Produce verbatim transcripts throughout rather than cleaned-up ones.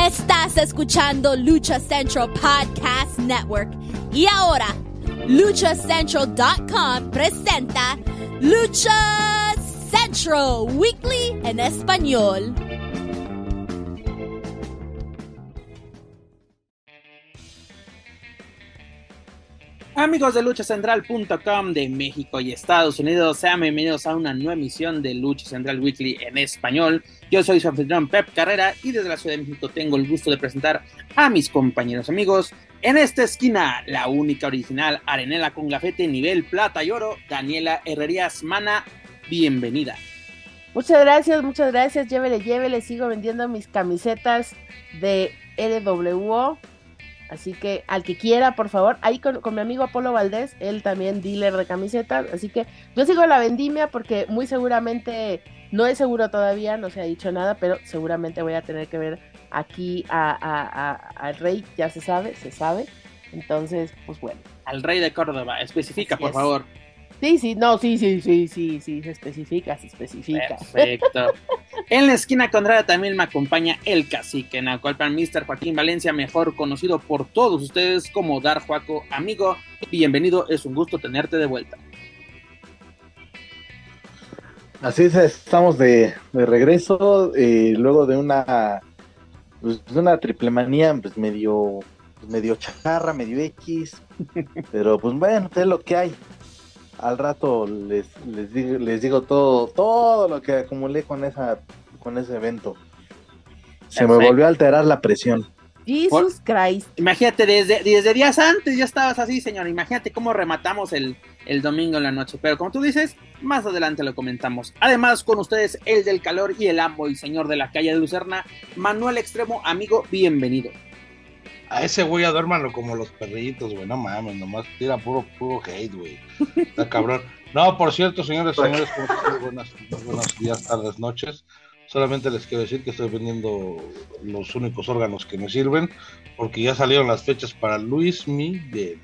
Estás escuchando Lucha Central Podcast Network. Y ahora, lucha central punto com presenta Lucha Central Weekly en español. Amigos de lucha central punto com de México y Estados Unidos, sean bienvenidos a una nueva emisión de Lucha Central Weekly en español. Yo soy su anfitrión Pep Carrera y desde la Ciudad de México tengo el gusto de presentar a mis compañeros amigos. En esta esquina, la única original arenela con gafete nivel plata y oro, Daniela Herrerías. Mana, bienvenida. Muchas gracias, muchas gracias, llévele, llévele, sigo vendiendo mis camisetas de R W O. Así que al que quiera, por favor, ahí con, con mi amigo Apolo Valdés, él también dealer de camisetas, así que yo sigo la vendimia porque muy seguramente, no es seguro todavía, no se ha dicho nada, pero seguramente voy a tener que ver aquí a, a, a, al rey, ya se sabe, se sabe, entonces, pues bueno. Al rey de Córdoba, especifica, Así por es. favor. Sí, sí, no, sí, sí, sí, sí, sí, se especifica, se especifica. Perfecto. En la esquina contraria también me acompaña el cacique Naucalpan, mister Joaquín Valencia, mejor conocido por todos ustedes como Dar Juaco. Amigo, bienvenido, es un gusto tenerte de vuelta. Así es, estamos de, de regreso, eh, luego de una, pues, de una triple manía, pues medio, pues, medio chacarra, medio X, pero pues bueno, es lo que hay. Al rato les, les, digo, les digo todo, todo lo que acumulé con esa, con ese evento. Se Perfecto. Me volvió a alterar la presión. Jesus Christ. Imagínate, desde, desde días antes ya estabas así, señor. Imagínate cómo rematamos el, el domingo en la noche. Pero como tú dices, más adelante lo comentamos. Además, con ustedes, el del calor y el amo, el señor de la calle de Lucerna, Manuel Extremo. Amigo, bienvenido. A ese güey adórmanlo como los perritos, güey, no mames, nomás tira puro, puro hate, güey. Está cabrón. No, por cierto, señores, señores, buenas, buenos días, tardes, noches. Solamente les quiero decir que estoy vendiendo los únicos órganos que me sirven, porque ya salieron las fechas para Luis Miguel.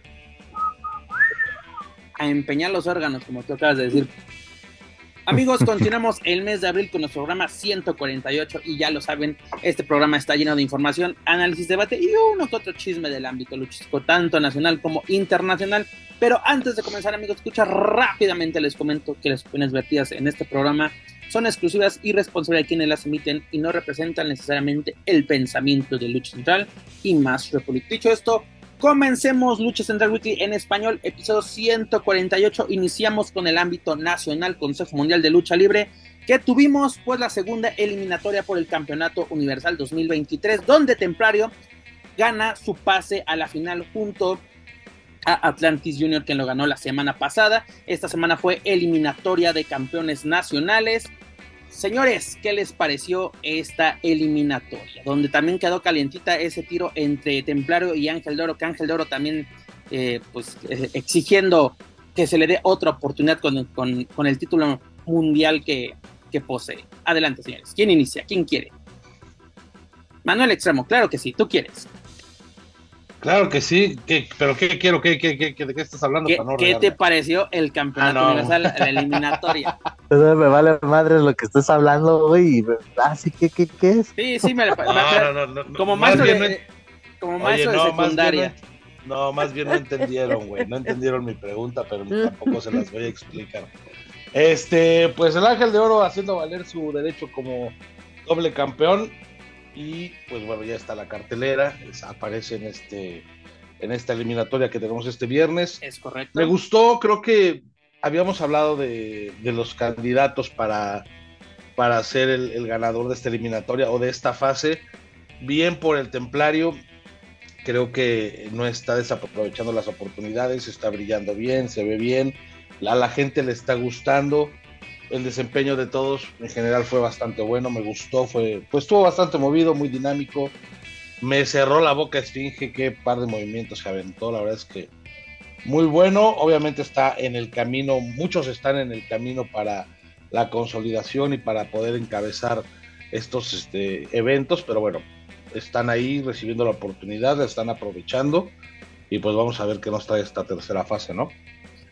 A empeñar los órganos, como tú acabas de decir. Amigos, continuamos el mes de abril con nuestro programa ciento cuarenta y ocho y ya lo saben, este programa está lleno de información, análisis, debate y uno que otro chisme del ámbito luchístico, tanto nacional como internacional. Pero antes de comenzar, amigos, escucha rápidamente, les comento que las opiniones vertidas en este programa son exclusivas y responsabilidad de quienes las emiten y no representan necesariamente el pensamiento de Lucha Central y Más Republic. Dicho esto, comencemos Lucha Central Weekly en español, episodio ciento cuarenta y ocho. Iniciamos con el ámbito nacional, Consejo Mundial de Lucha Libre, que tuvimos pues la segunda eliminatoria por el Campeonato Universal dos mil veintitrés, donde Templario gana su pase a la final junto a Atlantis Junior, quien lo ganó la semana pasada. Esta semana fue eliminatoria de campeones nacionales. Señores, ¿qué les pareció esta eliminatoria? Donde también quedó calientita ese tiro entre Templario y Ángel de Oro, que Ángel de Oro también eh, pues, eh, exigiendo que se le dé otra oportunidad con, con, con el título mundial que, que posee. Adelante, señores. ¿Quién inicia? ¿Quién quiere? Manuel Extremo, claro que sí, tú quieres. Claro que sí, ¿Qué, pero ¿qué quiero? ¿Qué, qué, qué, ¿De qué estás hablando? ¿Qué, no ¿qué te pareció el campeonato ah, no. universal, la eliminatoria? Me vale madre lo que estás hablando, güey. Ah, sí, ¿qué, qué, qué es? Sí, sí, me la no, no, no, no, como más maestro bien, de, como maestro oye, no, de secundaria. Más bien, no, más bien no entendieron, güey. No entendieron mi pregunta, pero tampoco se las voy a explicar. Este, pues el Ángel de Oro haciendo valer su derecho como doble campeón. Y pues bueno, ya está la cartelera. Aparece en este. en esta eliminatoria que tenemos este viernes. Es correcto. Me gustó, creo que habíamos hablado de, de los candidatos para, para ser el, el ganador de esta eliminatoria o de esta fase. Bien por el Templario, creo que no está desaprovechando las oportunidades, está brillando bien, se ve bien, a la gente le está gustando. El desempeño de todos en general fue bastante bueno, me gustó, fue, pues estuvo bastante movido, muy dinámico. Me cerró la boca Esfinge, qué par de movimientos se aventó, la verdad es que muy bueno. Obviamente está en el camino, muchos están en el camino para la consolidación y para poder encabezar estos este, eventos, pero bueno, están ahí recibiendo la oportunidad, la están aprovechando y pues vamos a ver qué nos trae esta tercera fase, ¿no?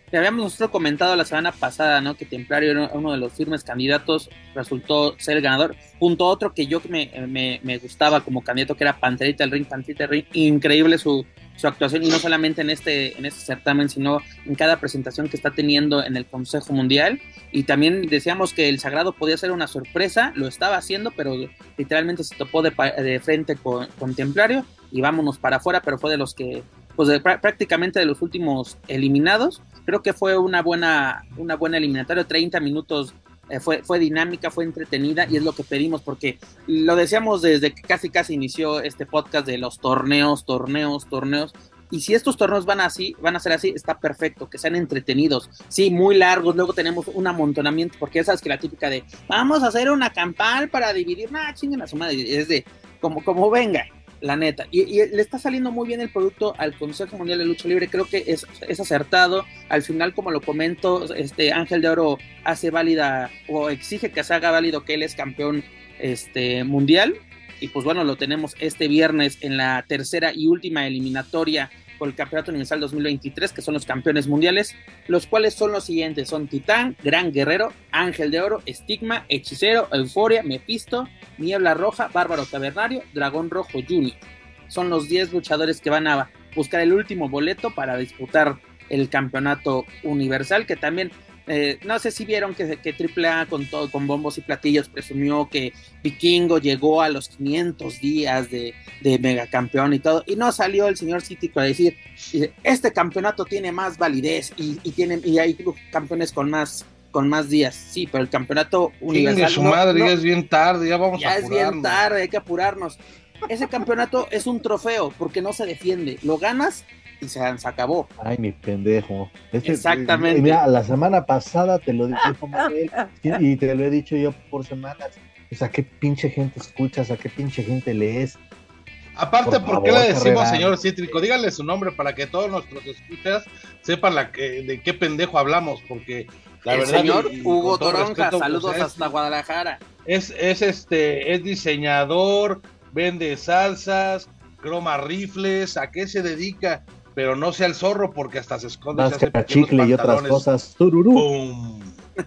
Le habíamos nosotros comentado la semana pasada, ¿no? Que Templario era uno de los firmes candidatos, resultó ser el ganador, junto a otro que yo me, me, me gustaba como candidato, que era Panterita del Ring, Panterita del Ring, increíble su, su actuación, y no solamente en este, en este certamen, sino en cada presentación que está teniendo en el Consejo Mundial, y también decíamos que el Sagrado podía ser una sorpresa, lo estaba haciendo, pero literalmente se topó de, de frente con, con Templario, y vámonos para afuera, pero fue de los que, pues de, prácticamente de los últimos eliminados. Creo que fue una buena, una buena eliminatoria, treinta minutos, eh, fue, fue dinámica, fue entretenida, y es lo que pedimos, porque lo decíamos desde que casi casi inició este podcast de los torneos, torneos, torneos, y si estos torneos van así, van a ser así, está perfecto, que sean entretenidos, sí, muy largos, luego tenemos un amontonamiento, porque ya sabes que la típica de, vamos a hacer una campal para dividir, nah, chinguen a su madre, es de, como, como venga, la neta, y, y le está saliendo muy bien el producto al Consejo Mundial de Lucha Libre, creo que es, es acertado, al final, como lo comento, este Ángel de Oro hace válida, o exige que se haga válido que él es campeón este, mundial, y pues bueno, lo tenemos este viernes en la tercera y última eliminatoria por el Campeonato Universal dos mil veintitrés, que son los campeones mundiales, los cuales son los siguientes, son Titán, Gran Guerrero, Ángel de Oro, Estigma, Hechicero, Euforia, Mephisto, Niebla Roja, Bárbaro Tabernario, Dragón Rojo junior Son los diez luchadores que van a buscar el último boleto para disputar el Campeonato Universal, que también Eh, no sé si vieron que, que Triple A con todo, con bombos y platillos presumió que Vikingo llegó a los quinientos días de, de megacampeón y todo, y no salió el señor Cítico a decir, este campeonato tiene más validez y, y, tiene, y hay campeones con más, con más días, sí, pero el campeonato universal... su no, madre, no, ya es bien tarde, ya vamos ya a es bien tarde, hay que apurarnos. Ese campeonato es un trofeo porque no se defiende, lo ganas y se, se acabó. Ay, mi pendejo. Este, Exactamente. Mira, la semana pasada te lo dijo Manuel y te lo he dicho yo por semanas. O sea, ¿qué pinche gente escuchas? ¿A qué pinche gente lees? Aparte, ¿por, ¿por qué favor, le decimos Carrera? Señor Cítrico? Díganle su nombre para que todos nuestros escuchas sepan la que, de qué pendejo hablamos, porque la el verdad... señor y, y Hugo todo Toronja, respeto, saludos pues, es, hasta Guadalajara. Es, es, este, es diseñador, vende salsas, croma rifles, ¿a qué se dedica? Pero no sea el zorro porque hasta se esconde. Máscara, chicle y otras cosas. Tururú. ¡Pum!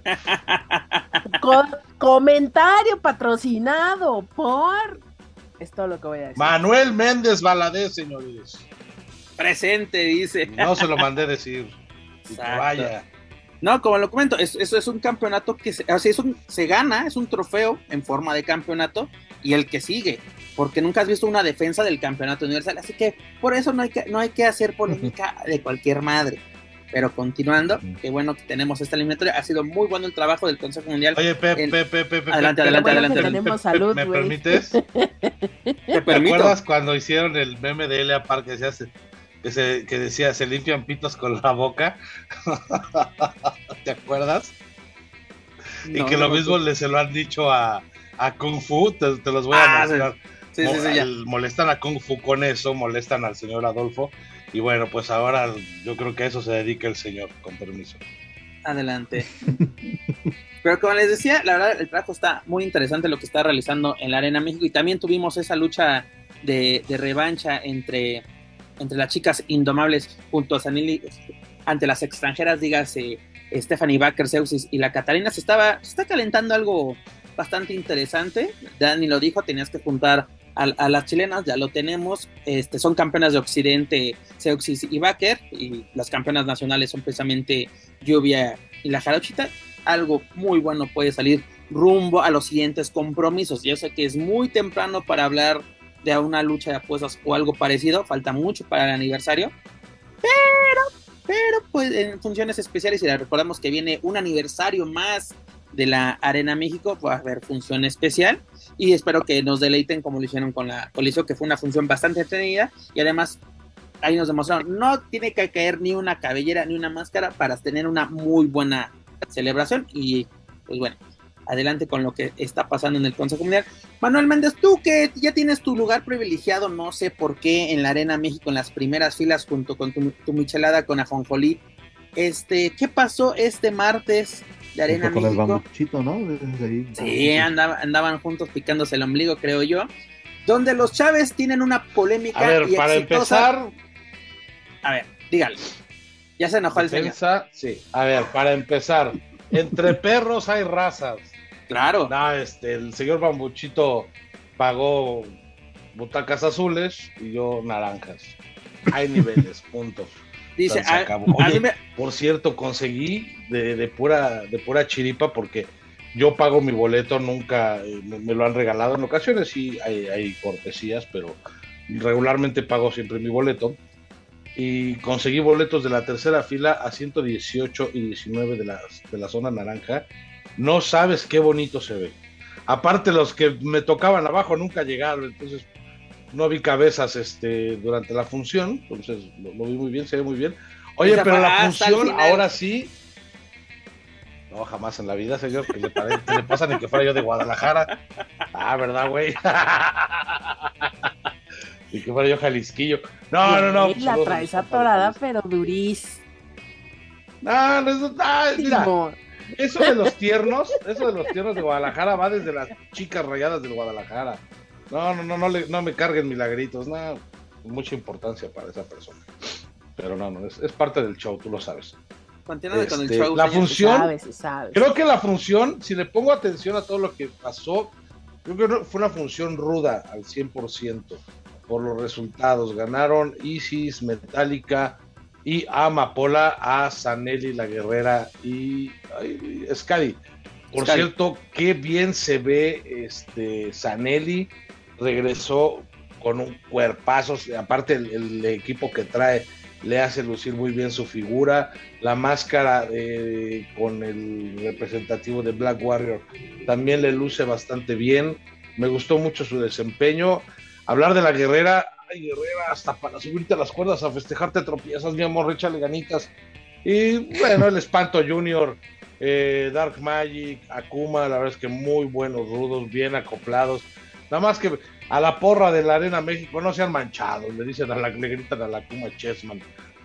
Co- comentario patrocinado por... Es todo lo que voy a decir. Manuel Méndez Valadez, señores. Presente, dice. No se lo mandé decir. Y que vaya. No, como lo comento, eso es, es un campeonato que se, o sea, es un, se gana, es un trofeo en forma de campeonato, y el que sigue, porque nunca has visto una defensa del campeonato universal, así que por eso no hay que, no hay que hacer polémica de cualquier madre. Pero continuando, qué bueno que tenemos esta eliminatoria, ha sido muy bueno el trabajo del Consejo Mundial. Oye, Pepe, en... Pepe, Pepe, adelante, Pepe, adelante, Pepe, adelante. Pepe, Tenemos Pepe, salud, ¿me güey. permites? ¿Te ¿Te permito? acuerdas cuando hicieron el meme de L A Park que, se hace, que, se, que decía, se limpian pitos con la boca? ¿Te acuerdas? No, y que no, lo no, mismo no. le se lo han dicho a, a Kung Fu, te, te los voy a Ah, mostrar. Sí, sí, sí, ya. El- molestan a Kung Fu con eso, molestan al señor Adolfo, y bueno, pues ahora yo creo que a eso se dedica el señor, con permiso. Adelante. Pero como les decía, la verdad el trabajo está muy interesante lo que está realizando en la Arena México, y también tuvimos esa lucha de, de revancha entre, entre las chicas indomables junto a Sanili ante las extranjeras, dígase Stephanie Baker, Zeusis y la Catarina. Se estaba, se está calentando algo bastante interesante. Dani lo dijo, tenías que juntar a, a las chilenas, ya lo tenemos. Este, son campeonas de Occidente Zeusis y Baker, y las campeonas nacionales son precisamente Lluvia y la Jarochita. Algo muy bueno puede salir rumbo a los siguientes compromisos. Yo sé que es muy temprano para hablar de una lucha de apuestas o algo parecido, falta mucho para el aniversario, pero, pero pues en funciones especiales, y la recordamos que viene un aniversario más de la Arena México, va a haber función especial, y espero que nos deleiten como lo hicieron con la Coliseo, que fue una función bastante entretenida, y además ahí nos demostraron, no tiene que caer ni una cabellera ni una máscara para tener una muy buena celebración. Y pues bueno, adelante con lo que está pasando en el Consejo Mundial. Manuel Méndez, tú que ya tienes tu lugar privilegiado, no sé por qué, en la Arena México, en las primeras filas junto con tu, tu michelada con ajonjolí, este, ¿qué pasó este martes de Arena Con México? el bambuchito, ¿no? Desde ahí. Sí, andaba, andaban juntos picándose el ombligo, creo yo, donde los Chávez tienen una polémica. A ver, y para exitosa... empezar, A ver, dígale. Ya se enojó el señor. Defensa, sí. A ver, para empezar, entre perros hay razas. Claro. No, este, el señor Bambuchito pagó butacas azules y yo naranjas. Hay niveles, punto. Dice, Se a, acabó. a Oye, mí me- por cierto, conseguí de, de pura de pura chiripa porque yo pago mi boleto, nunca eh, me, me lo han regalado. En ocasiones sí hay, hay cortesías, pero regularmente pago siempre mi boleto. Y conseguí boletos de la tercera fila a ciento dieciocho y diecinueve de la, de la zona naranja. No sabes qué bonito se ve. Aparte, los que me tocaban abajo nunca llegaron, entonces no vi cabezas este, durante la función, entonces lo, lo vi muy bien, se ve muy bien. Oye, Esa pero fue la hasta el función final. ahora sí. No, jamás en la vida, señor, que le, pare- que le pasa ni que fuera yo de Guadalajara. Ah, ¿verdad, güey? Ni que fuera yo jalisquillo. No, no, no. Güey, pues, la saludos a traes mis compas de atorada, Jalisco. pero durísimo. No, no, no, no, mira, eso de los tiernos, eso de los tiernos de Guadalajara va desde las chicas rayadas del Guadalajara. No, no, no, no, le, no me carguen milagritos, no, mucha importancia para esa persona. Pero no, no, es, es parte del show, tú lo sabes. Continúa con el Este, show. la señor. función- Sabes, sabes. Creo que la función, si le pongo atención a todo lo que pasó, creo que no- fue una función ruda al cien por ciento por los resultados. Ganaron Isis, Metallica y Amapola a Sanelli, La Guerrera y ay, Scadi. Por Scadi. cierto, qué bien se ve este Sanelli. Regresó con un cuerpazo. Aparte, el, el equipo que trae le hace lucir muy bien su figura. La máscara eh, con el representativo de Black Warrior también le luce bastante bien. Me gustó mucho su desempeño. Hablar de La Guerrera, ay, Guerrera, hasta para subirte a las cuerdas a festejarte tropiezas, mi amor, échale ganitas. Y bueno, el Espanto Junior, eh, Dark Magic, Akuma, la verdad es que muy buenos rudos, bien acoplados. Nada más que a la porra de la Arena México no sean manchados, le dicen a la, le gritan a la Akuma Chessman.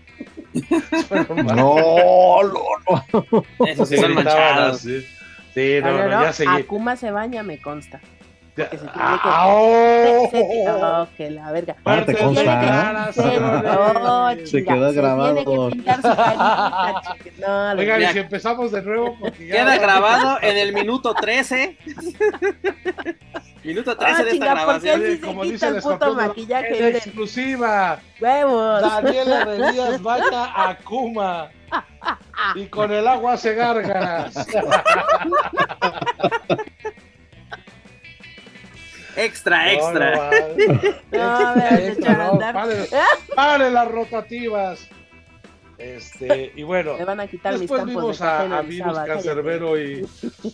No, no, no. Esos sí Se son gritaban manchados. así. Sí, no, No, no, no, ya seguí. Akuma se baña, me consta. Ya- porque se tiene que- ¡Ah, oh! Se- se- oh, que la verga. Aparte Se consta, tiene que- ¿no? se- oh, Se chinga, quedó se grabado. tiene que pintar su carita, chica. No, la- Oigan, y Mira. si empezamos de nuevo, porque ya Queda grabado en el minuto trece. Minuto trece Ah, de esta chinga, ¿por qué grabación. sí se como quita dice el el puto escorpión, maquillaje? en Miren, exclusiva, huevos. Daniela Heredías baña a Akuma y con el agua hace gárgaras. Extra, extra. No, no, vale. No, a Extra, ver, extra, echar a no, andar. paren, paren las rotativas. Este, y bueno, Me van a quitar mis después campos vimos de café a, en a el Virus sábado, Cancerbero y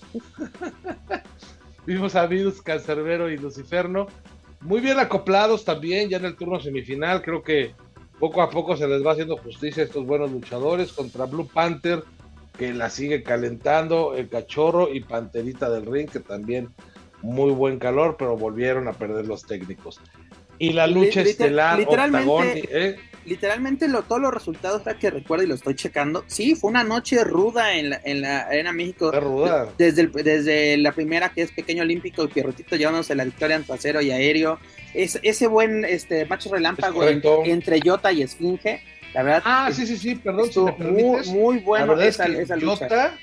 vimos a Virus Cancerbero y Luciferno muy bien acoplados también ya en el turno semifinal. Creo que poco a poco se les va haciendo justicia a estos buenos luchadores contra Blue Panther, que la sigue calentando, el Cachorro y Panterita del Ring, que también muy buen calor, pero volvieron a perder los técnicos. Y la lucha Liter- estelar, literalmente- Octagón, ¿eh? Literalmente lo, todos los resultados ahora que recuerdo y lo estoy checando, sí, fue una noche ruda en la, en la Arena México. Está ruda. Desde, el- desde la primera, que es Pequeño Olímpico y Pierrotito llevándose la victoria en trasero y aéreo. Es, ese buen este macho relámpago Es en- correcto. entre Jota y Esfinge, la verdad. Ah, es- sí, sí, sí, perdón, si estuvo me permites. muy, muy bueno la verdad esa, es que esa lucha. Jota,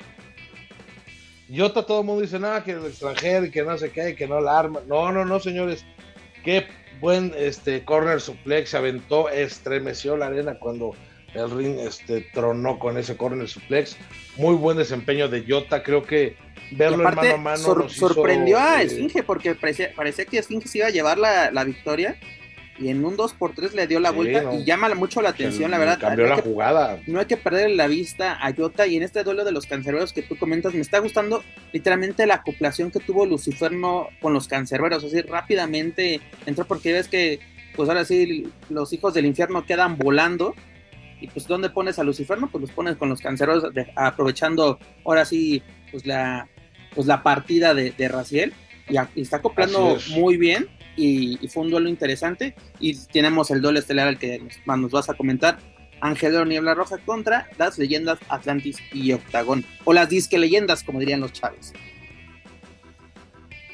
Jota, todo el mundo dice, nada, que el extranjero y que no sé qué, y que no la arma. No, no, no, señores. Qué buen este corner suplex, se aventó, estremeció la arena cuando el ring este, tronó con ese corner suplex. Muy buen desempeño de Jota, creo que Y verlo aparte, en mano a mano sor- nos hizo, sorprendió a eh, Esfinge porque parecía, parecía que Esfinge se iba a llevar la, la victoria y en un dos por tres le dio la Sí, vuelta no. y llama mucho la atención, se la verdad. cambió no, la hay que, jugada. no hay que perder la vista a Jota, y en este duelo de los cancerberos que tú comentas, me está gustando literalmente la acoplación que tuvo Luciferno con los cancerberos, así rápidamente entró, porque ves que pues ahora sí los hijos del infierno quedan volando. Y pues, ¿dónde pones a Luciferno? Pues los pones con los canceros, de, aprovechando ahora sí, pues la, pues la partida de, de Raziel, y, a, y está acoplando Así es. muy bien, y, y fue un duelo interesante, y tenemos el duelo estelar al que nos, nos vas a comentar, Ángel Niebla Roja contra las leyendas Atlantis y Octagón, o las disque leyendas, como dirían los chavos.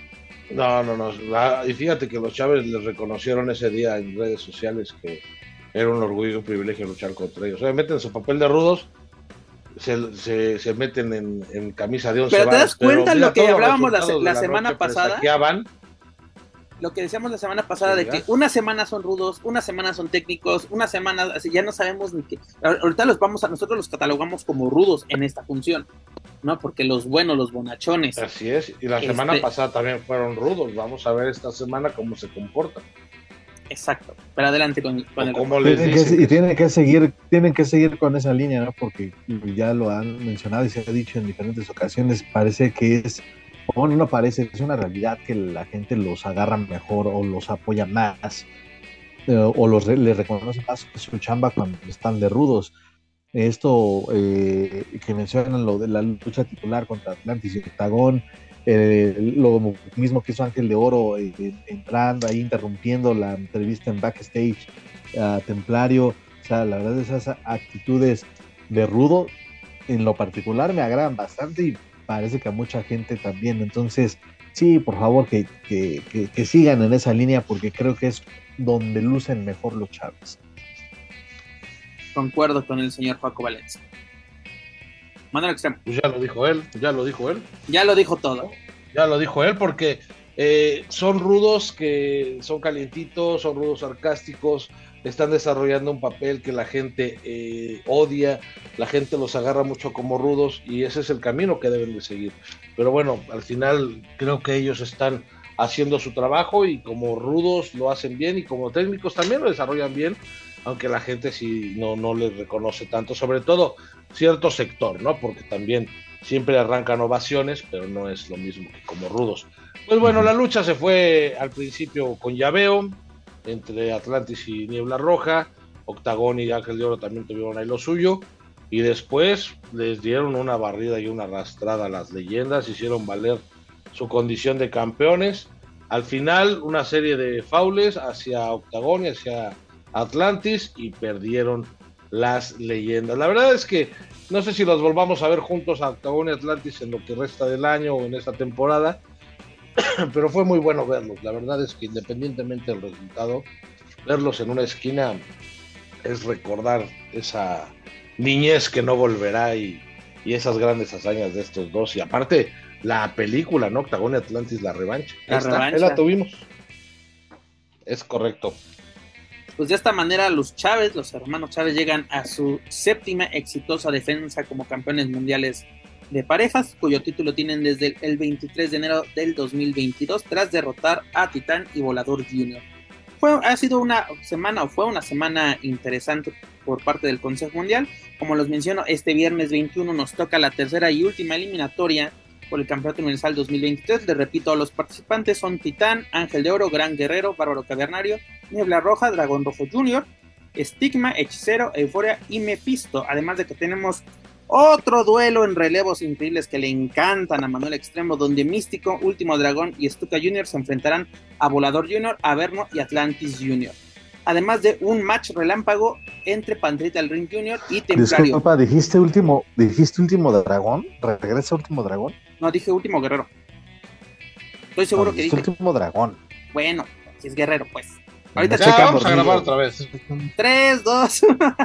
No, no, no. La- y fíjate que los Chávez les reconocieron ese día en redes sociales que era un orgullo y un privilegio luchar contra ellos. Obviamente en su papel de rudos se, se, se meten en, en camisa de once pero te das varas, cuenta pero, lo que mira, hablábamos la, la, la semana pasada, lo que decíamos la semana pasada de que una semana son rudos, una semana son técnicos, una semana así, ya no sabemos ni qué. Ahorita los vamos a nosotros los catalogamos como rudos en esta función, ¿no? Porque los buenos, los bonachones. Así es, y la este... semana pasada también fueron rudos. Vamos a ver esta semana cómo se comportan. Exacto, pero adelante con, con el como les tienen que, y tienen que seguir, tienen que seguir con esa línea, ¿no? Porque ya lo han mencionado y se ha dicho en diferentes ocasiones, parece que es, bueno, no parece, es una realidad que la gente los agarra mejor o los apoya más, eh, o los les reconoce más su chamba cuando están de rudos. Esto eh, que mencionan lo de la lucha titular contra Atlantis y Octagón, eh, lo mismo que hizo Ángel de Oro, eh, entrando ahí, interrumpiendo la entrevista en backstage a Templario. O sea, la verdad, esas actitudes de rudo en lo particular me agradan bastante y parece que a mucha gente también. Entonces, sí, por favor, que, que, que, que sigan en esa línea, porque creo que es donde lucen mejor los chavos. Concuerdo con el señor Paco Valencia. Manuel Extremo. Pues ya lo dijo él, ya lo dijo él. Ya lo dijo todo. Ya lo dijo él, porque eh, son rudos que son calientitos, son rudos sarcásticos, están desarrollando un papel que la gente eh, odia, la gente los agarra mucho como rudos y ese es el camino que deben de seguir. Pero bueno, al final creo que ellos están haciendo su trabajo y como rudos lo hacen bien y como técnicos también lo desarrollan bien, aunque la gente sí no, no les reconoce tanto, sobre todo cierto sector, ¿no? Porque también siempre arrancan ovaciones, pero no es lo mismo que como rudos. Pues bueno, la lucha se fue al principio con llaveo entre Atlantis y Niebla Roja, Octagón y Ángel de Oro también tuvieron ahí lo suyo, y después les dieron una barrida y una arrastrada a las leyendas, hicieron valer su condición de campeones. Al final, una serie de faules hacia Octagón y hacia Atlantis y perdieron las leyendas. La verdad es que no sé si los volvamos a ver juntos a Octagón y Atlantis en lo que resta del año o en esta temporada, pero fue muy bueno verlos. La verdad es que independientemente del resultado, verlos en una esquina es recordar esa niñez que no volverá y, y esas grandes hazañas de estos dos. Y aparte, la película, ¿no? Octagón y Atlantis, la revancha. La Esta, revancha. la tuvimos. Es correcto. Pues de esta manera los Chávez, los hermanos Chávez, llegan a su séptima exitosa defensa como campeones mundiales de parejas, cuyo título tienen desde el veintitrés de enero del dos mil veintidós, tras derrotar a Titán y Volador Junior Fue, ha sido una semana, o fue una semana interesante por parte del Consejo Mundial. Como los menciono, este viernes veintiuno nos toca la tercera y última eliminatoria por el Campeonato Universal dos mil veintitrés. Les repito, los participantes son Titán, Ángel de Oro, Gran Guerrero, Bárbaro Cavernario, Niebla Roja, Dragón Rojo Junior, Estigma, Hechicero, Euforia y Mephisto. Además de que tenemos otro duelo en relevos increíbles que le encantan a Manuel Extremo, donde Místico, Último Dragón y Stuka Junior se enfrentarán a Volador Junior, Averno y Atlantis Junior Además de un match relámpago entre Panterita del Ring Junior y Templario. Disculpa, ¿dijiste último, dijiste último dragón? ¿Regresa Último Dragón? No, dije Último Guerrero. Estoy seguro no, que dije Último Dragón. Bueno, si es Guerrero, pues. Ahorita ya, vamos a grabar otra vez. tres, dos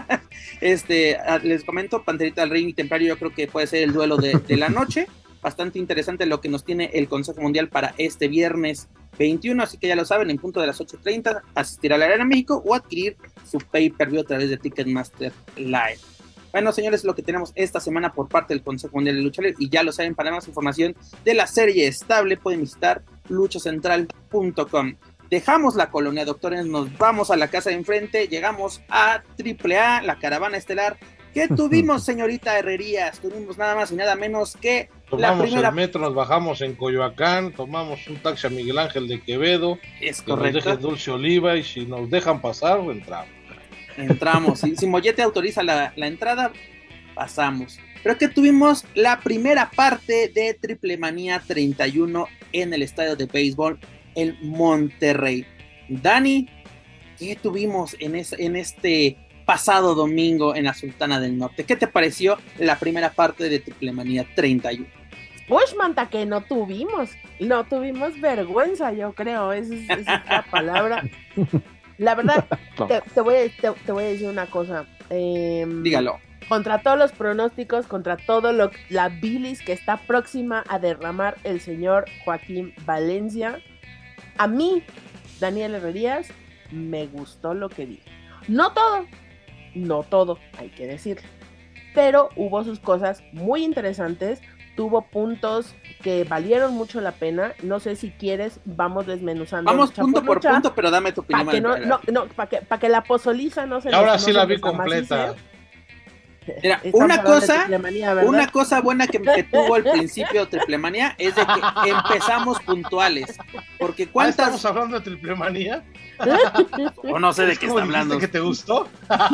Este, les comento, Panterita del Ring y Templario yo creo que puede ser el duelo de, de la noche. Bastante interesante lo que nos tiene el Consejo Mundial para este viernes veintiuno, así que ya lo saben, en punto de las ocho treinta, asistir a la Arena México o adquirir su pay-per-view a través de Ticketmaster Live. Bueno, señores, es lo que tenemos esta semana por parte del Consejo Mundial de Lucha Libre, y ya lo saben, para más información de la serie estable pueden visitar lucha central punto com. Dejamos la colonia Doctores, nos vamos a la casa de enfrente, llegamos a triple A, la caravana estelar. ¿Qué tuvimos, señorita Herrerías? Tuvimos nada más y nada menos que tomamos la primera... el metro, nos bajamos en Coyoacán, tomamos un taxi a Miguel Ángel de Quevedo, es que correcto. Nos deje Dulce Oliva, y si nos dejan pasar, entramos. Entramos, si, si Mollete autoriza la, la entrada, pasamos. Pero que tuvimos la primera parte de Triple Manía treinta y uno en el estadio de béisbol en Monterrey. Dani, ¿qué tuvimos en, es, en este pasado domingo en la Sultana del Norte? ¿Qué te pareció la primera parte de Triple Manía treinta y uno? Pues, manta, que no tuvimos, no tuvimos vergüenza, yo creo, esa es, esa es la palabra. La verdad, No. te, te voy a, te, te voy a decir una cosa. Eh, Dígalo. Contra todos los pronósticos, contra todo lo la bilis que está próxima a derramar el señor Joaquín Valencia, a mí, Daniel Herrerías, me gustó lo que vi. No todo, no todo, hay que decirlo. Pero hubo sus cosas muy interesantes, tuvo puntos que valieron mucho la pena. No sé si quieres, vamos desmenuzando. Vamos lucha punto por, lucha, punto, pero dame tu opinión. para que no, no, no, para que, pa que la pozoliza no se Y ahora nos- sí no la se vi nos completa. amacice. Mira, Estamos una hablando de cosa, triplemanía, ¿verdad? una cosa buena que, que tuvo al principio de Triplemanía es de que empezamos puntuales. Porque ¿Ah, cuántas. estamos hablando de triple manía? O no sé de qué ¿Cómo está hablando. dijiste que te gustó?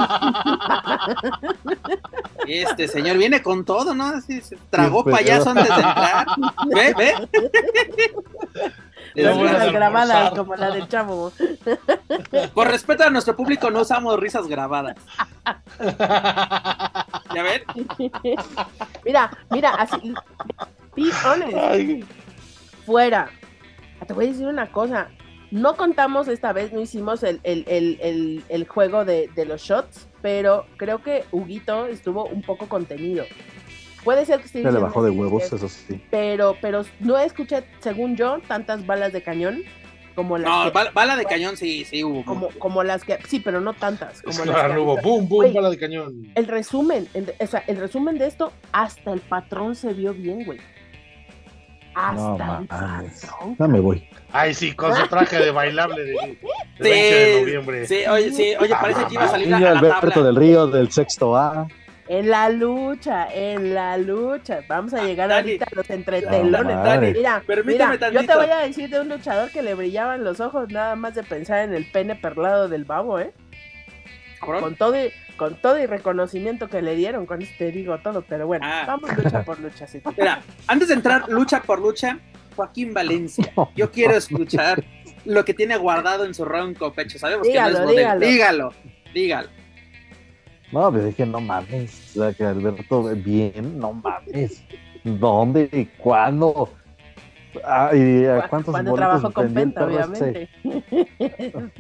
Este señor viene con todo, ¿no? Así se tragó Qué pedo. payaso antes de entrar. ¿Ve? ¿Ve? Ya Las voy a risas almorzar. grabadas como la del chavo. Por respeto a nuestro público, no usamos risas grabadas. ¿Ya ven? Mira, mira, así. Be honest. Ay, Fuera. Te voy a decir una cosa. No contamos esta vez, no hicimos el, el, el, el, el juego de, de los shots, pero creo que Huguito estuvo un poco contenido. Puede ser que esté Se le diciendo bajó de que- huevos, eso sí. Pero, pero no escuché, según yo, tantas balas de cañón como las No, que, bala, bala de cañón sí, sí hubo. como, como las que, sí, pero no tantas. Como es las claro, que hubo ahorita- boom, boom, Güey, bala de cañón. El resumen, el, o sea, el resumen de esto, hasta el patrón se vio bien, güey. Hasta No el mames. patrón. Ya me voy. Ay, sí, con su traje de bailable de, de veinte de noviembre. Sí, oye, sí, oye, parece que iba a salir a, Niño a la Alberto tabla. del Río del sexto A. En la lucha, en la lucha. Vamos a llegar Dani, ahorita a los entretelones. no, Dani, madre. mira, Permíteme mira, yo tantito. te voy a decir de un luchador que le brillaban los ojos nada más de pensar en el pene perlado del babo, ¿eh? Cabrón. Con todo y, con todo y reconocimiento que le dieron, con este digo todo, pero bueno, Ah. vamos lucha por lucha, sí. Mira, antes de entrar lucha por lucha, Joaquín Valencia, yo quiero escuchar lo que tiene guardado en su ronco pecho. Sabemos Dígalo, que no es modelo. dígalo. Dígalo, dígalo. No, pues dije, no mames. O sea, que Alberto, bien, no mames. ¿Dónde y cuándo? Ah, ¿y a cuántos Cuando boletos trabajó con vendió el Penta, perro ese? obviamente.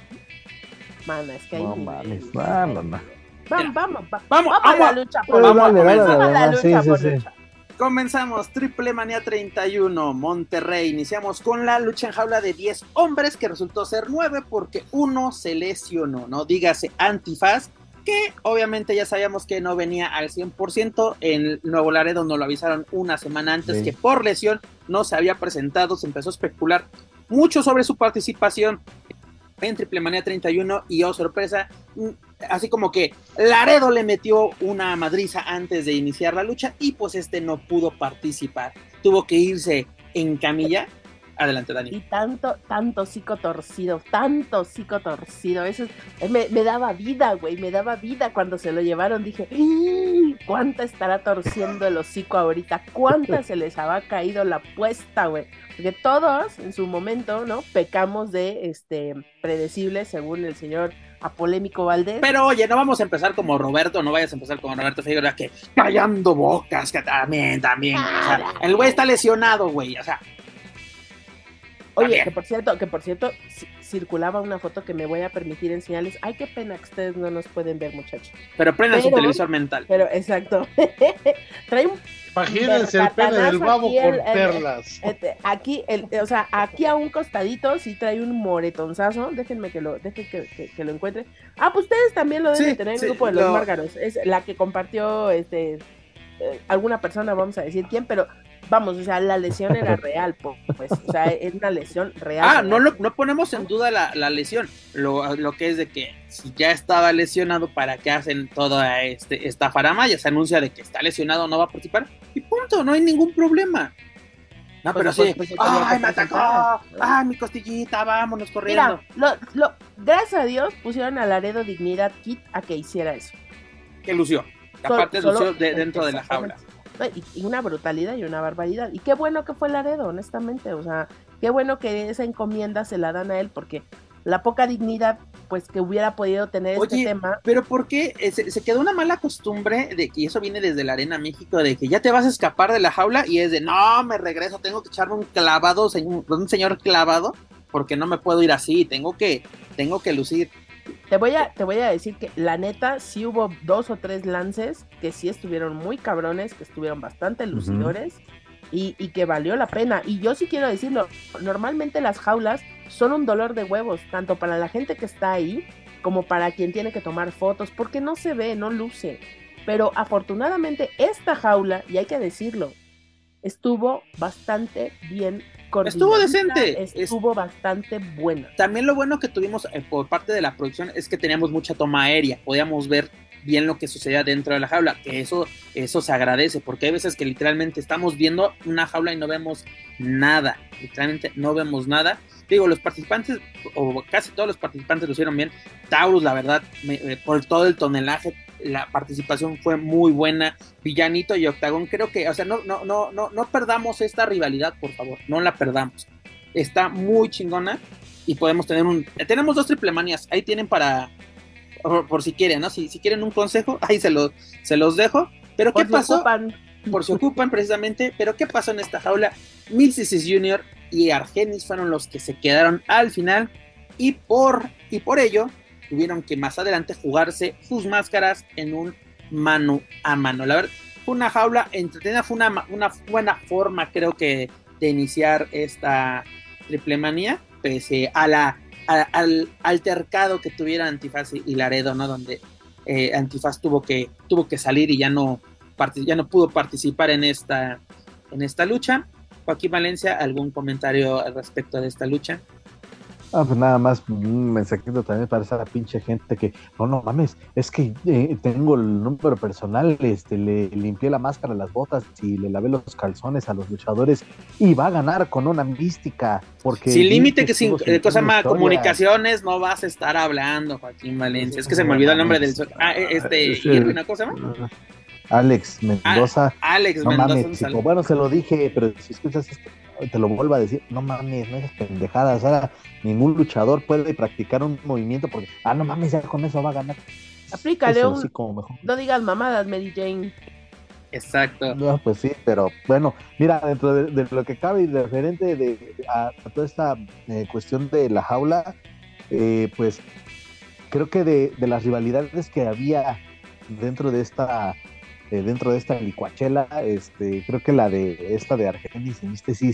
Mana, es que hay No niveles. mames, no, no, no. Vamos, vamos, va- Vamos, vamos a la vamos. lucha Eh, por Vamos a dale, dale, comenzar. Vamos a la dale, lucha sí, por sí, sí. lucha. Comenzamos, Triple Manía treinta y uno, Monterrey. Iniciamos con la lucha en jaula de diez hombres, que resultó ser nueve porque uno se lesionó, ¿no? Dígase Antifaz, que obviamente ya sabíamos que no venía al cien por ciento. En Nuevo Laredo nos lo avisaron una semana antes, Sí. que por lesión no se había presentado. Se empezó a especular mucho sobre su participación en Triple Manía treinta y uno y, oh sorpresa, así como que Laredo le metió una madriza antes de iniciar la lucha y pues este no pudo participar, tuvo que irse en camilla. Adelante, Dani. Y tanto, tanto hocico torcido, tanto hocico torcido. Eso es- me, me daba vida, güey, me daba vida cuando se lo llevaron. Dije, "¡Ih! ¿Cuánta estará torciendo el hocico ahorita? ¿Cuánta se les habrá caído la apuesta, güey?" Porque todos, en su momento, ¿no? Pecamos de este predecibles, según el señor Apolémico Valdés. Pero oye, no vamos a empezar como Roberto, no vayas a empezar como Roberto Figueroa, que callando bocas, que también, también, güey. O sea, el güey está lesionado, güey, o sea, Oye, también. que por cierto, que por cierto, ci- circulaba una foto que me voy a permitir enseñarles. Ay, qué pena que ustedes no nos pueden ver, muchachos. pero prendan su Pero- televisor mental. Pero, exacto. Trae un Imagínense el pene del babo Aquí con el- el- perlas. Este, aquí, el, o sea, aquí a un costadito sí trae un moretonzazo. Déjenme que lo, dejen que, que- que lo encuentre. Ah, pues ustedes también lo deben Sí, tener en sí, el grupo de los lo- Márgaros. Es la que compartió este eh, alguna persona, vamos a decir quién, pero vamos, o sea, la lesión era real, po- pues, o sea, era una lesión real. Ah, real. no, lo- no ponemos en duda la, la lesión. Lo, lo que es de que si ya estaba lesionado, ¿para qué hacen toda este, esta faramaya? Se anuncia de que está lesionado, no va a participar y punto, no hay ningún problema. No, Pues, pero pues, sí, pues, se tenía ¡ay, que me atacó! presentar. ¡Ay, mi costillita! ¡Vámonos corriendo! Mira, lo, lo, gracias a Dios pusieron a Laredo Dignidad Kit a que hiciera eso. Que lució. Sol- Aparte solo- lució de, dentro de la jaula. No, Y, y una brutalidad y una barbaridad. Y qué bueno que fue Laredo, honestamente. O sea, qué bueno que esa encomienda se la dan a él, porque la poca dignidad, pues, que hubiera podido tener este Oye, tema. pero ¿por qué Eh, se, se quedó una mala costumbre de que eso viene desde la Arena México, de que ya te vas a escapar de la jaula y es de, no, me regreso, tengo que echarme un clavado, se- un, un señor clavado, porque no me puedo ir así, tengo que tengo que lucir. Te voy a, te voy a decir que la neta sí hubo dos o tres lances que sí estuvieron muy cabrones, que estuvieron bastante lucidores uh-huh. y, y que valió la pena. Y yo sí quiero decirlo, normalmente las jaulas son un dolor de huevos, tanto para la gente que está ahí, como para quien tiene que tomar fotos, porque no se ve, no luce. Pero afortunadamente esta jaula, y hay que decirlo, estuvo bastante bien coordinada. Estuvo decente. Estuvo es... bastante buena. También lo bueno que tuvimos eh, por parte de la producción es que teníamos mucha toma aérea. Podíamos ver bien lo que sucedía dentro de la jaula, que eso, eso se agradece, porque hay veces que literalmente estamos viendo una jaula y no vemos nada. Literalmente no vemos nada. Digo, los participantes, o casi todos los participantes lo hicieron bien. Taurus, la verdad, me, eh, por todo el tonelaje, la participación fue muy buena. Villanito y Octagón, creo que, o sea, no, no, no, no, no perdamos esta rivalidad, por favor, no la perdamos. Está muy chingona y podemos tener un, tenemos dos triplemanías, ahí tienen para, por, por si quieren, ¿no? Si, si quieren un consejo, ahí se los, se los dejo. Pero ¿qué pasó? Ocupan. Por si ocupan precisamente, pero ¿qué pasó en esta jaula? Mil Cisis Junior y Argenis fueron los que se quedaron al final y por, y por ello tuvieron que más adelante jugarse sus máscaras en un mano a mano. La verdad, fue una jaula entretenida, fue una, una buena forma, creo que, de iniciar esta triple manía, pese a la, a, al altercado que tuvieron Antifaz y Laredo, ¿no? Donde eh, Antifaz tuvo que, tuvo que salir y ya no, ya no pudo participar en esta, en esta lucha. Joaquín Valencia, ¿algún comentario al respecto de esta lucha? Ah, pues nada más un mensajito también para esa pinche gente que, no, no mames, es que eh, tengo el número personal, este, le limpié la máscara, las botas y le lavé los calzones a los luchadores y va a ganar con una mística, porque... Sin límite, que sin eh, cosa más, comunicaciones no vas a estar hablando, Joaquín Valencia, sí, es que se me olvidó el nombre del... Ah, este, sí, ¿y una cosa más? Alex Mendoza. Ah, Alex no Mendoza. Mames, chico. Bueno, se lo dije, pero si escuchas esto, te lo vuelvo a decir, no mames, no es pendejadas, ahora ningún luchador puede practicar un movimiento porque, ah, no mames, ya con eso va a ganar. Aplícale un, no digas mamadas, Mary Jane. Exacto. No, pues sí, pero bueno, mira, dentro de, de lo que cabe y referente de, a, a toda esta eh, cuestión de la jaula, eh, pues creo que de, de las rivalidades que había dentro de esta eh, dentro de esta licuachela, este, creo que la de esta de Argenis y Místesis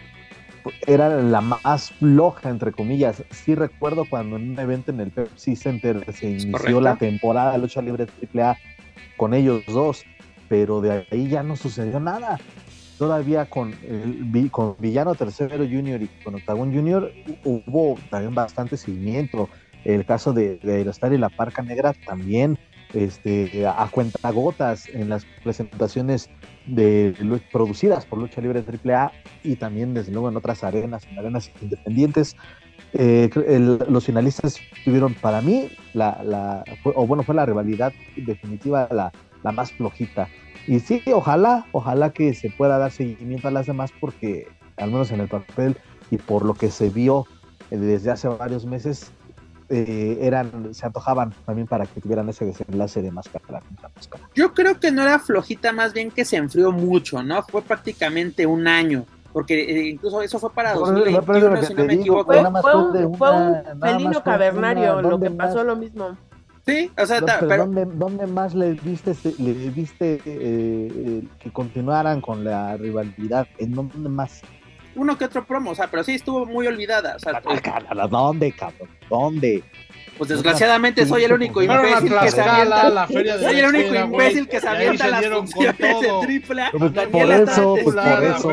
era la más floja, entre comillas. Sí recuerdo cuando en un evento en el Pepsi Center se inició Correcto. La temporada de lucha libre triple A con ellos dos, pero de ahí ya no sucedió nada. Todavía con, el, con Villano Tercero Junior y con Octagón Junior hubo también bastante seguimiento. El caso de, de Aerostar y la Parca Negra también, este, a cuentagotas en las presentaciones de, de, producidas por Lucha Libre triple A y también desde luego en otras arenas, en arenas independientes. Eh, el, los finalistas tuvieron para mí la, la fue, o bueno fue la rivalidad definitiva la, la más flojita, y sí, ojalá ojalá que se pueda dar seguimiento a las demás, porque al menos en el papel y por lo que se vio eh, desde hace varios meses Eh, eran, se antojaban también para que tuvieran ese desenlace de máscara contra máscara. Yo creo que no era flojita, más bien que se enfrió mucho, ¿no? Fue prácticamente un año, porque eh, incluso eso fue para dos mil veintiuno, si no me equivoco. Fue, fue un, fue un felino cavernario, una, lo que pasó más, lo mismo. Sí, o sea, no, ta, pero, pero ¿dónde, ¿dónde más le viste, le viste eh, eh, que continuaran con la rivalidad? ¿En dónde más? Uno que otro promo, o sea, pero sí estuvo muy olvidada. O sea, ¿A dónde, cabrón? ¿Dónde? Pues desgraciadamente soy el único imbécil que se avienta. Soy el único imbécil que se avienta las funciones de triple A. Por eso, pues por eso.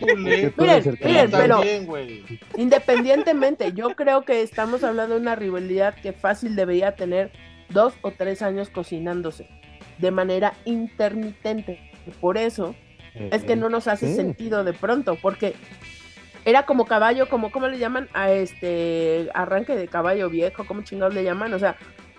Miren, miren, pero independientemente, yo creo que estamos hablando de una rivalidad que fácil debería tener dos o tres años cocinándose de manera intermitente. Por eso es que no nos hace sí. sentido de pronto, porque era como caballo, como ¿cómo le llaman? A este arranque de caballo viejo, ¿cómo chingados le llaman? O sea,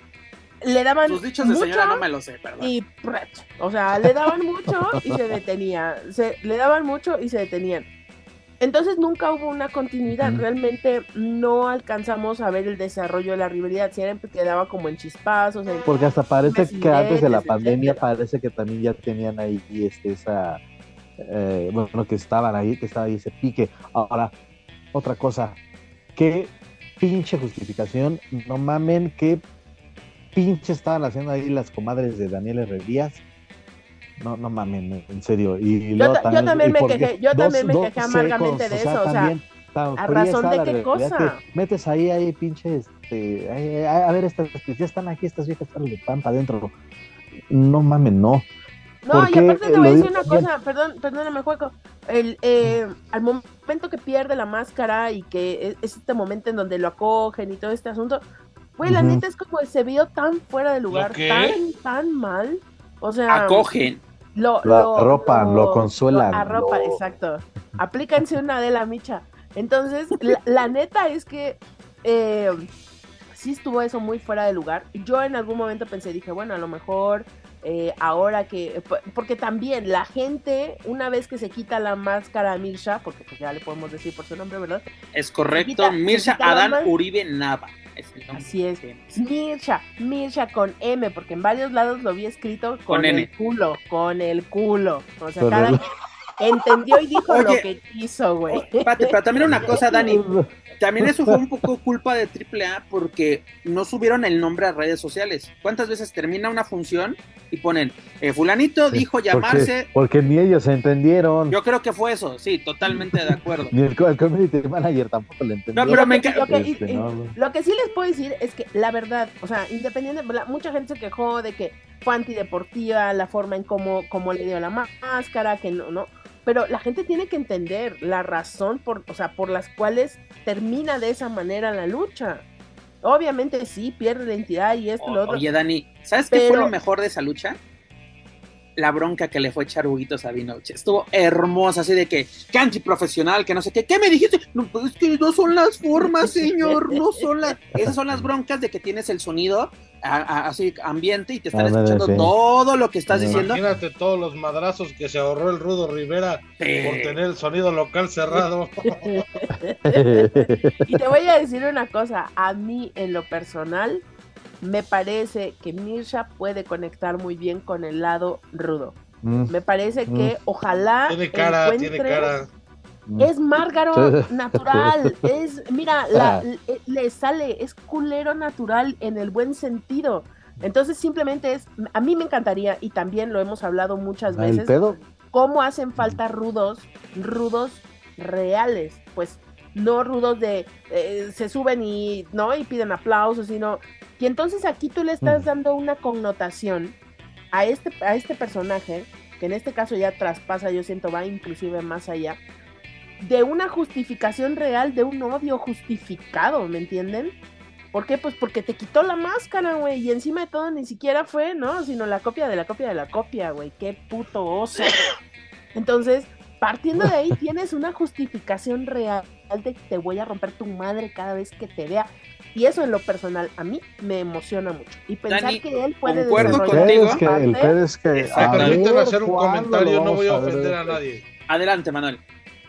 le daban sus dichos mucho de señora no me lo sé, perdón. Y o sea, le daban mucho y se detenía, se, le daban mucho y se detenían. Entonces nunca hubo una continuidad, uh-huh. Realmente no alcanzamos a ver el desarrollo de la rivalidad, siempre quedaba como en chispazos. En porque hasta parece que antes de la pandemia etcétera. Parece que también ya tenían ahí este, esa... Eh, bueno, que estaban ahí, que estaba ahí ese pique. Ahora, otra cosa, ¿qué pinche justificación, no mamen, qué pinche estaban haciendo ahí las comadres de Daniel Herrerías. No, no mamen, en serio. Y, y yo, luego ta- también, yo también y me porque quejé, yo dos- también me dos quejé amargamente secos, de eso, o sea, también, tan ¿a fría razón está de la qué realidad cosa? que metes ahí, ahí, pinche, este, ahí, a, a ver, estas, ya están aquí, estas viejas, están de pan para adentro. No mamen, no. No, y Porque, aparte te eh, voy a lo decir digo una también. cosa, perdón, perdóname, Juaco. El, eh, al momento que pierde la máscara y que es, es este momento en donde lo acogen y todo este asunto, güey, la Ujú. neta es como se vio tan fuera de lugar, ¿Lo qué? tan, tan mal. O sea, Acogen. lo, Lo lo, arropan, lo consuelan, Lo arropan, lo- exacto. Aplícanse una de la micha. Entonces, la, la neta es que eh, sí estuvo eso muy fuera de lugar. Yo en algún momento pensé, dije, bueno, a lo mejor eh, ahora que... Porque también la gente, una vez que se quita la máscara a Mirsha, porque pues ya le podemos decir por su nombre, ¿verdad? Es correcto. quita- se Mirsha quita la Adán mano. Uribe Nava. Es el nombre. Así es. Mirsha, Mirsha con M, porque en varios lados lo vi escrito con, Con el N. culo, con el culo. O sea, Con cada el- quien entendió y dijo Oye, lo que quiso, güey. Espérate, pero también una cosa, Dani. También eso fue un poco culpa de Triple A porque no subieron el nombre a redes sociales. ¿Cuántas veces termina una función y ponen, eh, fulanito Sí, dijo llamarse? Porque, porque ni ellos se entendieron. Yo creo que fue eso, sí, totalmente de acuerdo. Ni el, el community manager tampoco le entendió. No, pero me Lo que- Este, y- y- no, no. Lo que sí les puedo decir es que la verdad, o sea, independiente, la- mucha gente se quejó de que fue antideportiva, la forma en cómo, cómo le dio la máscara, que no, no. Pero la gente tiene que entender la razón por, o sea, por las cuales termina de esa manera la lucha. Obviamente sí, pierde la entidad y esto y lo O- otro. Oye, Dani, ¿sabes qué fue Pero- lo mejor de esa lucha? La bronca que le fue echar Huguito Sabinovich. Estuvo hermosa, así de que, que antiprofesional, que no sé qué. ¿Qué me dijiste? No, pues es que no son las formas, señor, no son las... Esas son las broncas de que tienes el sonido a- a- así ambiente y te están Ah, bueno, escuchando sí. todo lo que estás Sí. diciendo. Imagínate todos los madrazos que se ahorró el Rudo Rivera Sí. por tener el sonido local cerrado. Y te voy a decir una cosa, a mí en lo personal me parece que Mirsha puede conectar muy bien con el lado rudo. Mm, Me parece que Mm. ojalá Tiene cara, encuentre... tiene cara. mm. Es Márgaro Sí. natural, es, mira, la- Ah. le, le sale, es culero natural en el buen sentido. Entonces simplemente es, a mí me encantaría, y también lo hemos hablado muchas Ah, el veces, pedo. cómo hacen falta rudos, rudos reales, pues no rudos de eh, se suben y no y piden aplausos, sino y entonces aquí tú le estás Mm. dando una connotación a este a este personaje que en este caso ya traspasa, yo siento va inclusive más allá de una justificación real, de un odio justificado, ¿me entienden? ¿Por qué? Pues porque te quitó la máscara, güey, y encima de todo ni siquiera fue, ¿no? Sino la copia de la copia de la copia, güey, qué puto oso. Entonces, partiendo de ahí, tienes una justificación real de que te voy a romper tu madre cada vez que te vea. Y eso en lo personal a mí me emociona mucho. Y pensar Dani, que él puede concuerdo El desarrollar pedo contigo. es que, el parte- pedo es que Exacto. a Me permiten ver hacer un cuándo comentario, lo no vamos voy a ver. ofender a nadie. Adelante, Manuel.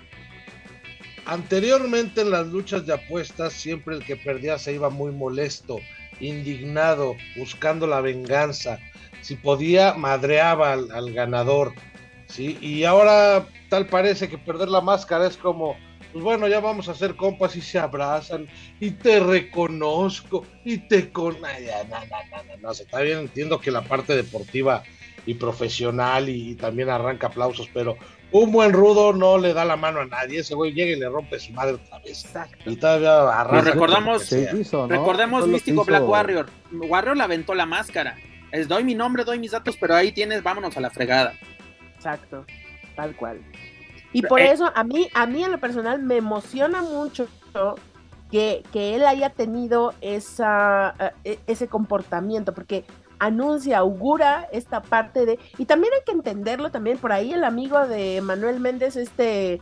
Anteriormente en las luchas de apuestas siempre el que perdía se iba muy molesto, indignado, buscando la venganza. Si podía, madreaba al, al ganador, ¿sí? Y ahora tal parece que perder la máscara es como, pues bueno, ya vamos a ser compas y se abrazan y te reconozco y te con... Ay, ya, no, no, no, no, no, se está bien, entiendo que la parte deportiva y profesional y, y también arranca aplausos, pero un buen rudo no le da la mano a nadie, ese güey llega y le rompe su madre otra vez. Exacto. Y todavía arrasa. Nos recordamos- lo que sea. Se hizo, ¿no? Recordemos Fue lo que Místico hizo. Black Warrior. Warrior le aventó la máscara. Es, doy mi nombre, doy mis datos, pero ahí tienes, vámonos a la fregada. Exacto, tal cual. Y por Eh. eso a mí, a mí en lo personal me emociona mucho que, que él haya tenido esa, eh, ese comportamiento, porque anuncia, augura esta parte de... Y también hay que entenderlo también, por ahí el amigo de Manuel Méndez, este,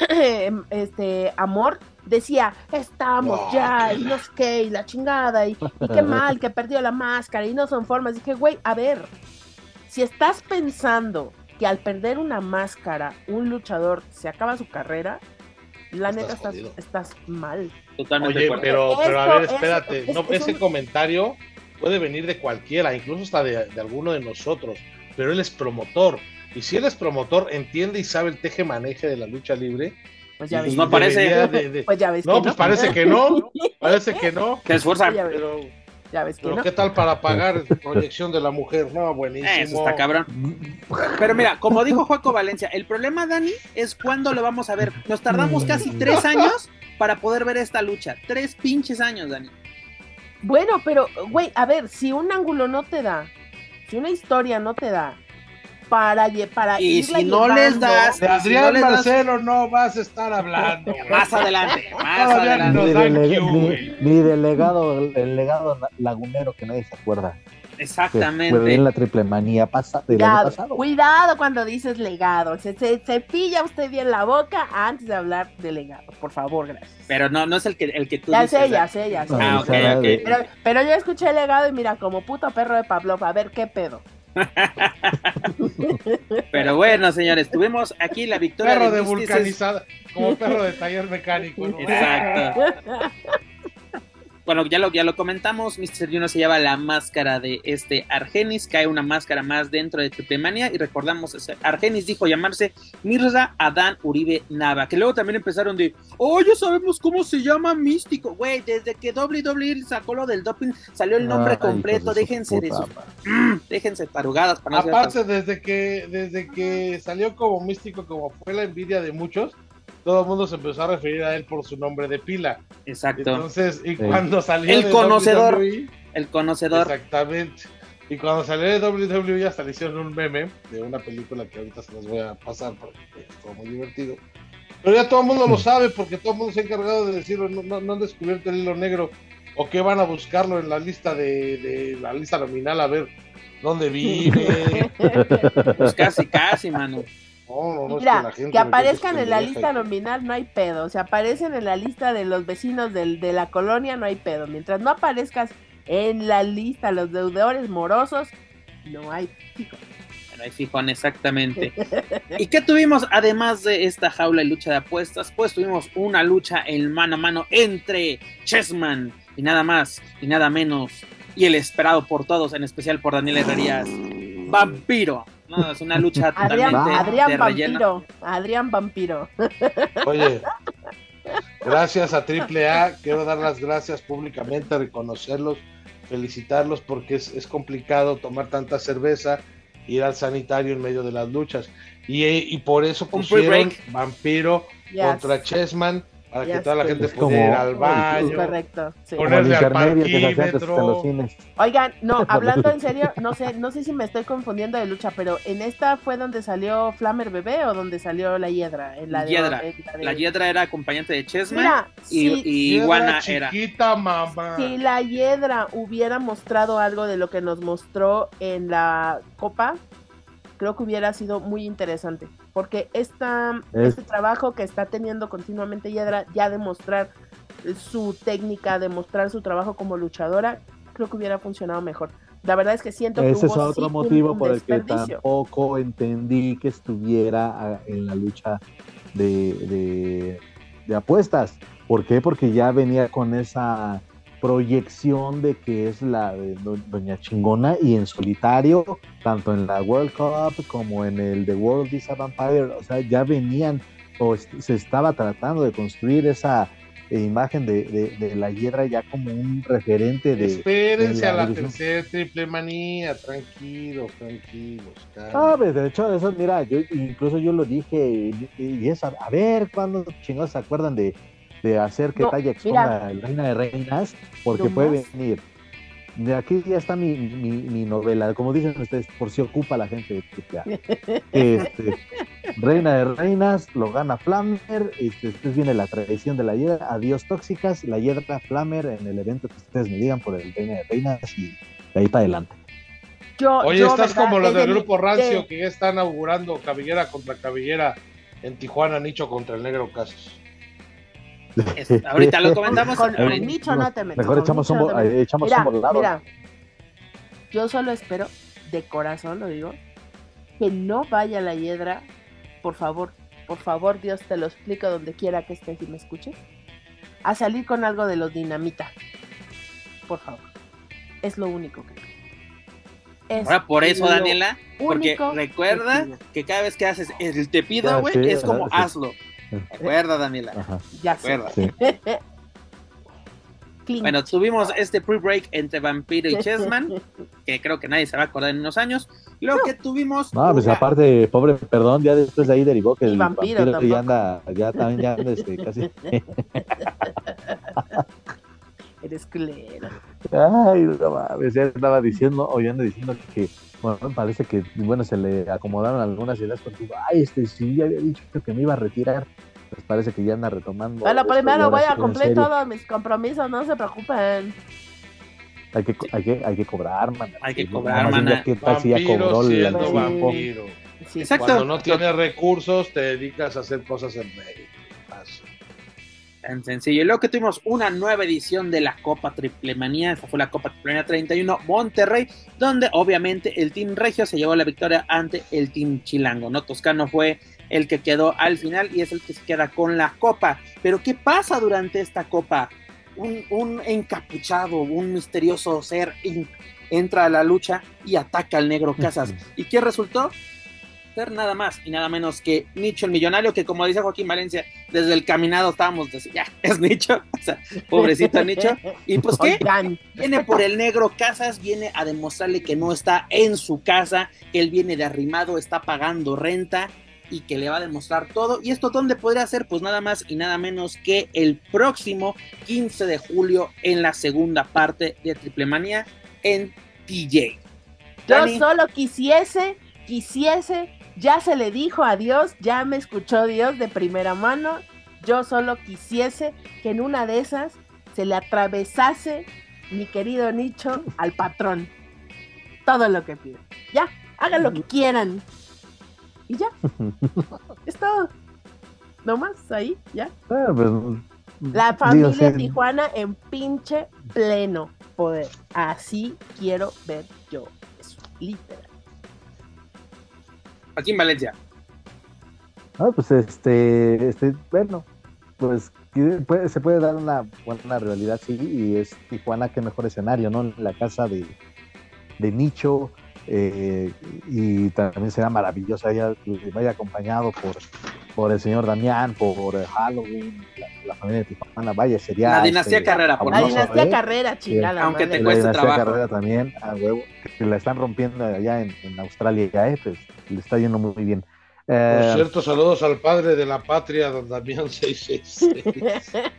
este Amor, decía, estamos No, ya, y no sé qué, y la chingada, y, y qué mal que perdió la máscara, y no son formas. Dije, güey, a ver, si estás pensando que al perder una máscara, un luchador se acaba su carrera, la Estás neta estás, jodido. estás mal. Totalmente de Oye, acuerdo. pero, pero a Esto ver, es- espérate, es- no, es ese un- comentario puede venir de cualquiera, incluso hasta de, de alguno de nosotros, pero él es promotor, y si él es promotor, entiende y sabe el teje-maneje de la lucha libre, Pues ya Pues ves. no parece. De, de... Pues ya ves No, que pues no. parece que no. Parece que no. Que esfuerza. Ya ves, Pero, ya ves que pero no. ¿qué tal para pagar proyección de la mujer? No, buenísimo. Eso está cabrón. Pero mira, como dijo Joaco Valencia, el problema, Dani, es cuándo lo vamos a ver. Nos tardamos casi tres años para poder ver esta lucha. Tres pinches años, Dani. Bueno, pero, güey, a ver, si un ángulo no te da, si una historia no te da, para, lle- para Y irla si no les llevando- das- De Si no Adrián les das- Marcelo no vas a estar hablando. Más adelante, más Todavía adelante. nos Ni, dan dele- Q, ni- güey. ni delegado, el legado lagunero que nadie se acuerda. Que fue Exactamente. en la triple manía pasa, del año Cuidado, pasado. cuidado cuando dices legado. Se, se, se pilla usted bien la boca antes de hablar de legado. Por favor, gracias. Pero no, no es el que, el que tú Ya dices. sé, ya Dani. sé, ya sé. Ah, No, ok, o sea, ok. de- Pero, pero yo escuché legado y mira, como puto perro de Pavlov, a ver qué pedo. Pero bueno, señores, tuvimos aquí la victoria Perro de Mysticis. vulcanizada, como perro de taller mecánico, ¿no? Exacto. Bueno, ya lo, ya lo comentamos, mister Juno se lleva la máscara de este Argenis, cae una máscara más dentro de Triple Manía y recordamos, ese Argenis dijo llamarse Mirza Adán Uribe Nava, que luego también empezaron de, oh, ya sabemos cómo se llama Místico, güey, desde que doble u doble u E sacó lo del doping salió el nombre Ay, completo, hijos de su déjense de puta sus, mm, déjense tarugadas para no ser Aparte, desde que, desde que salió como místico, como fue la envidia de muchos, todo el mundo se empezó a referir a él por su nombre de pila. tan- Exacto, Entonces, y cuando salió El de conocedor. doble u doble u E, el conocedor. exactamente. Y cuando salió de doble u doble u E hasta le hicieron un meme de una película que ahorita se los voy a pasar porque estuvo muy divertido. Pero ya todo el mundo lo sabe porque todo el mundo se ha encargado de decirlo, no, no, no han descubierto el hilo negro o que van a buscarlo en la lista de, de la lista nominal a ver dónde vive. Pues casi, casi, mano. No, no, no, es Mira, que la gente que me aparezcan cree en la pendeja lista y- nominal no hay pedo. Si aparecen en la lista de los vecinos del, de la colonia no hay pedo. Mientras no aparezcas en la lista los deudores morosos, no hay fijo. Pero ahí fijón, exactamente. ¿Y qué tuvimos además de esta jaula y lucha de apuestas? Pues tuvimos una lucha en mano a mano entre Chessman y nada más y nada menos, y el esperado por todos, en especial por Daniel Herrerías, Vampiro. No, es una lucha Adrián, totalmente Adrián de relleno. Vampiro. Adrián Vampiro. Oye, gracias a Triple A, quiero dar las gracias públicamente, reconocerlos, felicitarlos porque es, es complicado tomar tanta cerveza, ir al sanitario en medio de las luchas. Y, y por eso Un pusieron pre-break. Vampiro Yes. contra Chessman, para Yes, que toda la gente es pudiera ir como- al baño. Correcto. Sí. Como el Ponerle al intermedio que se hacía antes parquímetro. en los cines. Oigan, no, hablando en serio, no sé, no sé si me estoy confundiendo de lucha, pero en esta fue donde salió Flamer Bebé o donde salió la Hiedra, en la de, Hiedra. en la de- La Hiedra era acompañante de Chessman Mira, y, si, y Piedra Iguana era. chiquita, mamá. si la Hiedra hubiera mostrado algo de lo que nos mostró en la Copa, creo que hubiera sido muy interesante, porque esta, Es- este trabajo que está teniendo continuamente Hiedra, ya demostrar su técnica, demostrar su trabajo como luchadora, creo que hubiera funcionado mejor. La verdad es que siento que Ese es hubo otro sí un- motivo un por el que desperdicio. tampoco entendí que estuviera ah, en la lucha de, de, de apuestas. ¿Por qué? Porque ya venía con esa proyección de que es la de do- Doña Chingona y en solitario, tanto en la World Cup como en el The World is a Vampire, o sea, ya venían o est- se estaba tratando de construir esa eh, imagen de, de, de la Hiedra ya como un referente de... Espérense de a la división. tercera triple manía, tranquilos, tranquilos. calma. Ah, pues, de hecho, eso, mira, yo incluso yo lo dije, y, y es a, a ver cuándo chingados se acuerdan de, de hacer que No, Talla exponga mira. el Reina de Reinas, porque No puede más. venir. De aquí ya está mi, mi, mi novela, como dicen ustedes, por si ocupa la gente de Triple A. Este, Reina de Reinas, lo gana Flamer, este, después viene la traición de la Hiedra, adiós tóxicas, la Hiedra, Flamer en el evento que ustedes me digan por el Reina de Reinas y de ahí para adelante. Yo, Oye, yo, estás ¿verdad? como los Desde del mi- grupo Rancio de- que ya están augurando cabellera contra cabellera en Tijuana, Nicho contra el Negro Casos. Es- ahorita lo comentamos. Con, con ahorita- Nicho no te metas, Mejor con echamos Nicho un, no vo- te metas. eh, echamos Mira, un volado. mira, yo solo espero, de corazón lo digo, que no vaya la Hiedra, por favor, por favor, Dios te lo explico donde quiera que estés y me escuches, a salir con algo de los Dinamita. Por favor. Es lo único que pido. Es Ahora por eso, lo Daniela, porque único recuerda que pido. que cada vez que haces el te pido, Ya, güey, sí, es como ajá, sí. hazlo. Recuerda, Daniela. Ajá. Ya sé. Recuerda. Sí. Clink. Bueno, tuvimos este pre-break entre Vampiro y Chessman, que creo que nadie se va a acordar en unos años. Luego que tuvimos. No, pues una- aparte, pobre, perdón, ya después de ahí derivó que Y el vampiro vampiro, tampoco. ya anda, ya también ya anda este, casi. Eres culero. Ay, no mames, ya estaba diciendo, o ya anda diciendo que, bueno, me parece que, bueno, se le acomodaron algunas ideas contigo. Ay, este, sí, ya había dicho que me iba a retirar. Pues parece que ya anda retomando. Bueno, esto, y primero ahora voy sí, a en cumplir serio. todos mis compromisos, no se preocupen. Hay que, hay que, hay que cobrar, man. Hay que Sí, cobrar, más bien mana. ya que tal si ya Vampiro cobró el siendo anticipo. vampiro. Sí. Exacto. Cuando no tienes recursos, te dedicas a hacer cosas en Reddit. Paso. Tan sencillo. Y luego que tuvimos una nueva edición de la Copa Triplemanía, esa fue la Copa Triplemanía treinta y uno Monterrey, donde obviamente el Team Regio se llevó la victoria ante el Team Chilango, ¿no? Toscano fue el que quedó al final y es el que se queda con la Copa. Pero ¿qué pasa durante esta Copa? Un, un encapuchado, un misterioso ser in, entra a la lucha y ataca al Negro Casas. ¿Y qué resultó? Ser nada más y nada menos que Nicho el Millonario, que como dice Joaquín Valencia, desde el caminado estábamos, desde, ya, es Nicho, o sea, pobrecito Nicho, y pues ¿qué? Oigan, Viene por el Negro Casas, viene a demostrarle que no está en su casa, que él viene de arrimado, está pagando renta, y que le va a demostrar todo, y esto ¿dónde podría ser? Pues nada más y nada menos que el próximo quince de julio en la segunda parte de Triplemanía en T J. yo Dani, solo quisiese, quisiese, ya se le dijo a Dios, ya me escuchó Dios de primera mano, yo solo quisiese que en una de esas se le atravesase mi querido Nicho al patrón. Todo lo que pide. Ya, hagan lo que quieran. Y ya. Es todo. No más, ahí, ya. Ah, pues, La digo, familia sí, Tijuana en pinche pleno poder. Así quiero ver yo eso. Literal. Joaquín Valencia. ah, pues este, este, bueno, pues que puede- se puede dar una buena realidad, sí, y es Tijuana, qué mejor escenario, ¿no? La casa de, de Nicho, eh, y también será maravilloso ella que vaya acompañado por, por el señor Damián, por eh, Halloween, la, la familia de Tijuana, vaya, sería La dinastía este, Carrera, por La favor. fabuloso, dinastía ¿eh? Carrera, chingada. Aunque madre. te La cueste dinastía trabajo. Carrera también, a huevo, que la están rompiendo allá en, en Australia, ¿eh? Pues le está yendo muy bien. Por Eh, cierto, saludos al padre de la patria, don Damián seiscientos sesenta y seis.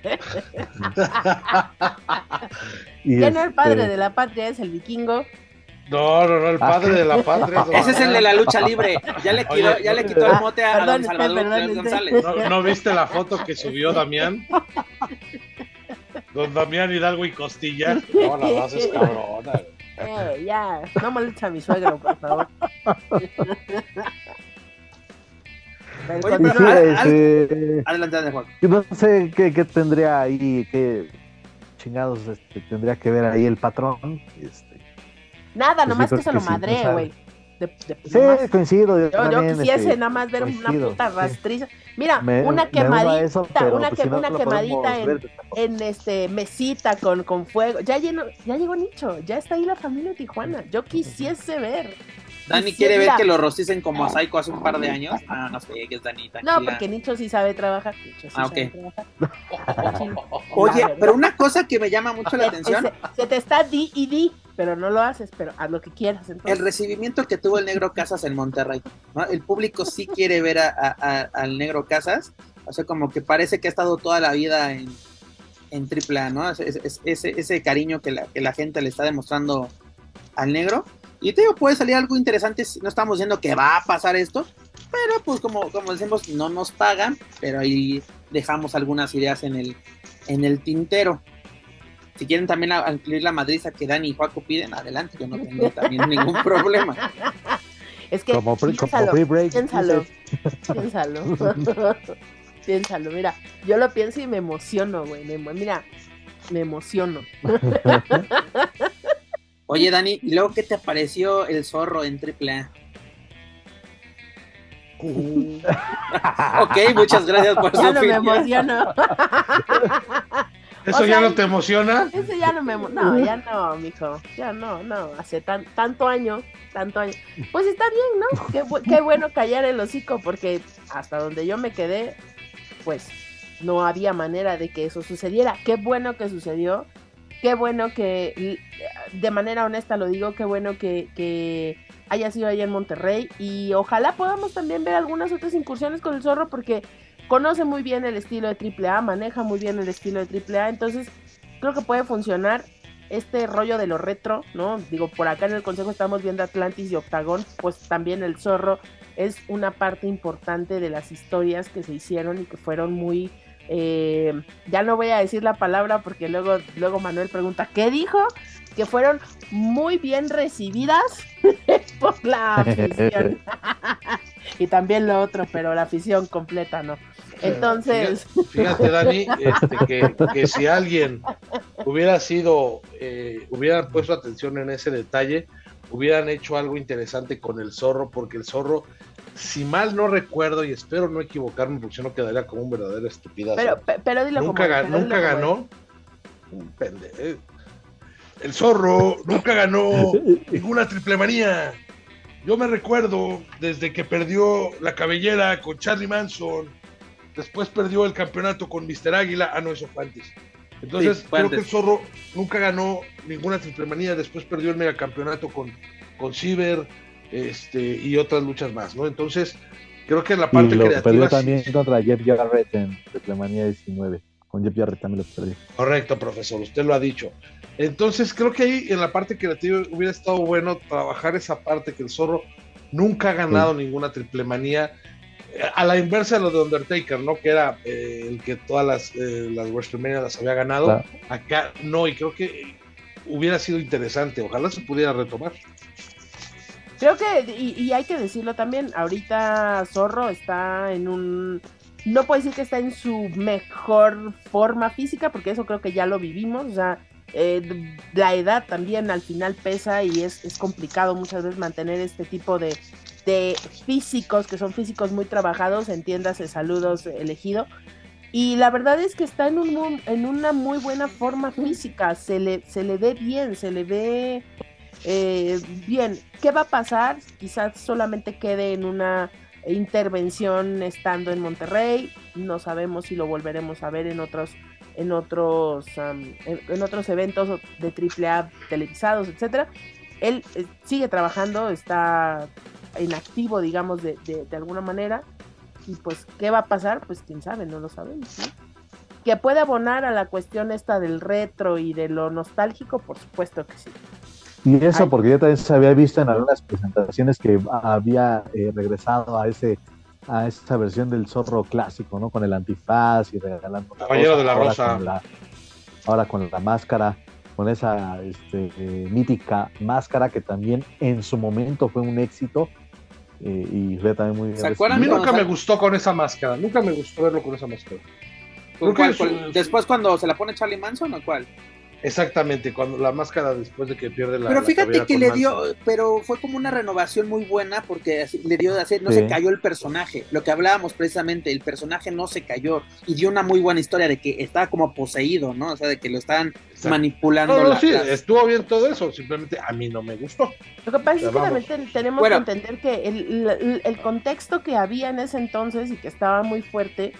y ¿Quién es el padre este, de la patria? Es el vikingo. No, no, no, el padre de la patria. es don Ese es el de Damián. la lucha libre. Ya le quitó, Oye, ya le quitó el ah, mote a, a perdón, don Salvador perdón, León este. González. ¿No, ¿No viste la foto que subió Damián? Don Damián Hidalgo y Costilla. No, la base es cabrona. Eh, ya, no molestes a mi suegro, por favor. Pero Oye, y continúa. sí, al- al- este, Adelante, adelante, Juan. no sé qué, qué tendría ahí, qué chingados este, tendría que ver ahí el patrón. Este, Nada, pues nomás sí, que creo se que lo sí, madre, o sea, güey. De- de- sí, nomás. coincido. Yo, Yo, yo también, quisiese este, nada más ver una coincido, puta sí. rastriza. Mira, Me- una me uno a quemadita, eso, pero, una, pues, que, si no una lo quemadita podemos en, ver de esta forma. en este mesita con, con fuego. Ya llenó, ya llegó Nicho, ya está ahí la familia de Tijuana. Yo quisiese ver. Dani Quisiera- quiere ver mira, que lo rosticen como a Psycho hace un par de años. Ah, no sé, que es Dani, tranquila. No, porque Nicho sí sabe trabajar. Nicho sí Ah, sabe ok. trabajar. Ching. Oye, La verdad. pero una cosa que me llama mucho la Se- atención, Se, se te está di y di, pero no lo haces, pero haz lo que quieras. Entonces. el recibimiento que tuvo el Negro Casas en Monterrey, ¿no? El público sí quiere ver a, a- a- al Negro Casas, o sea, como que parece que ha estado toda la vida en, en triple A, ¿no? Ese, ese, ese- ese cariño que la, que la gente le está demostrando al Negro. Y te digo, puede salir algo interesante, no estamos diciendo que va a pasar esto, pero pues como, como decimos, no nos pagan, pero ahí dejamos algunas ideas en el, en el tintero. Si quieren también a- a incluir la madriza que Dani y Juaco piden, adelante, yo no tengo también ningún problema. Es que Como, pre- como piénsalo, free break. piénsalo, dices. piénsalo. Piénsalo, mira, yo lo pienso y me emociono, güey. me emo- mira, me emociono. Oye, Dani, ¿y luego qué te pareció el zorro en triple A? Ok, muchas gracias por su Ya no me opinión. emociono. ¿Eso O ya sea, no te emociona? Eso ya no me emo- No, ya no, mijo. Ya no, no. Hace tan, tanto año, tanto año. Pues está bien, ¿no? Qué, bu- qué bueno callar el hocico, porque hasta donde yo me quedé, pues no había manera de que eso sucediera. Qué bueno que sucedió, qué bueno que, de manera honesta lo digo, qué bueno que, que haya sido ahí en Monterrey, y ojalá podamos también ver algunas otras incursiones con el Zorro, porque conoce muy bien el estilo de triple A, maneja muy bien el estilo de triple A, entonces creo que puede funcionar este rollo de lo retro, ¿no? Digo, por acá en el consejo estamos viendo Atlantis y Octagón, pues también el Zorro es una parte importante de las historias que se hicieron y que fueron muy, eh, ya no voy a decir la palabra porque luego, luego Manuel pregunta, ¿qué dijo? Que fueron muy bien recibidas por la afición. Y también lo otro, pero la afición completa no. Entonces... Fíjate, fíjate Dani, este, que, que si alguien hubiera sido, eh, hubieran puesto atención en ese detalle, hubieran hecho algo interesante con el Zorro, porque el Zorro, si mal no recuerdo, y espero no equivocarme, porque si no quedaría como un verdadero estupidazo. Pero, pero dilo nunca como, ga- pero nunca dilo ganó. Un pende- El Zorro nunca ganó ninguna triple manía. Yo me recuerdo desde que perdió la cabellera con Charlie Manson, después perdió el campeonato con mister Águila, ah no, eso fue antes. Entonces, Sí, fue creo antes. que el Zorro nunca ganó ninguna triple manía, después perdió el megacampeonato con, con Ciber, este, y otras luchas más, ¿no? Entonces, creo que en la Y parte lo creativa... perdió sí- también contra Jeff Jarrett en Triplemanía diecinueve. Con Jeff Jarrett también lo perdió. Correcto, profesor, usted lo ha dicho. Entonces, creo que ahí en la parte creativa hubiera estado bueno trabajar esa parte, que el Zorro nunca ha ganado Sí. ninguna triple manía, eh, a la inversa de lo de Undertaker, ¿no? Que era eh, el que todas las, eh, las WrestleMania las había ganado. Claro. Acá no, y creo que hubiera sido interesante. Ojalá se pudiera retomar. Creo que, y, y hay que decirlo también, ahorita Zorro está en un, no puedo decir que está en su mejor forma física, porque eso creo que ya lo vivimos, o sea, eh, la edad también al final pesa y es, es complicado muchas veces mantener este tipo de, de físicos, que son físicos muy trabajados, entiéndase, saludos elegido, y la verdad es que está en, un, mu- en una muy buena forma física, se le, se le ve bien, se le ve... Eh, bien, ¿qué va a pasar? Quizás solamente quede en una intervención estando en Monterrey, no sabemos si lo volveremos a ver en otros en otros um, en, en otros eventos de triple A televisados, etcétera. Él eh, sigue trabajando, está en activo, digamos, de, de, de alguna manera, y pues, ¿qué va a pasar? Pues quién sabe, no lo sabemos, ¿no? Que puede abonar a la cuestión esta del retro y de lo nostálgico, por supuesto que sí. Y eso Ay. porque ya también se había visto en algunas presentaciones que había eh, regresado a ese a esa versión del Zorro clásico, ¿no? Con el antifaz y regalando la Caballero de la ahora Rosa. Con la, ahora con la máscara, con esa este, eh, mítica máscara que también en su momento fue un éxito eh, y fue también muy bien ¿Se acuerdan A mí recibido. nunca cuando me gustó con esa máscara, nunca me gustó verlo con esa máscara. ¿Con Creo cuál? que ¿Con- su- después cuando se la pone Charlie Manson o cuál? Exactamente, cuando la máscara después de que pierde la Pero la fíjate cabellera que con le Manson. dio, pero fue como una renovación muy buena porque así- le dio de hacer, no Sí. se cayó el personaje, lo que hablábamos precisamente, el personaje no se cayó y dio una muy buena historia de que estaba como poseído, ¿no? O sea, de que lo estaban Exacto. manipulando. No, no, la- sí, las- estuvo bien todo eso, simplemente a mí no me gustó. Lo que pasa es Ya que vamos. también te- tenemos Bueno. que entender que el, el- el contexto que había en ese entonces y que estaba muy fuerte,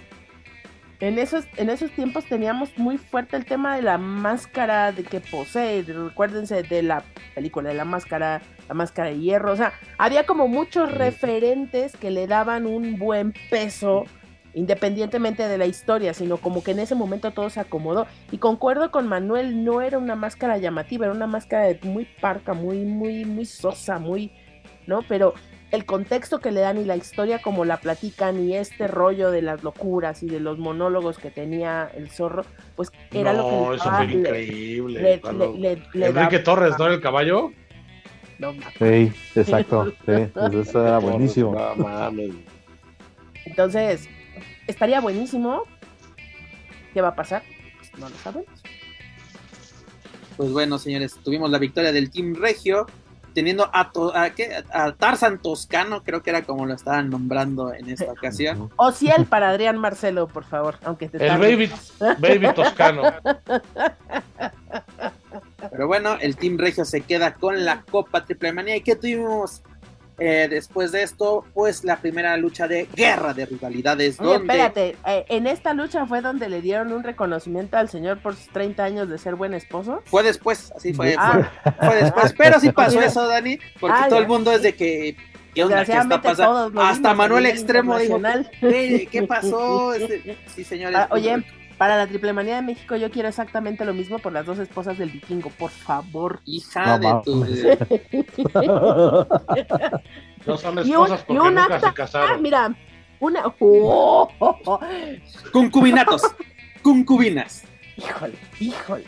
en esos, en esos tiempos teníamos muy fuerte el tema de la máscara de que posee, de- recuérdense de la película de la máscara, la máscara de hierro, o sea, había como muchos Sí. referentes que le daban un buen peso independientemente de la historia, sino como que en ese momento todo se acomodó. Y concuerdo con Manuel, no era una máscara llamativa, era una máscara de- muy parca, muy, muy, muy sosa, muy, ¿no? Pero el contexto que le dan y la historia como la platican y este rollo de las locuras y de los monólogos que tenía el Zorro, pues era no, lo que le eso daba- fue le- increíble. le- cuando- le- le- le Enrique daba- Torres, ¿no? El caballo. No, ma- Sí, exacto, sí, pues eso era buenísimo. No mames. Entonces, estaría buenísimo. ¿Qué va a pasar? Pues no lo sabemos. Pues bueno, señores, tuvimos la victoria del Team Regio, teniendo a, to- a, ¿qué? a Tarzan Toscano, creo que era como lo estaban nombrando en esta ocasión. O si él para Adrián Marcelo, por favor, aunque te El tarde. baby, baby toscano. Pero bueno, el Team Regio se queda con la Copa Triple Manía. ¿Y qué tuvimos? Eh, después de esto, pues la primera lucha de guerra de rivalidades. Oye, donde... espérate, eh, en esta lucha fue donde le dieron un reconocimiento al señor por sus treinta años de ser buen esposo. Fue después, así fue, Ah. fue, fue después, pero sí pasó Mira. eso, Dani, porque Ah, todo ya. el mundo es de que, ¿qué onda? ¿Qué está Desgraciadamente pasando? todos lo Hasta vimos a Manuel nivel Extremo dijo, internacional. ¿qué, qué pasó? Este, sí, señores. Ah, oye, para la Triple Manía de México yo quiero exactamente lo mismo por las dos esposas del vikingo, por favor. Hija No, de tu... No son Y un, esposas y porque un nunca acta, se casaron. ah, mira, una... ¡Oh! Concubinatos, concubinas. Híjole, híjole,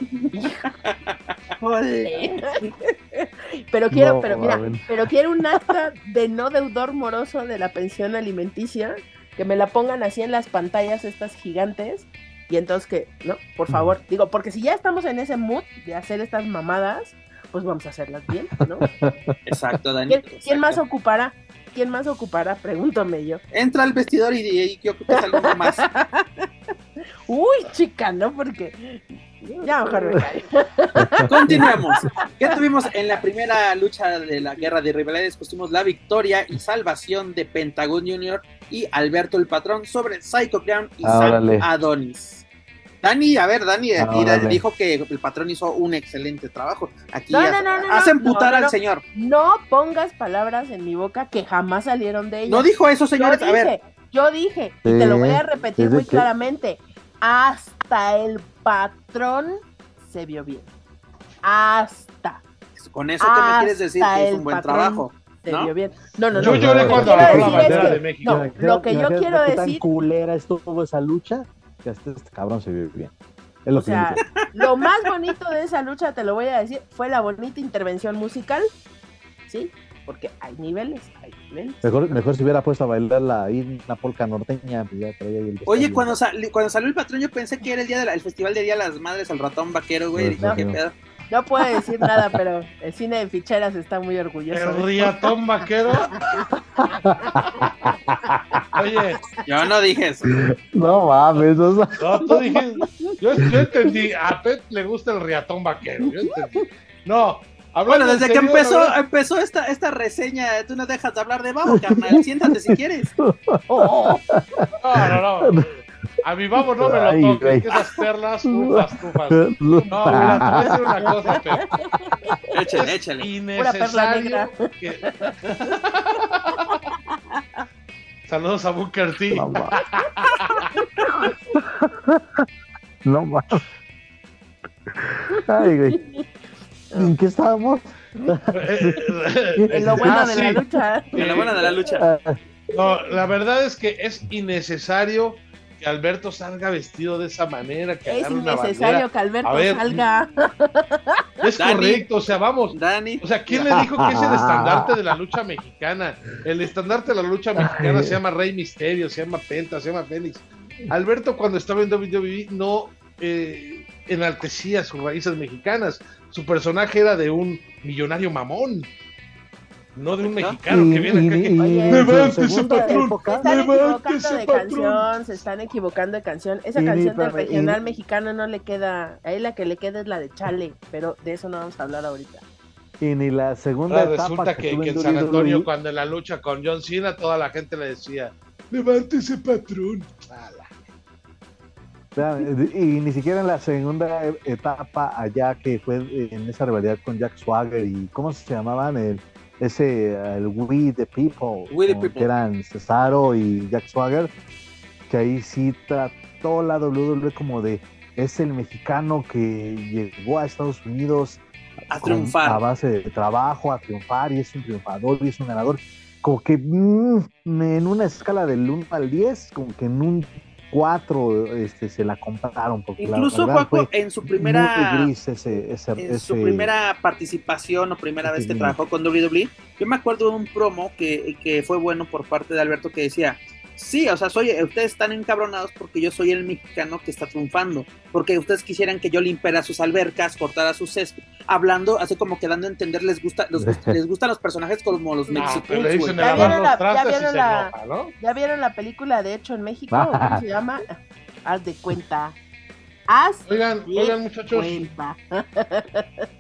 híjole. Pero quiero, No, pero mira, mames. pero quiero un acta de no deudor moroso de la pensión alimenticia, que me la pongan así en las pantallas estas gigantes, y entonces que, no, por favor, digo, porque si ya estamos en ese mood de hacer estas mamadas, pues vamos a hacerlas bien, ¿no? Exacto, Dani. ¿Quién, exacto. quién más ocupará? ¿Quién más ocupará? Pregúntame yo. Entra al vestidor y, y que ocupes algo más. Uy, chica, ¿no? Porque ya mejor me callo. Continuemos. ¿Qué tuvimos en la primera lucha de la guerra de rivalidades? Pues tuvimos la victoria y salvación de Pentagon Junior y Alberto el Patrón sobre Psycho Clown y Ah, Sam órale. Adonis. Dani, a ver, Dani, Ah, aquí Dani órale. dijo que el patrón hizo un excelente trabajo. Aquí No, hace- no, no, no, hacen no, putar no, al no. señor. No pongas palabras en mi boca que jamás salieron de ella. No dijo eso, señores. Yo A ver, dije, yo dije, y te lo voy a Sí, repetir es de muy que- claramente, hasta el patrón se vio bien. Hasta con eso, ¿qué me quieres decir? hasta Que es el un buen patrón trabajo. se ¿no? vio bien. No, no, no. Yo lloré Lo que cuando quiero agarró la decir es bandera que- de México. No, lo que yo Imagínate quiero qué tan decir, culera estuvo esa lucha que hasta este cabrón se vio bien. Es lo o que sea, digo. lo más bonito de esa lucha, te lo voy a decir, fue la bonita intervención musical, ¿sí? Porque hay niveles, hay niveles. Mejor, mejor si hubiera puesto a bailar la, ahí una polca norteña. Pues ya traía ahí el Oye, desayuno. cuando, sal- cuando salió el patrón, yo pensé que era el día del festival de Día de las Madres al ratón vaquero, güey. Dije, No. ¿qué pedo? No puedo decir nada, pero el cine de ficheras está muy orgulloso. El de esto. riatón vaquero. Oye, Yo no dije eso. No mames, o sea, no, tú dijiste. Yo, yo entendí. A Pep le gusta el riatón vaquero. Yo entendí. No. Bueno, hablando en desde que serio, empezó, la verdad, empezó esta, esta reseña, tú no dejas de hablar de Babo, carnal. Siéntate si quieres. Oh, No, no, no. A mi babo no me lo Ay, toques, güey. que esas perlas, ufas, ufas. No, mira, te voy a decir una cosa, Pep. Échale, échale. pura perla negra. Innecesario que... Saludos a Booker T. no mames. No mames. Ay, güey. ¿En qué estábamos? en lo bueno Ah, de sí. la lucha. De la buena de la lucha. Ah, No, la verdad es que es innecesario que Alberto salga vestido de esa manera, que Es agarre una innecesario bandera. que Alberto A ver. salga. Es Dani. correcto, o sea, vamos. Dani. O sea, ¿quién le dijo que es el estandarte de la lucha mexicana? El estandarte de la lucha mexicana se llama Rey Misterio, se llama Penta, se llama Fénix. Alberto, cuando estaba en W W E, no eh, enaltecía sus raíces mexicanas. Su personaje era de un millonario mamón, no de un mexicano que viene acá que... Oye, ¡Levántese, segunda patrón! Se época, están equivocando ¡Levántese, de patrón! canción, se están equivocando de canción. Esa Y- canción del pero- regional y- mexicano no le queda, ahí la que le queda es la de Chale, pero de eso no vamos a hablar ahorita. Y ni la segunda Ahora etapa resulta que, tuve que en en San W W E, Antonio, cuando en la lucha con John Cena, toda la gente le decía: ¡levántese, patrón! Ala. vean, y ni siquiera en la segunda e- etapa allá que fue en esa rivalidad con Jack Swagger y ¿cómo se llamaban? El, ese, el We the People, We the con- People. que eran Cesaro y Jack Swagger, que ahí sí trató la W W E como de es el mexicano que llegó a Estados Unidos A con- triunfar. a base de trabajo, a triunfar, y es un triunfador y es un ganador. Como que mm, en una escala del uno al diez, como que en un cuatro este, se la compraron. Porque la Incluso verdad Juaco, fue en su primera muy gris ese, ese, en su ese- primera participación o primera ese vez que gimmick. trabajó con W W E, yo me acuerdo de un promo que, que fue bueno por parte de Alberto que decía, sí, o sea, soy, ustedes están encabronados porque yo soy el mexicano que está triunfando, porque ustedes quisieran que yo limpiara sus albercas, cortara sus césped, hablando, así como que dando a entender, les gusta, les, gusta- les gustan los personajes como los No, mexicanos, pero le dicen de Ya lavar vieron los la- ya trastes y vieron se la- enoja, ¿no? ¿Ya vieron la película de Hecho en México? ¿O ¿Cómo se llama? Haz de cuenta. Haz Oigan, de oigan, muchachos, cuenta.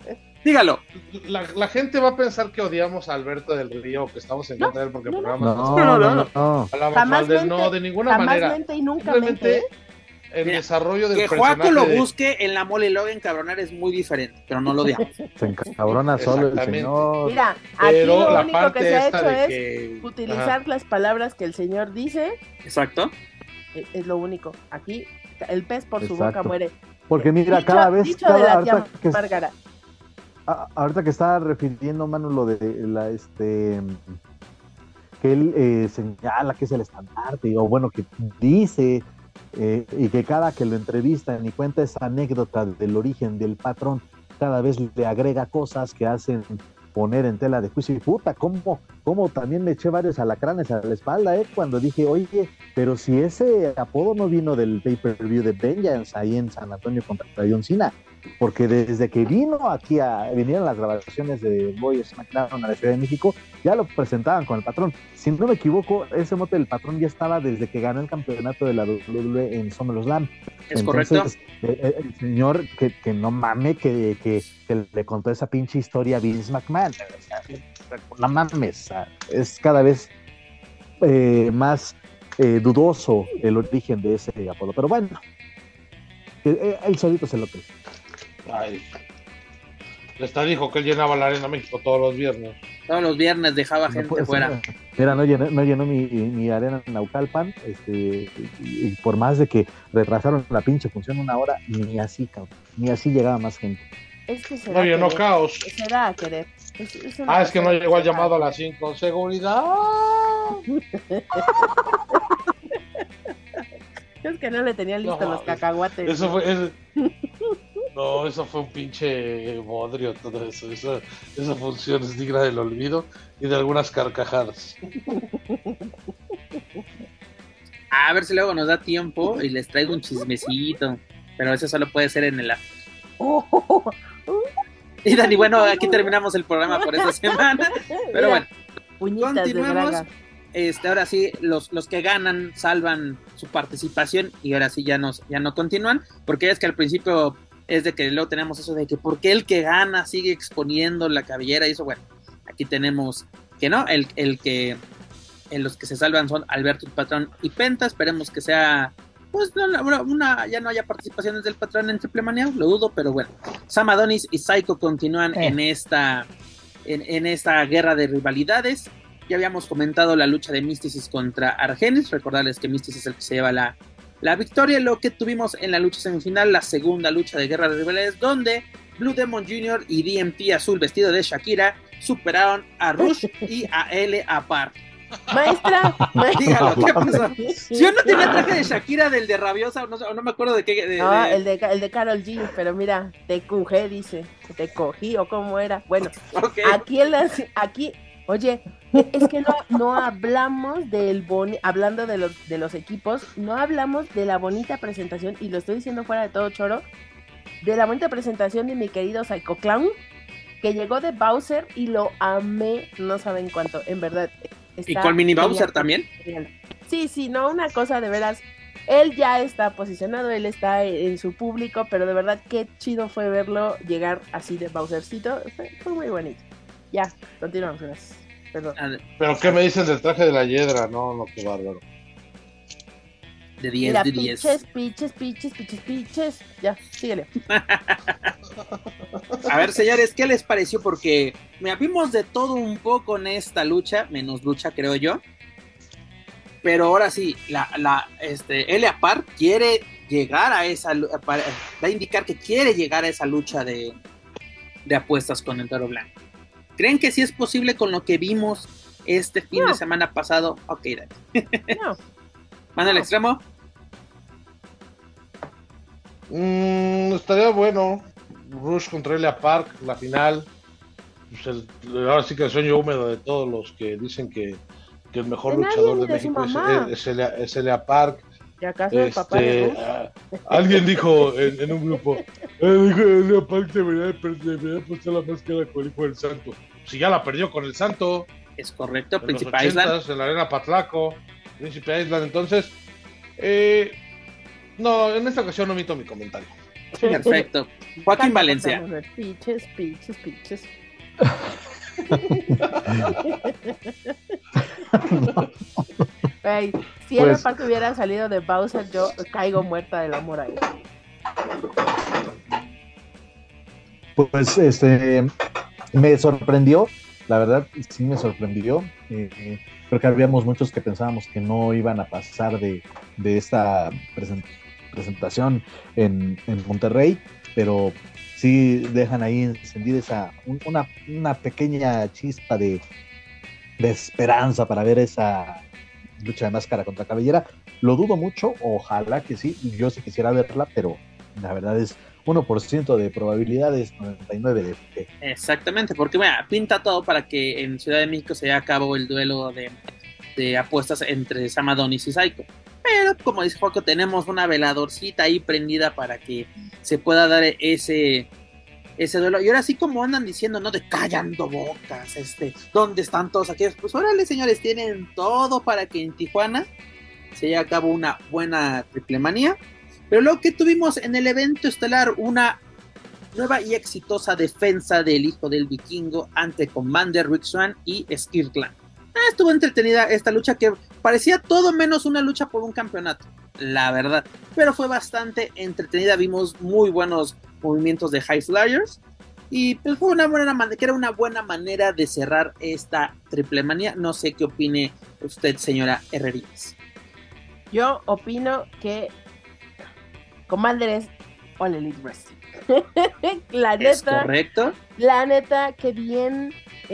Dígalo. La, la gente va a pensar que odiamos a Alberto del Río, que estamos en contra de él porque el no, programa No, no, no, no. hablamos Jamás mal de él. mente, No, de ninguna jamás manera. mente y nunca Simplemente mente. el Mira, desarrollo del Que personaje Joaco lo de- busque en la mole y lo haga encabronar es muy diferente, pero no lo odiamos. Se encabrona solo el Exactamente. señor. Mira, aquí Pero lo la único parte que se ha esta hecho de es que utilizar ajá. las palabras que el señor dice, Exacto. es, es lo único. Aquí el pez por su Exacto. boca muere. Porque mira, Dicho- cada vez, dicho de cada, la ahorita, tía que, Márgara. a- ahorita que estaba refiriendo Manu lo de la este que él eh, señala que es el estandarte, o bueno, que dice eh, y que cada que lo entrevistan y cuenta esa anécdota del origen del patrón, cada vez le agrega cosas que hacen poner en tela de juicio. Y puta, ¿cómo, cómo también me eché varios alacranes a la espalda, eh? Cuando dije, oye, pero si ese apodo no vino del pay-per-view de Vengeance ahí en San Antonio contra John Cena, porque desde que vino aquí a, vinieron las grabaciones de Boy SmackDown a la Ciudad de México, ya lo presentaban con el patrón. Si no me equivoco, ese mote del patrón ya estaba desde que ganó el campeonato de la W W E en SummerSlam. Es Entonces, correcto. eh, eh, el señor que, que no mame que, que, que le contó esa pinche historia a Vince McMahon. O sea, no mames, o sea, es cada vez eh, más eh, dudoso el origen de ese apodo. Pero bueno, eh, él solito se lo cree. Ay. Está dijo que él llenaba la Arena México todos los viernes. Todos los viernes dejaba No gente puede fuera. ser. Mira, no llenó, no llenó mi, mi arena en Naucalpan, este, y, y por más de que retrasaron la pinche función una hora, ni así, cabrón, ni así llegaba más gente. Es que será No llenó querer. caos. Será a querer. Es, es una Ah, es que no persona llegó el será llamado a querer. las cinco. Seguridad. Es que no le tenían listos No, los es- cacahuates. Eso fue. eso- No, eso fue un pinche bodrio todo eso. Eso- esa función es digna del olvido y de algunas carcajadas. A ver si luego nos da tiempo y les traigo un chismecito. Pero eso solo puede ser en el after. Oh, oh, oh. Y Dani, bueno, aquí terminamos el programa por esta semana. Pero Mira, bueno, puñitas de continuemos. draga. Este, ahora sí, los, los que ganan salvan su participación y ahora sí ya, nos, ya no continúan. Porque es que al principio es de que luego tenemos eso de que ¿por qué el que gana sigue exponiendo la cabellera? Y eso, bueno, aquí tenemos que no, el, el que en los que se salvan son Alberto el Patrón y Penta. Esperemos que sea, pues, no, una, una- ya no haya participaciones del Patrón en Triple Manía, lo dudo, pero bueno. Sam Adonis y Psycho continúan Eh. en esta en, en esta guerra de rivalidades. Ya habíamos comentado la lucha de Mysticis contra Argenis. Recordarles que Mysticis es el que se lleva la, la victoria. Lo que tuvimos en la lucha semifinal, la segunda lucha de guerra de rivalidades, donde Blue Demon junior y D M T Azul vestido de Shakira superaron a Rush y a L aparte. Maestra, maestra. Dígalo, ¿qué pasó? Si yo no tenía traje de Shakira del de Rabiosa, o no, sé, o no me acuerdo de qué. De, No, de- el de, el de Karol G, pero mira, te cujé, dice, te cogí, o cómo era. Bueno, Ok. aquí, en las, aquí, oye, es que no, no hablamos del boni, hablando de los, de los equipos, no hablamos de la bonita presentación, y lo estoy diciendo fuera de todo choro, de la bonita presentación de mi querido Psycho Clown, que llegó de Bowser y lo amé, no saben cuánto, en verdad. ¿Y está con Mini Bowser genial. también? Sí, sí, no, una cosa de veras. Él ya está posicionado, él está en su público, pero de verdad qué chido fue verlo llegar así de Bowsercito. Fue, fue muy bonito. Ya, continuamos, gracias. Perdón. Ah, de- Pero ¿qué me dicen del traje de la Hiedra? No, no, qué bárbaro. De diez, Mira, de diez. piches, piches, piches, piches, piches. Ya, síguele. A ver, señores, ¿qué les pareció? Porque mira, vimos de todo un poco en esta lucha, menos lucha, creo yo. Pero ahora sí, la, la, este, Elia Park quiere llegar a esa lu- para- va a indicar que quiere llegar a esa lucha de, de apuestas con el Toro Blanco. ¿Creen que sí es posible con lo que vimos este fin No. de semana pasado? Ok, Dani. No, ¿Manda al No. extremo? Mm, estaría bueno. Rush contra Elia Park, la final. Pues el- ahora sí que el sueño húmedo de todos los que dicen que, que el mejor De nadie, luchador ni de de su México es, mamá. es, Elia, es Elia Park. ¿y acaso el papá de Este, Rush? ah, alguien dijo en, en un grupo, eh, dijo, Elia Park debería, de per- debería puesto la máscara con el hijo del santo. Si ya la perdió con el santo, Es correcto, en los Príncipe Island. ochentas, en la arena Patlaco, Príncipe Island. Entonces, eh, no, en esta ocasión omito mi comentario. Perfecto. Joaquín Valencia. Piches, piches, piches. No. Ey, si Pues- el parte hubiera salido de Bowser, yo caigo muerta del amor a él. Pues este me sorprendió, la verdad sí me sorprendió. Eh, eh, creo que habíamos muchos que pensábamos que no iban a pasar de, de esta present- presentación en, en Monterrey, pero sí dejan ahí encendida esa un- una, una pequeña chispa de, de esperanza para ver esa lucha de máscara contra cabellera. Lo dudo mucho, ojalá que sí, yo sí quisiera verla, pero la verdad es uno por ciento de probabilidades, noventa y nueve de fe. Exactamente, porque mira, pinta todo para que en Ciudad de México se lleve a cabo el duelo de, de apuestas entre Sam Adonis y Psycho. Pero como dice Joaco, tenemos una veladorcita ahí prendida para que se pueda dar ese, ese duelo. Y ahora sí, como andan diciendo, no, de callando bocas, este, ¿dónde están todos aquellos? Pues órale, señores, tienen todo para que en Tijuana se lleve a cabo una buena triple manía. Pero luego que tuvimos en el evento estelar una nueva y exitosa defensa del hijo del vikingo ante Commander Rick Swan y Skirkland. Ah, estuvo entretenida esta lucha que parecía todo menos una lucha por un campeonato, la verdad. Pero fue bastante entretenida, vimos muy buenos movimientos de High Flyers. Y pues fue una buena manera, que era una buena manera de cerrar esta triple manía. No sé qué opine usted, señora Herrerías. Yo opino que Commander es All Elite Wrestling. La ¿Es neta, correcto? la neta, que bien,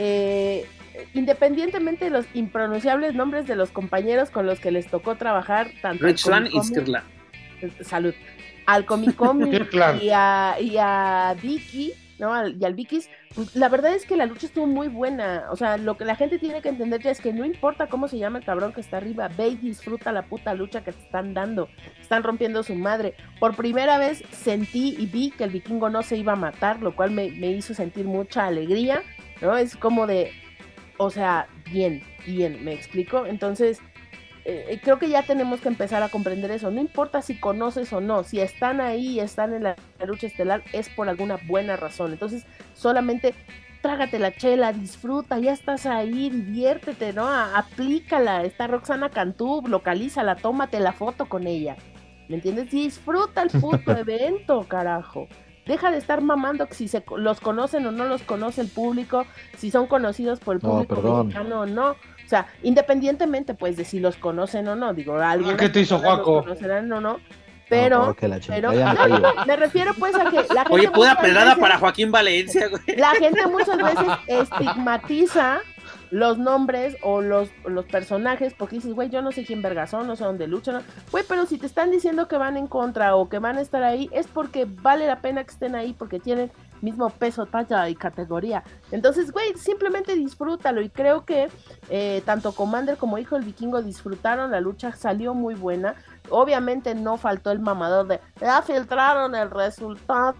eh, independientemente de los impronunciables nombres de los compañeros con los que les tocó trabajar, tanto Rick al Swan y Comic Con- Skirkland. salud, al Comic Con Skirkland. y a, y a Vicky, ¿no? Al- y al Vicky's, pues la verdad es que la lucha estuvo muy buena. O sea, lo que la gente tiene que entender ya es que no importa cómo se llama el cabrón que está arriba, ve y disfruta la puta lucha que te están dando. Están rompiendo su madre. Por primera vez sentí y vi que el vikingo no se iba a matar, lo cual me, me hizo sentir mucha alegría, ¿no? Es como de, o sea, bien, bien, ¿me explico? Entonces, eh, creo que ya tenemos que empezar a comprender eso. No importa si conoces o no, si están ahí y están en la, la lucha estelar, es por alguna buena razón. Entonces, solamente trágate la chela, disfruta, ya estás ahí, diviértete, ¿no? A- aplícala. Está Roxana Cantú, localízala, tómate la foto con ella. ¿Me entiendes? Disfruta el puto evento, carajo. Deja de estar mamando que si se, los conocen o no los conoce el público, si son conocidos por el No, público perdón. mexicano o no. O sea, independientemente pues de si los conocen o no, digo, alguien ¿Qué te hizo, Joaco? conocerán o no, pero, No, que la pero chingada, ya me no, no, callo. no, me refiero pues a que la gente Oye, puta muchas pedrada veces- para Joaquín Valencia, güey. la gente muchas veces estigmatiza los nombres o los, los personajes porque dices, güey, yo no sé quién verga son, no sé dónde luchan, ¿no? Güey, pero si te están diciendo que van en contra o que van a estar ahí, es porque vale la pena que estén ahí, porque tienen mismo peso, talla y categoría. Entonces, güey, simplemente disfrútalo y creo que eh, tanto Commander como Hijo del Vikingo disfrutaron la lucha, salió muy buena. Obviamente no faltó el mamador de, ya filtraron el resultado.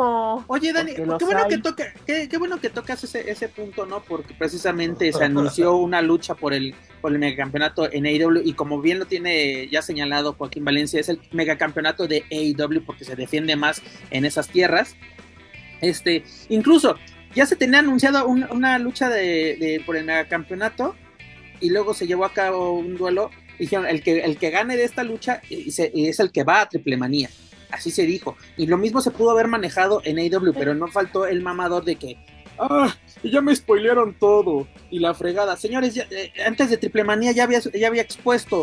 Oye, Dani, Porque qué los bueno hay. que toca, qué, qué bueno que tocas ese, ese punto, ¿no? Porque precisamente se anunció una lucha por el, por el megacampeonato en A E W y como bien lo tiene ya señalado Joaquín Valencia, es el megacampeonato de A E W porque se defiende más en esas tierras. Este, incluso ya se tenía anunciado un, una lucha de, de por el megacampeonato y luego se llevó a cabo un duelo. Dijeron, el que, el que gane de esta lucha es el que va a Triple Manía. Así se dijo. Y lo mismo se pudo haber manejado en A E W, pero no faltó el mamador de que, ah, ya me spoilearon todo. Y la fregada. Señores, ya, eh, antes de Triple Manía ya había, ya había expuesto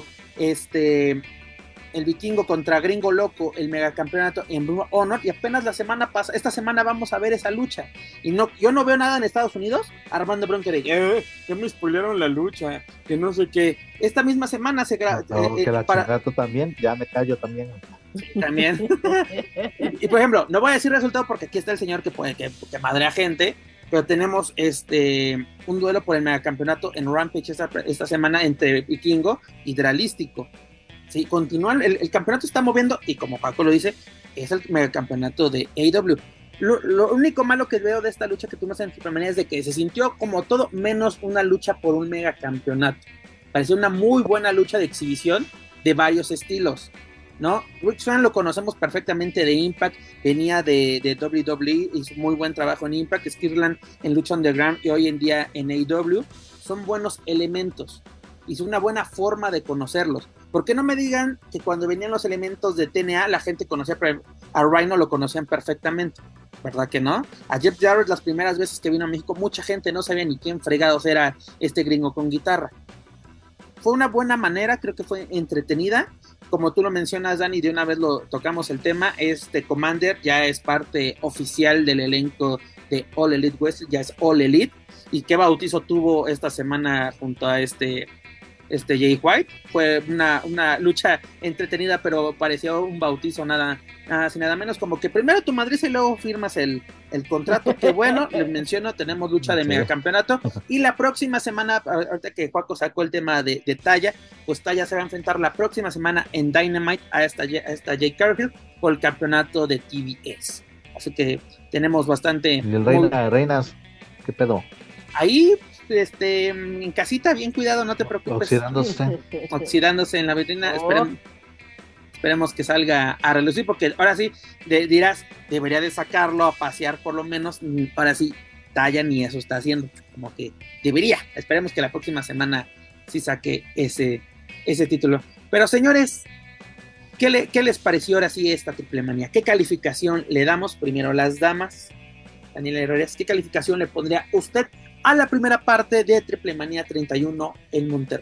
este el Vikingo contra Gringo Loco, el megacampeonato en Blue Honor, y apenas la semana pasada, esta semana vamos a ver esa lucha. Y no, yo no veo nada en Estados Unidos, Armando Bronca de, eh, ya me spoilearon la lucha, que no sé qué. Esta misma semana se graba. No, eh, que la para... chingada tú también, ya me callo también. También. y, y por ejemplo, no voy a decir resultado porque aquí está el señor que puede que, que madrea gente, pero tenemos este un duelo por el megacampeonato en Rampage esta, esta semana entre Vikingo y Dralístico. Sí, continúan, el, el campeonato está moviendo y como Paco lo dice, es el megacampeonato de A E W. Lo, lo único malo que veo de esta lucha que tuvimos en Triple es de que se sintió como todo menos una lucha por un megacampeonato. Pareció una muy buena lucha de exhibición de varios estilos. ¿no? Rick Swann lo conocemos perfectamente de Impact, venía de, de doble u doble u E, hizo muy buen trabajo en Impact, Skirland en Lucha Underground y hoy en día en A E W, son buenos elementos, y es una buena forma de conocerlos. ¿Por qué no me digan que cuando venían los elementos de T N A, la gente conocía, a Rhino lo conocían perfectamente? ¿Verdad que no? A Jeff Jarrett las primeras veces que vino a México, mucha gente no sabía ni quién fregados era este gringo con guitarra. Fue una buena manera, creo que fue entretenida. Como tú lo mencionas, Dani, de una vez lo tocamos el tema, este Commander ya es parte oficial del elenco de All Elite West, ya es All Elite. ¿Y qué bautizo tuvo esta semana junto a este, este Jay White? Fue una, una lucha entretenida, pero pareció un bautizo nada, nada, sin nada menos, como que primero tu madriza y luego firmas el, el contrato. Que bueno, les menciono, tenemos lucha de sí. megacampeonato, y la próxima semana, ahorita que Juaco sacó el tema de, de Talla, pues Talla se va a enfrentar la próxima semana en Dynamite a esta, a esta Jade Cargill por el campeonato de T V S. Así que tenemos bastante... ¿Y el Reina de Reinas? ¿Qué pedo? Ahí, este, en casita, bien cuidado, no te preocupes. Oxidándose. Oxidándose en la vitrina. Oh. Esperemos, esperemos que salga a relucir, porque ahora sí de, dirás, debería de sacarlo a pasear por lo menos. Ahora sí, Talla ni eso está haciendo. Como que debería. Esperemos que la próxima semana sí saque ese, ese título. Pero señores, ¿qué, le, ¿qué les pareció ahora sí esta triple manía? ¿Qué calificación le damos? Primero las damas. Daniela Herreras, ¿qué calificación le pondría usted a la primera parte de Triple Manía treinta y uno en Monterrey?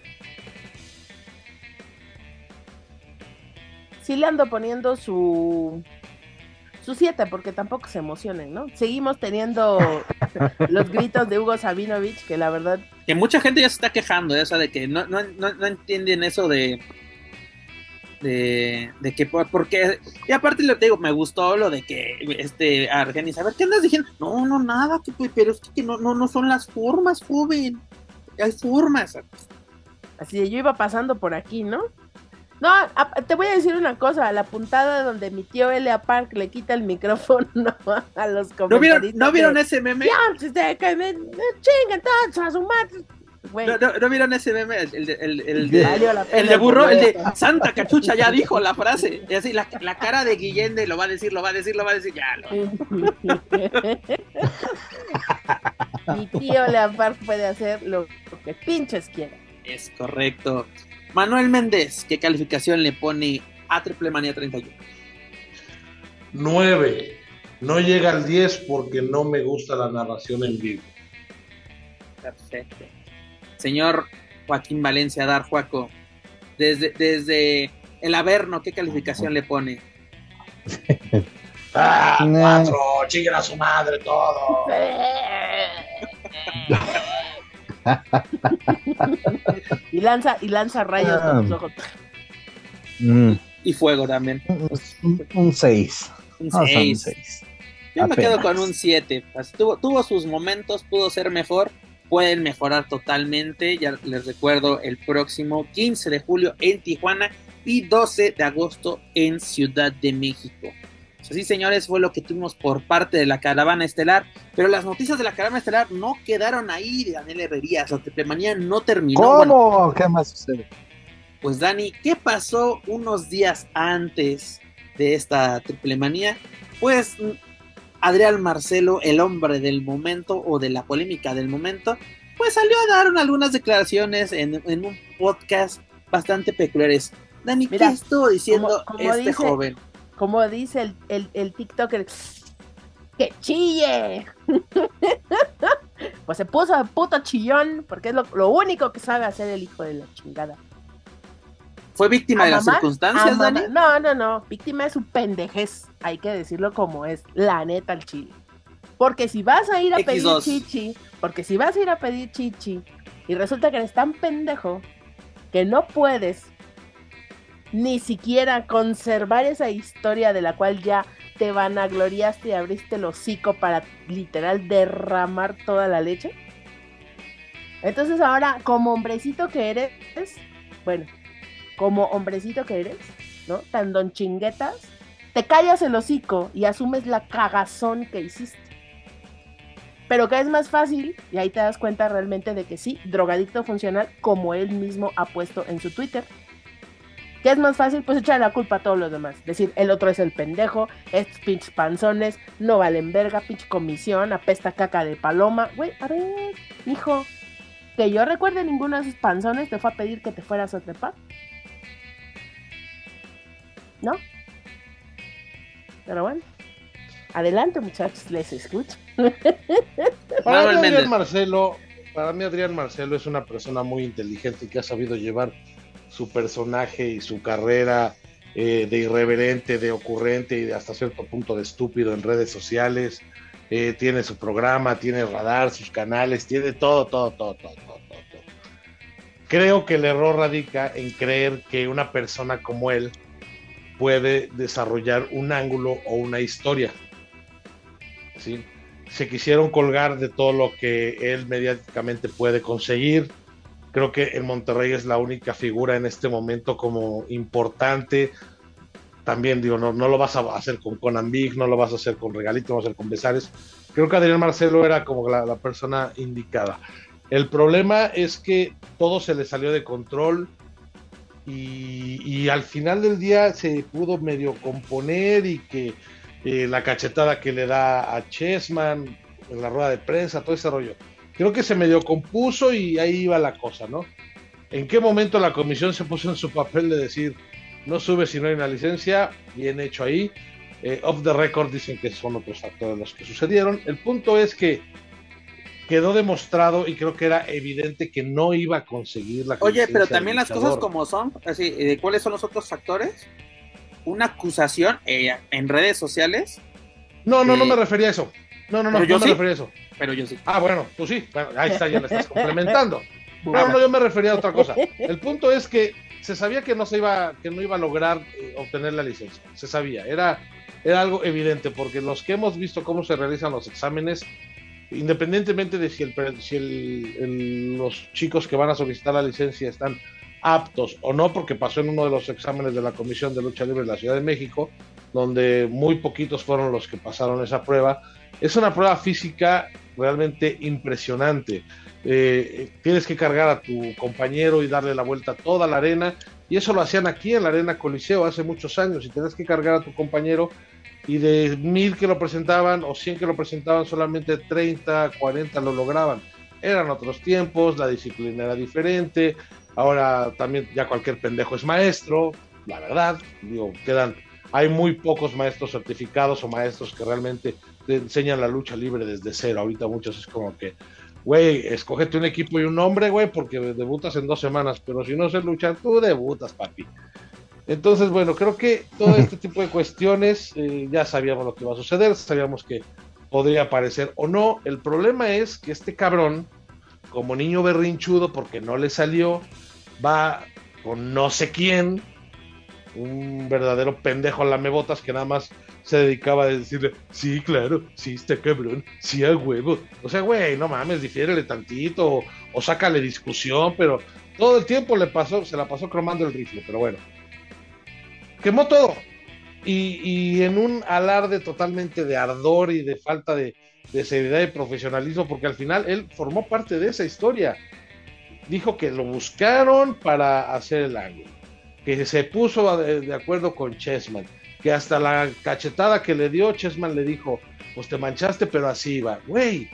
Sí le ando poniendo su su siete, porque tampoco se emocionen, ¿no? Seguimos teniendo los gritos de Hugo Sabinovich, que la verdad... Que mucha gente ya se está quejando, ¿eh? O sea, de que no, no, no, no entienden eso de... De, de que porque y aparte le digo, me gustó lo de que este Argenis, a ver, ¿qué andas diciendo? No, no, nada, que, pero es que no, no, no son las formas, joven, hay formas. Así de yo iba pasando por aquí, ¿no? No, a, te voy a decir una cosa, la puntada donde mi tío Elia Park le quita el micrófono a los comentaristas. ¿No vieron, ¿no vieron ese meme? Ya, de que me chingan todos a su madre. No, no, ¿No vieron ese meme? El, el, el, el, de, el de burro, el de Santa Cachucha ya dijo la frase. Y así, la, la cara de Guillende lo va a decir, lo va a decir, lo va a decir, ya. Lo... Mi tío Leopard puede hacer lo que pinches quiera. Es correcto. Manuel Méndez, ¿qué calificación le pone a Triple Manía treinta y uno? nueve. No llega al diez porque no me gusta la narración en vivo. Perfecto. Señor Joaquín Valencia Dar, Juaco, desde, desde el Averno, ¿qué calificación le pone? ¡Ah, cuatro! ¡Chinguen a su madre todo! y lanza y lanza rayos ah. con los ojos. Mm. Y fuego también. Un seis. Un seis. Yo Apenas. me quedo con un siete. Tuvo, tuvo sus momentos, pudo ser mejor. Pueden mejorar totalmente. Ya les recuerdo, el próximo quince de julio en Tijuana y doce de agosto en Ciudad de México. Así, señores, fue lo que tuvimos por parte de la Caravana Estelar. Pero las noticias de la Caravana Estelar no quedaron ahí, de Daniel Herrerías. La Triple Manía no terminó. ¿Cómo? Bueno, ¿Qué más sucede? Pues, Dani, ¿qué pasó unos días antes de esta Triple Manía? Pues Adrián Marcelo, el hombre del momento o de la polémica del momento, pues salió a dar algunas declaraciones en, en un podcast bastante peculiares. Dani, Mira, ¿qué estuvo diciendo como, como este dice, joven? Como dice el, el, el TikToker, ¡que chille! Pues se puso de puto chillón, porque es lo, lo único que sabe hacer el hijo de la chingada. ¿Fue víctima de las circunstancias, Dani? No, no, no, víctima de su pendejez, hay que decirlo como es, la neta al chile. Porque si vas a ir a pedir chichi, porque si vas a ir a pedir chichi, y resulta que eres tan pendejo, que no puedes ni siquiera conservar esa historia de la cual ya te vanagloriaste y abriste el hocico para literal derramar toda la leche. Entonces ahora, como hombrecito que eres, bueno... como hombrecito que eres, ¿no? Tan don chinguetas, te callas el hocico y asumes la cagazón que hiciste. Pero que es más fácil, y ahí te das cuenta realmente de que sí, drogadicto funcional, como él mismo ha puesto en su Twitter. ¿Qué es más fácil? Pues echar la culpa a todos los demás. Decir, el otro es el pendejo, estos pinches panzones no valen verga, pinche comisión, apesta caca de paloma. Güey, a ver, hijo, que yo recuerde, ninguno de esos panzones te fue a pedir que te fueras a trepar. ¿No? Pero bueno, adelante, muchachos, les escucho. Para mí, Manuel Méndez. Adrián Marcelo, para mí Adrián Marcelo es una persona muy inteligente que ha sabido llevar su personaje y su carrera eh, de irreverente, de ocurrente y de hasta cierto punto de estúpido en redes sociales. Eh, tiene su programa, tiene Radar, sus canales, tiene todo, todo, todo, todo, todo, todo, todo. Creo que el error radica en creer que una persona como él puede desarrollar un ángulo o una historia. ¿Sí? Se quisieron colgar de todo lo que él mediáticamente puede conseguir. Creo que en Monterrey es la única figura en este momento como importante. También digo, no, no lo vas a hacer con Conan Big, no lo vas a hacer con Regalito, no vas a hacer con Besares. Creo que Adrián Marcelo era como la, la persona indicada. El problema es que todo se le salió de control y, y al final del día se pudo medio componer y que eh, la cachetada que le da a Chessman en la rueda de prensa, todo ese rollo. Creo que se medio compuso y ahí iba la cosa, ¿no? ¿En qué momento la comisión se puso en su papel de decir, no sube si no hay una licencia? Bien hecho ahí. Eh, off the record dicen que son otros factores los que sucedieron. El punto es que quedó demostrado y creo que era evidente que no iba a conseguir la Oye, pero licencia también del las cosas luchador. como son, así, ¿de cuáles son los otros factores? Una acusación eh, en redes sociales, No, no, no eh, me refería a eso. No, no, no, pero yo no me sí. refería a eso. pero yo sí. Ah, bueno, tú sí. Bueno, ahí está, ya me estás complementando. No, Ah, no, yo me refería a otra cosa. El punto es que se sabía que no se iba, que no iba a lograr eh, obtener la licencia. Se sabía, era, era algo evidente, porque los que hemos visto cómo se realizan los exámenes, independientemente de si, el, si el, el, los chicos que van a solicitar la licencia están aptos o no, porque pasó en uno de los exámenes de la Comisión de Lucha Libre de la Ciudad de México, donde muy poquitos fueron los que pasaron esa prueba. Es una prueba física realmente impresionante. Eh, tienes que cargar a tu compañero y darle la vuelta a toda la arena, y eso lo hacían aquí en la Arena Coliseo hace muchos años, y tienes que cargar a tu compañero, y de mil que lo presentaban o cien que lo presentaban, solamente treinta, cuarenta lo lograban. Eran otros tiempos, la disciplina era diferente. Ahora también ya cualquier pendejo es maestro, la verdad. Digo, quedan, hay muy pocos maestros certificados o maestros que realmente te enseñan la lucha libre desde cero. Ahorita muchos es como que, güey, escógete un equipo y un nombre, güey, porque debutas en dos semanas, pero si no sé luchar, tú debutas, papi. Entonces, bueno, creo que todo este tipo de cuestiones eh, ya sabíamos lo que iba a suceder, sabíamos que podría aparecer o no. El problema es que este cabrón, como niño berrinchudo porque no le salió, va con no sé quién, un verdadero pendejo lamebotas que nada más se dedicaba a decirle, sí, claro, sí, está cabrón, sí, a huevo. O sea, güey, no mames, difiérele tantito o, o sácale discusión, pero todo el tiempo le pasó, se la pasó cromando el rifle, pero bueno. Quemó todo. Y, y en un alarde totalmente de ardor y de falta de, de seriedad y profesionalismo, porque al final él formó parte de esa historia. Dijo que lo buscaron para hacer el ángulo, que se puso de, de acuerdo con Chessman, que hasta la cachetada que le dio, Chessman le dijo, pues te manchaste, pero así va. Güey,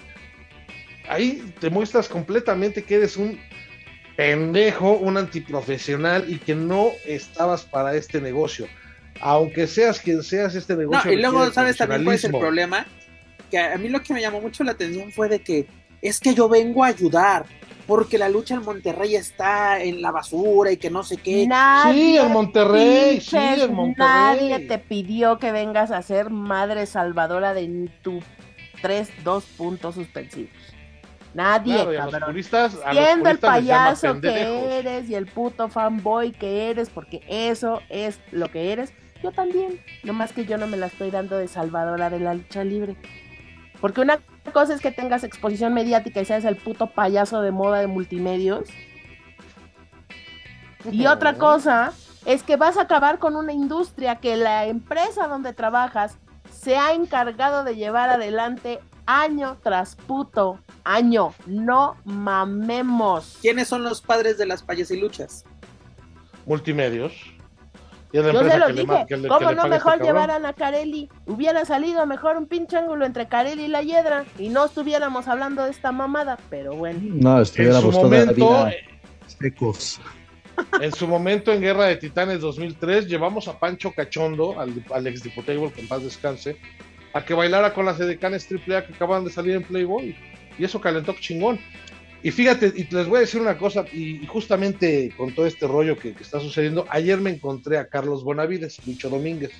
ahí te muestras completamente que eres un pendejo, un antiprofesional y que no estabas para este negocio. Aunque seas quien seas, este negocio. No, y luego, requiere ¿sabes también cuál es el profesionalismo. problema? Que a mí lo que me llamó mucho la atención fue de que es que yo vengo a ayudar, porque la lucha en Monterrey está en la basura y que no sé qué. Nadie, Sí, en Monterrey, sí, pinches, en Monterrey. nadie te pidió que vengas a ser madre salvadora de tu tres, dos puntos suspensivos. Nadie, Claro, y a los cabrón. puristas, a los Siendo el puristas les llama payaso que pendejos. eres y el puto fanboy que eres, porque eso es lo que eres, yo también. Nomás que yo no me la estoy dando de salvadora de la lucha libre. Porque una cosa es que tengas exposición mediática y seas el puto payaso de moda de multimedios. Y otra cosa es que vas a acabar con una industria que la empresa donde trabajas se ha encargado de llevar adelante año tras puto año. No mamemos. ¿Quiénes son los padres de las payasiluchas? Multimedios. Y es la Yo empresa se los que le dije, ma- que le- que ¿cómo le no paga mejor este cabrón. llevaran a Carelli? Hubiera salido mejor un pinche ángulo entre Carelli y la Hiedra y no estuviéramos hablando de esta mamada, pero bueno. No, En estuviéramos su momento, todavía secos. en su momento en Guerra de Titanes dos mil tres, llevamos a Pancho Cachondo, al, al ex Diputable, que en paz descanse, a que bailara con las edecanes triple A que acaban de salir en Playboy. Y eso calentó chingón. Y fíjate, y les voy a decir una cosa, y, y justamente con todo este rollo que, que está sucediendo, ayer me encontré a Carlos Bonavides, Lucho Domínguez.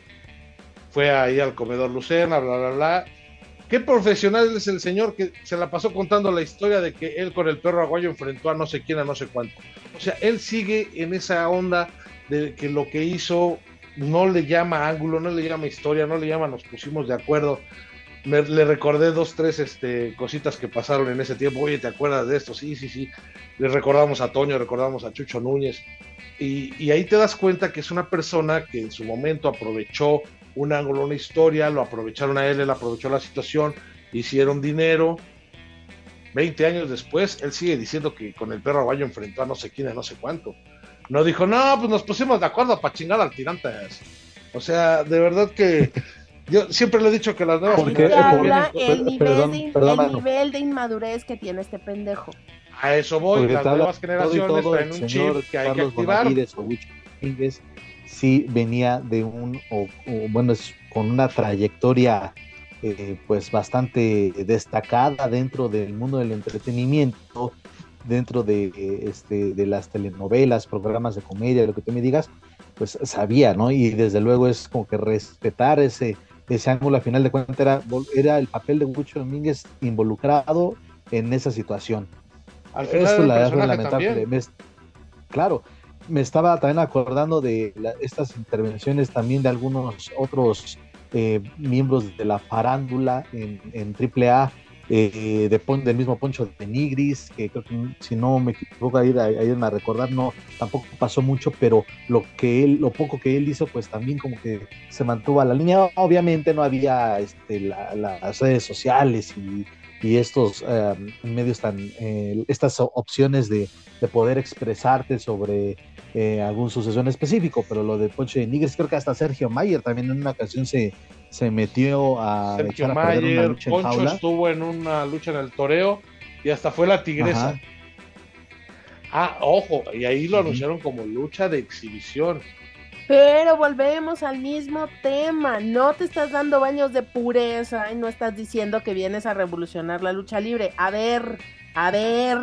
Fue ahí al comedor Lucerna, bla, bla, bla. Qué profesional es el señor que se la pasó contando la historia de que él con el perro aguayo enfrentó a no sé quién, a no sé cuánto. O sea, él sigue en esa onda de que lo que hizo no le llama ángulo, no le llama historia, no le llama nos pusimos de acuerdo. Me, le recordé dos, tres este, cositas que pasaron en ese tiempo. Oye, ¿te acuerdas de esto? Sí, sí, sí. Le recordamos a Toño, recordamos a Chucho Núñez. Y, y ahí te das cuenta que es una persona que en su momento aprovechó un ángulo, una historia, lo aprovecharon a él, él aprovechó la situación, hicieron dinero. veinte años después, él sigue diciendo que con el perro aguayo enfrentó a no sé quién, a no sé cuánto. No dijo, no, pues nos pusimos de acuerdo para chingar al tirantes. O sea, de verdad que yo siempre le he dicho que las nuevas Así Porque- te porque- habla per- el nivel, perdón, de, perdón, el mano. nivel de inmadurez que tiene este pendejo. a eso voy, Porque las te habla nuevas todo y generaciones todo, traen el un señor chip que hay que Carlos activar. Bonavides o Huicho Domínguez sí venía de un, o, o, bueno, es con una trayectoria eh, pues bastante destacada dentro del mundo del entretenimiento, dentro de, eh, este, de las telenovelas, programas de comedia, lo que tú me digas, pues sabía, ¿no? Y desde luego es como que respetar ese, ese ángulo, a final de cuentas era, era el papel de Huicho Domínguez involucrado en esa situación. Al final Esto era un la verdad es personaje lamentable. también. Me es- claro, me estaba también acordando de la- estas intervenciones también de algunos otros eh, miembros de la farándula en, en triple A, eh, de Pon- del mismo Poncho de Nigris, que creo que si no me equivoco, ahí, ahí a recordar, no, tampoco pasó mucho, pero lo que él, lo poco que él hizo, pues también como que se mantuvo a la línea. Obviamente no había este, la- las redes sociales y y estos eh, medios tan, eh, estas opciones de, de poder expresarte sobre eh, algún suceso en específico, pero lo de Poncho de Nigris, creo que hasta Sergio Mayer también en una ocasión se, se metió a Sergio echar a perder una Mayer, lucha en Poncho jaula. estuvo en una lucha en el toreo y hasta fue la tigresa. Ajá. Ah, ojo, y ahí lo anunciaron como lucha de exhibición. Pero volvemos al mismo tema, no te estás dando baños de pureza y no estás diciendo que vienes a revolucionar la lucha libre. A ver, a ver.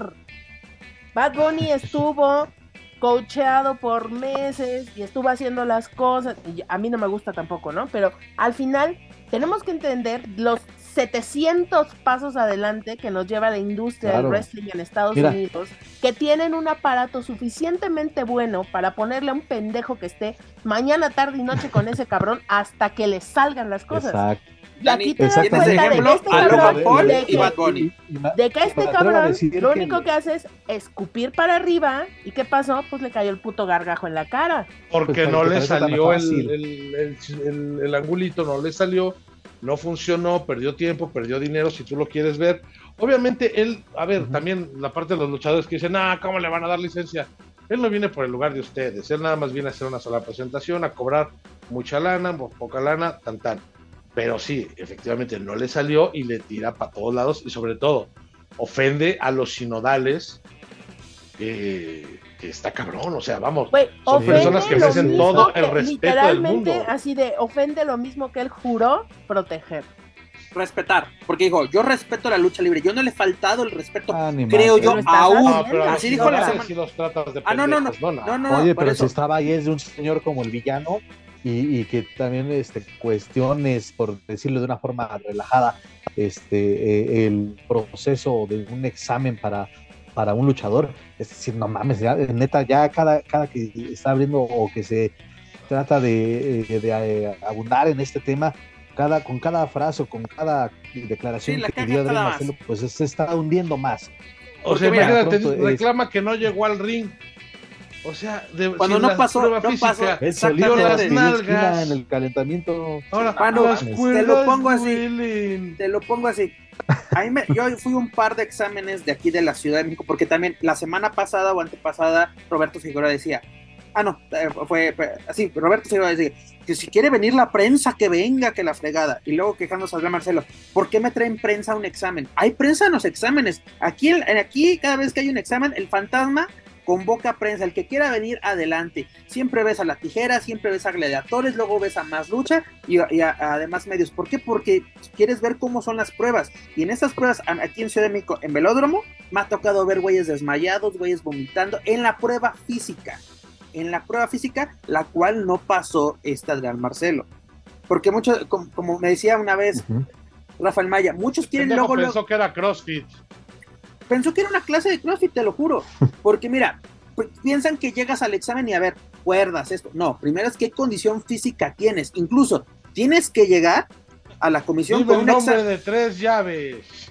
Bad Bunny estuvo coacheado por meses y estuvo haciendo las cosas, y a mí no me gusta tampoco, ¿no? Pero al final tenemos que entender los setecientos pasos adelante que nos lleva la industria Claro. del wrestling en Estados Mira. Unidos, que tienen un aparato suficientemente bueno para ponerle a un pendejo que esté mañana, tarde y noche con ese cabrón hasta que le salgan las cosas. Exacto. Y aquí te das Exacto. cuenta Tienes de ejemplo que este a cabrón, Logan Paul de y que, Bad Bunny. Y- y ma- de que este me atrevo a cabrón decir lo que- único que hace es escupir para arriba, ¿y qué pasó? Pues le cayó el puto gargajo en la cara. Porque Pues, no porque le parece tan salió el, fácil. el, el, el- el angulito, no le salió, no funcionó, perdió tiempo, perdió dinero, si tú lo quieres ver. Obviamente él, a ver, Ujú. también la parte de los luchadores que dicen, ah, ¿cómo le van a dar licencia? Él no viene por el lugar de ustedes, él nada más viene a hacer una sola presentación, a cobrar mucha lana, po- poca lana, tan tan. Pero sí, efectivamente no le salió y le tira para todos lados y sobre todo ofende a los sinodales, eh, que está cabrón, o sea, vamos, Güey, son ofende personas que lo merecen mismo todo el que- respeto del literalmente, mundo. así de, ofende lo mismo que él juró proteger. Respetar, porque dijo, yo respeto la lucha libre, yo no le he faltado el respeto, Ah, ni creo más. yo, Pero estás aún, No, pero a los así dijo la sinodales semana. sí los tratas de Ah, no, no, no, pendejos, no, no, Oye, por pero eso. si estaba ahí es de un señor como el villano y, y que también este, cuestiones, por decirlo de una forma relajada, este, eh, el proceso de un examen para, para un luchador, es decir, no mames, ya, neta, ya cada, cada que está abriendo o que se trata de, eh, de, eh, abundar en este tema, cada, con cada frase o con cada declaración Sí, la que caga dio Adrián cada Marcelo, pues se está hundiendo más. O Porque sea, mira, imagínate, pronto es- reclama que no llegó al ring. O sea, de, Cuando sin no la pasó, prueba no física, pasó. Él solito dio las las pidió esquina nalgas. en el calentamiento. Ahora, Manu, las te lo cuerdas pongo así. duelen. Te lo pongo así. A mí me- yo fui a un par de exámenes de aquí de la Ciudad de México, porque también la semana pasada o antepasada Roberto Figueroa decía, Ah, no, fue, fue así, Roberto se iba a decir que si quiere venir la prensa, que venga, que la fregada. Y luego quejándose al gran Marcelo, ¿por qué me traen prensa a un examen? Hay prensa en los exámenes. Aquí, aquí cada vez que hay un examen, el fantasma convoca prensa, el que quiera venir adelante. Siempre ves a la tijera, siempre ves a gladiadores, luego ves a más lucha y, y a, a además medios. ¿Por qué? Porque quieres ver cómo son las pruebas. Y en estas pruebas, aquí en Ciudad de México, en Velódromo, me ha tocado ver güeyes desmayados, güeyes vomitando en la prueba física. En la prueba física, la cual no pasó esta Adrián Marcelo. Porque muchos, como, como me decía una vez uh-huh. Rafael Maya, muchos quieren luego... pensó luego... que era CrossFit. Pensó que era una clase de CrossFit, te lo juro. Porque mira, piensan que llegas al examen y a ver, cuerdas, esto. No, primero es qué condición física tienes. Incluso, tienes que llegar a la comisión Dime con un un nombre examen. de tres llaves.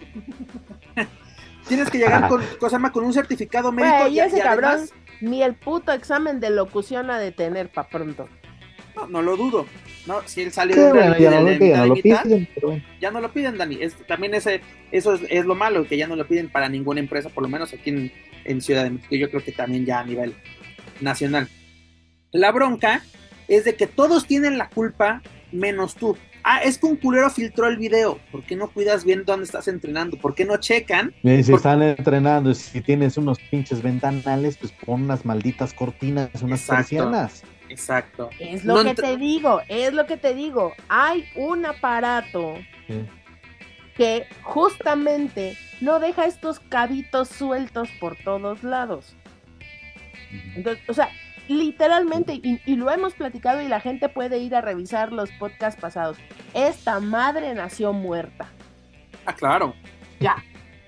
Tienes que llegar con, cosa más, con un certificado médico. Wey, y ese y cabrón, además, ni el puto examen de locución ha de tener pa' pronto. No, no lo dudo. No, si él salió sí, de bueno, ya, no lo, que ya no lo mitad, piden, pero bueno. Ya no lo piden, Dani. Es, también ese, eso es, es lo malo, que ya no lo piden para ninguna empresa, por lo menos aquí en, en Ciudad de México. Yo creo que también ya a nivel nacional. La bronca es de que todos tienen la culpa menos tú. Ah, es que un culero filtró el video. ¿Por qué no cuidas bien dónde estás entrenando? ¿Por qué no checan? Y si Por... están entrenando, si tienes unos pinches ventanales, pues pon unas malditas cortinas, unas Exacto. persianas. Exacto. Es lo no que ent- te digo, es lo que te digo. Hay un aparato Sí. que justamente no deja estos cabitos sueltos por todos lados. Entonces, o sea, literalmente, y, y lo hemos platicado y la gente puede ir a revisar los podcasts pasados. Esta madre nació muerta. Ah, claro. Ya.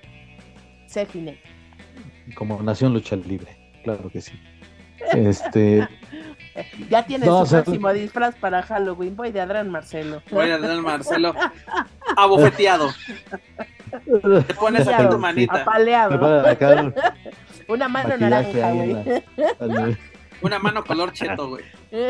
Se finé. Como Nación Lucha Libre, claro que sí. Este, ya tiene no, su o sea, próximo disfraz para Halloween. Voy de Adrián Marcelo. Voy a Adrián Marcelo abofeteado. Te pones aquí tu manita. Apaleado. Acá, una mano naranja, güey. La... Una mano color cheto, güey.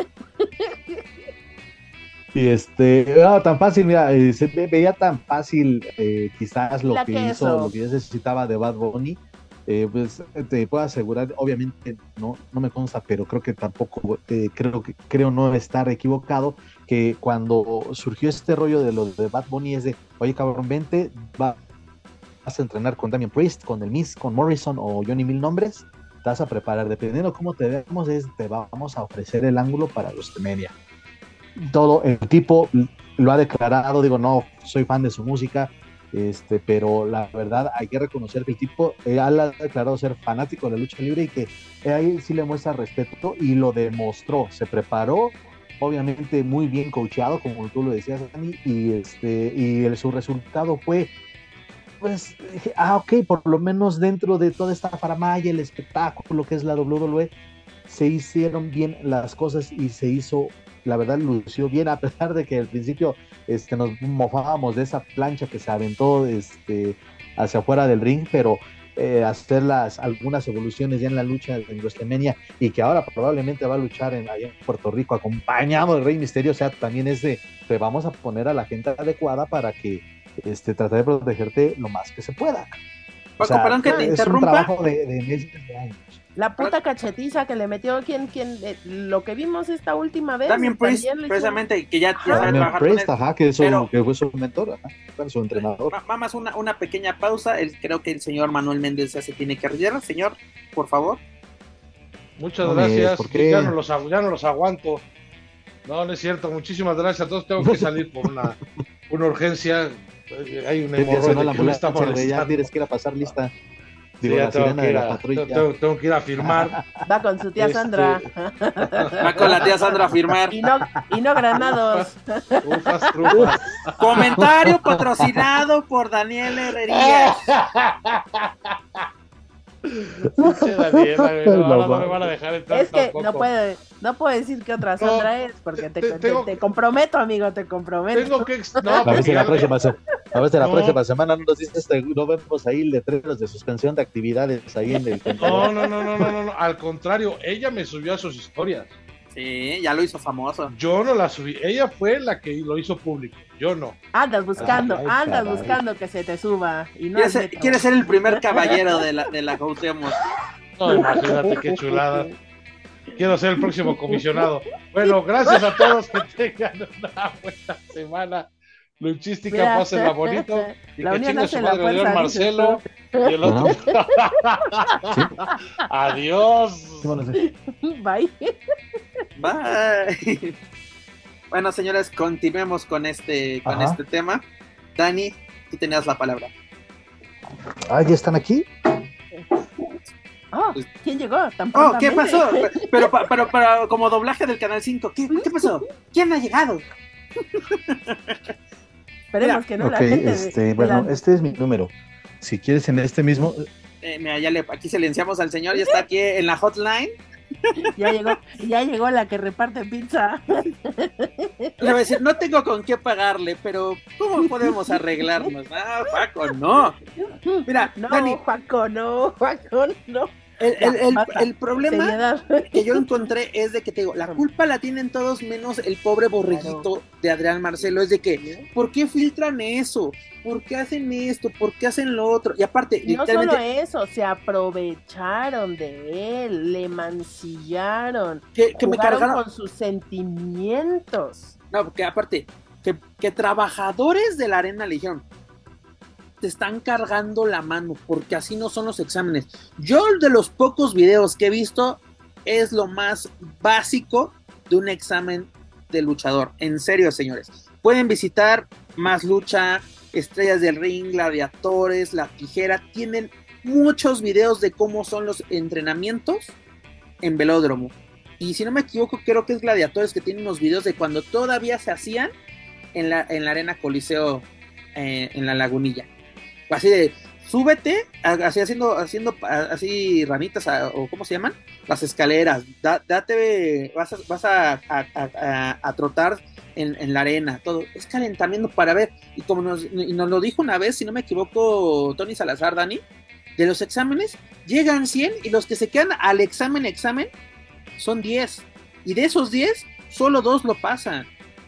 Y este, no, tan fácil, mira, eh, se veía tan fácil eh, quizás lo La que queso. hizo, lo que necesitaba de Bad Bunny. Eh, pues te puedo asegurar, obviamente no, no me consta, pero creo que tampoco, eh, creo que creo no estar equivocado, que cuando surgió este rollo de lo de Bad Bunny es de, oye cabrón, vente, va, vas a entrenar con Damian Priest, con el Miz, con Morrison o Johnny Mil Nombres, te vas a preparar, dependiendo cómo te veamos, es, te vamos a ofrecer el ángulo para los media. Todo, el tipo lo ha declarado, digo, no soy fan de su música, Este, pero la verdad hay que reconocer que el tipo eh, ha declarado ser fanático de la lucha libre y que eh, ahí sí le muestra respeto y lo demostró, se preparó, obviamente muy bien coacheado, como tú lo decías, Dani, y, este, y el, su resultado fue, pues, ah, ok, por lo menos dentro de toda esta faramaya, el espectáculo que es la doble u doble u E, se hicieron bien las cosas y se hizo, la verdad, lució bien, a pesar de que al principio este, nos mofábamos de esa plancha que se aventó este, hacia afuera del ring, pero eh, hacer las, algunas evoluciones ya en la lucha en WrestleMania y que ahora probablemente va a luchar en, allá en Puerto Rico acompañado del Rey Misterio, o sea, también es de, te vamos a poner a la gente adecuada para que este, trate de protegerte lo más que se pueda. Paco, o sea, perdón que te es interrumpa. un trabajo de, de meses de años. La puta cachetiza que le metió quien, quien eh, lo que vimos esta última vez. Damian Priest, también le hizo- precisamente, que ya, ya sabe Damian trabajar con Priest, él. ajá, que, eso, Pero- que fue su mentor, ajá, fue su entrenador. Va- Vamos a una, una pequeña pausa. El, creo que el señor Manuel Méndez ya se tiene que retirar. Señor, por favor. Muchas No, gracias. ¿por qué? Ya no, los, agu- ya no los aguanto. No, no es cierto. Muchísimas gracias a todos. Tengo que salir por una, una urgencia. Hay una Ya sonó hemorroide la que me está ambulancia, güey, ya molestando. tienes que ir a pasar lista. Sí, Digo, ya la tengo sirena que de ir la a- patrulla. tengo- tengo que ir a firmar. Va con su tía Este- Sandra. Va con la tía Sandra a firmar. Y no, y no granados. Ufas, trufas. Comentario patrocinado por Daniel Herrería. Pinche Daniela, güey, no, ahora no me van a dejar entrar Es que tampoco. no puede, no puedo decir que otra Sandra No, es, porque te, te- te- tengo- te comprometo, amigo, te comprometo. Tengo que. ex- No, A ver porque si la ya- próxima, se- a ver si la No. próxima semana no nos dices, este, no vemos ahí letreros de suspensión de actividades ahí en el No, no, no, no, no, no, no. Al contrario, ella me subió a sus historias. Sí, ya lo hizo famoso. Yo no la subí. Ella fue la que lo hizo público. Yo no. Andas buscando, Ay, andas caray. buscando que se te suba. Y no Quiere has ser, metro. quiere ser el primer caballero de la, de la Gauteamos. No, imagínate qué chulada. Quiero ser el próximo comisionado. Bueno, gracias a todos, que tengan una buena semana luchística, pásenla bonito. Y la que unión chingue hace su la madre el fuerza, Marcelo. Y el otro. ¿Sí? Adiós. Sí, bueno, sí. Bye. Bye. Bueno, señores, continuemos con este, con Ajá. este tema. Dani, tú tenías la palabra. Ah, ¿ya están aquí? Oh, ¿quién llegó? Tan Oh, ¿qué prontamente? pasó? Pero, pero, pero, pero como doblaje del Canal cinco, ¿qué, qué pasó? ¿Quién ha llegado? Esperemos Mira, que no Ok, la gente de- este, de bueno, la- este es mi número. Si quieres en este mismo, Eh, mira, ya le, aquí silenciamos al señor, ya está aquí en la hotline. ya llegó, ya llegó la que reparte pizza. Le voy a decir, no tengo con qué pagarle, pero ¿cómo podemos arreglarnos? Ah, Paco, no. Mira, No, Dani, Juaco, no, Juaco, no. el, Ya, el- el- basta. el problema Seriedad. que yo encontré es de que te digo, la culpa la tienen todos menos el pobre borreguito de Adrián Marcelo. Es de que, ¿por qué filtran eso? ¿Por qué hacen esto? ¿Por qué hacen lo otro? Y aparte, Y no solo literalmente, eso, se aprovecharon de él, le mancillaron, que, que me jugaron cargaron. con sus sentimientos. No, porque aparte, que, que trabajadores de la arena le dijeron, te están cargando la mano, porque así no son los exámenes. Yo, de los pocos videos que he visto, es lo más básico de un examen de luchador. En serio, señores. Pueden visitar Más Lucha, Estrellas del Ring, Gladiadores, La Tijera. Tienen muchos videos de cómo son los entrenamientos en velódromo. Y si no me equivoco, creo que es Gladiadores, que tiene unos videos de cuando todavía se hacían en la, en la arena Coliseo, eh, en la Lagunilla. Así de, súbete, así haciendo, haciendo así ranitas, o ¿cómo se llaman? Las escaleras, da, date, vas a, vas a, a, a, a trotar en, en la arena, todo, es calentamiento para ver, y como nos, y nos lo dijo una vez, si no me equivoco, Tony Salazar, Dani, de los exámenes, llegan cien, y los que se quedan al examen, examen, son diez, y de esos diez, solo dos lo pasan.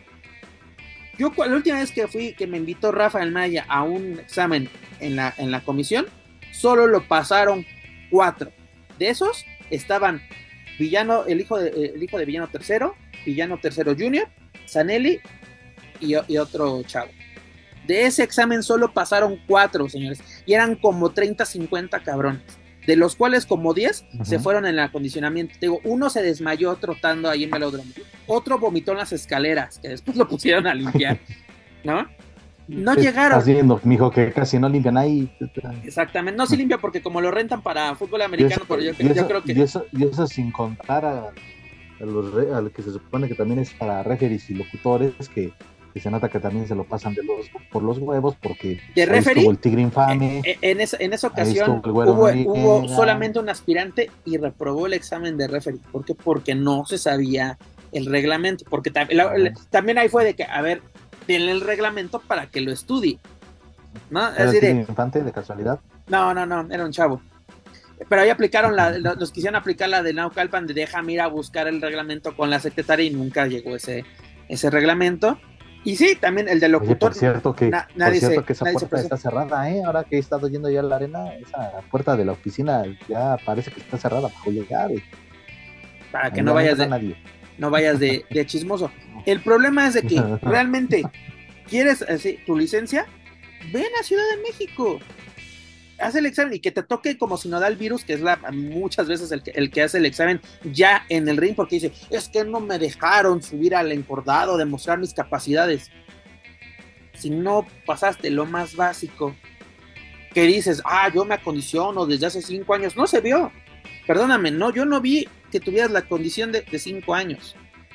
Yo la última vez que fui, que me invitó Rafael Maya a un examen en la, en la comisión, solo lo pasaron cuatro. De esos estaban Villano, el hijo de, el hijo de Villano tercero, Villano tercero Junior, Zanelli y, y otro chavo. De ese examen solo pasaron cuatro, señores, y eran como treinta, cincuenta cabrones, de los cuales como diez uh-huh. se fueron en el acondicionamiento. Te digo, uno se desmayó trotando ahí en velódromo, otro vomitó en las escaleras, que después lo pusieron a limpiar, ¿no? No ¿Qué llegaron. Estás viendo, mijo, que casi no limpian ahí. Exactamente, no se limpia porque como lo rentan para fútbol americano, eso, pero yo, eso, yo creo que... Y eso, y eso sin contar a, a los re, al que se supone que también es para referees y locutores, que, que se nota que también se lo pasan de los, por los huevos, porque de referee, el tigre infame. En, en, esa, en esa ocasión hubo, hubo solamente un aspirante y reprobó el examen de referee. ¿Por qué? Porque no se sabía el reglamento, porque tam, la, la, también ahí fue de que, a ver, tiene el reglamento para que lo estudie, ¿no? ¿Era es decir, el infante de casualidad? No, no, no, era un chavo. Pero ahí aplicaron la, los quisieron aplicar la de Naucalpan de déjame ir a buscar el reglamento con la secretaria y nunca llegó ese, ese reglamento. Y sí, también el de locutor. Oye, por cierto que, na, nadie por cierto se, que esa puerta está cerrada, ¿eh? Ahora que he estado yendo ya a la arena, esa puerta de la oficina ya parece que está cerrada bajo llegar. ¿eh? Para que Allá no vayas de, nadie. no vayas de, de chismoso. El problema es de que realmente quieres así, tu licencia, ven a Ciudad de México, haz el examen y que te toque como si no da el virus, que es la, muchas veces el que, el que hace el examen ya en el ring, porque dice, es que no me dejaron subir al encordado, demostrar mis capacidades. Si no pasaste lo más básico, que dices, ah, yo me acondiciono desde hace cinco años, no se vio. Perdóname, no, yo no vi que tuvieras la condición de, de cinco años.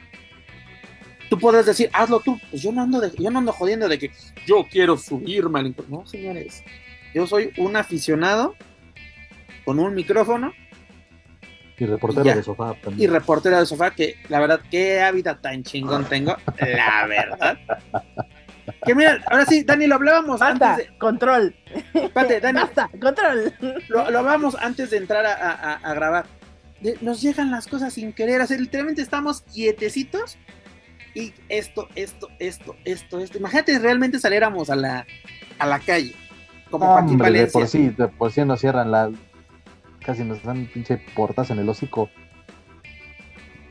Tú podrás decir, hazlo tú, pues yo no ando de, yo no ando jodiendo de que yo quiero subirme al encordado. No, señores. Yo soy un aficionado con un micrófono. Y reportero y de sofá también. Y reportero de sofá, que la verdad, qué hábitat tan chingón tengo. La verdad. Que mira, ahora sí, Dani, lo hablábamos Basta, antes de... control. Espérate, Dani. Basta, control. Lo, lo hablábamos antes de entrar a, a, a grabar. De, nos llegan las cosas sin querer. O sea, literalmente estamos quietecitos. Y esto, esto, esto, esto, esto. Imagínate realmente saliéramos a la, a la calle. Como Joaquín Valencia. De por sí, de por sí nos cierran la... Casi nos dan pinche portas en el hocico.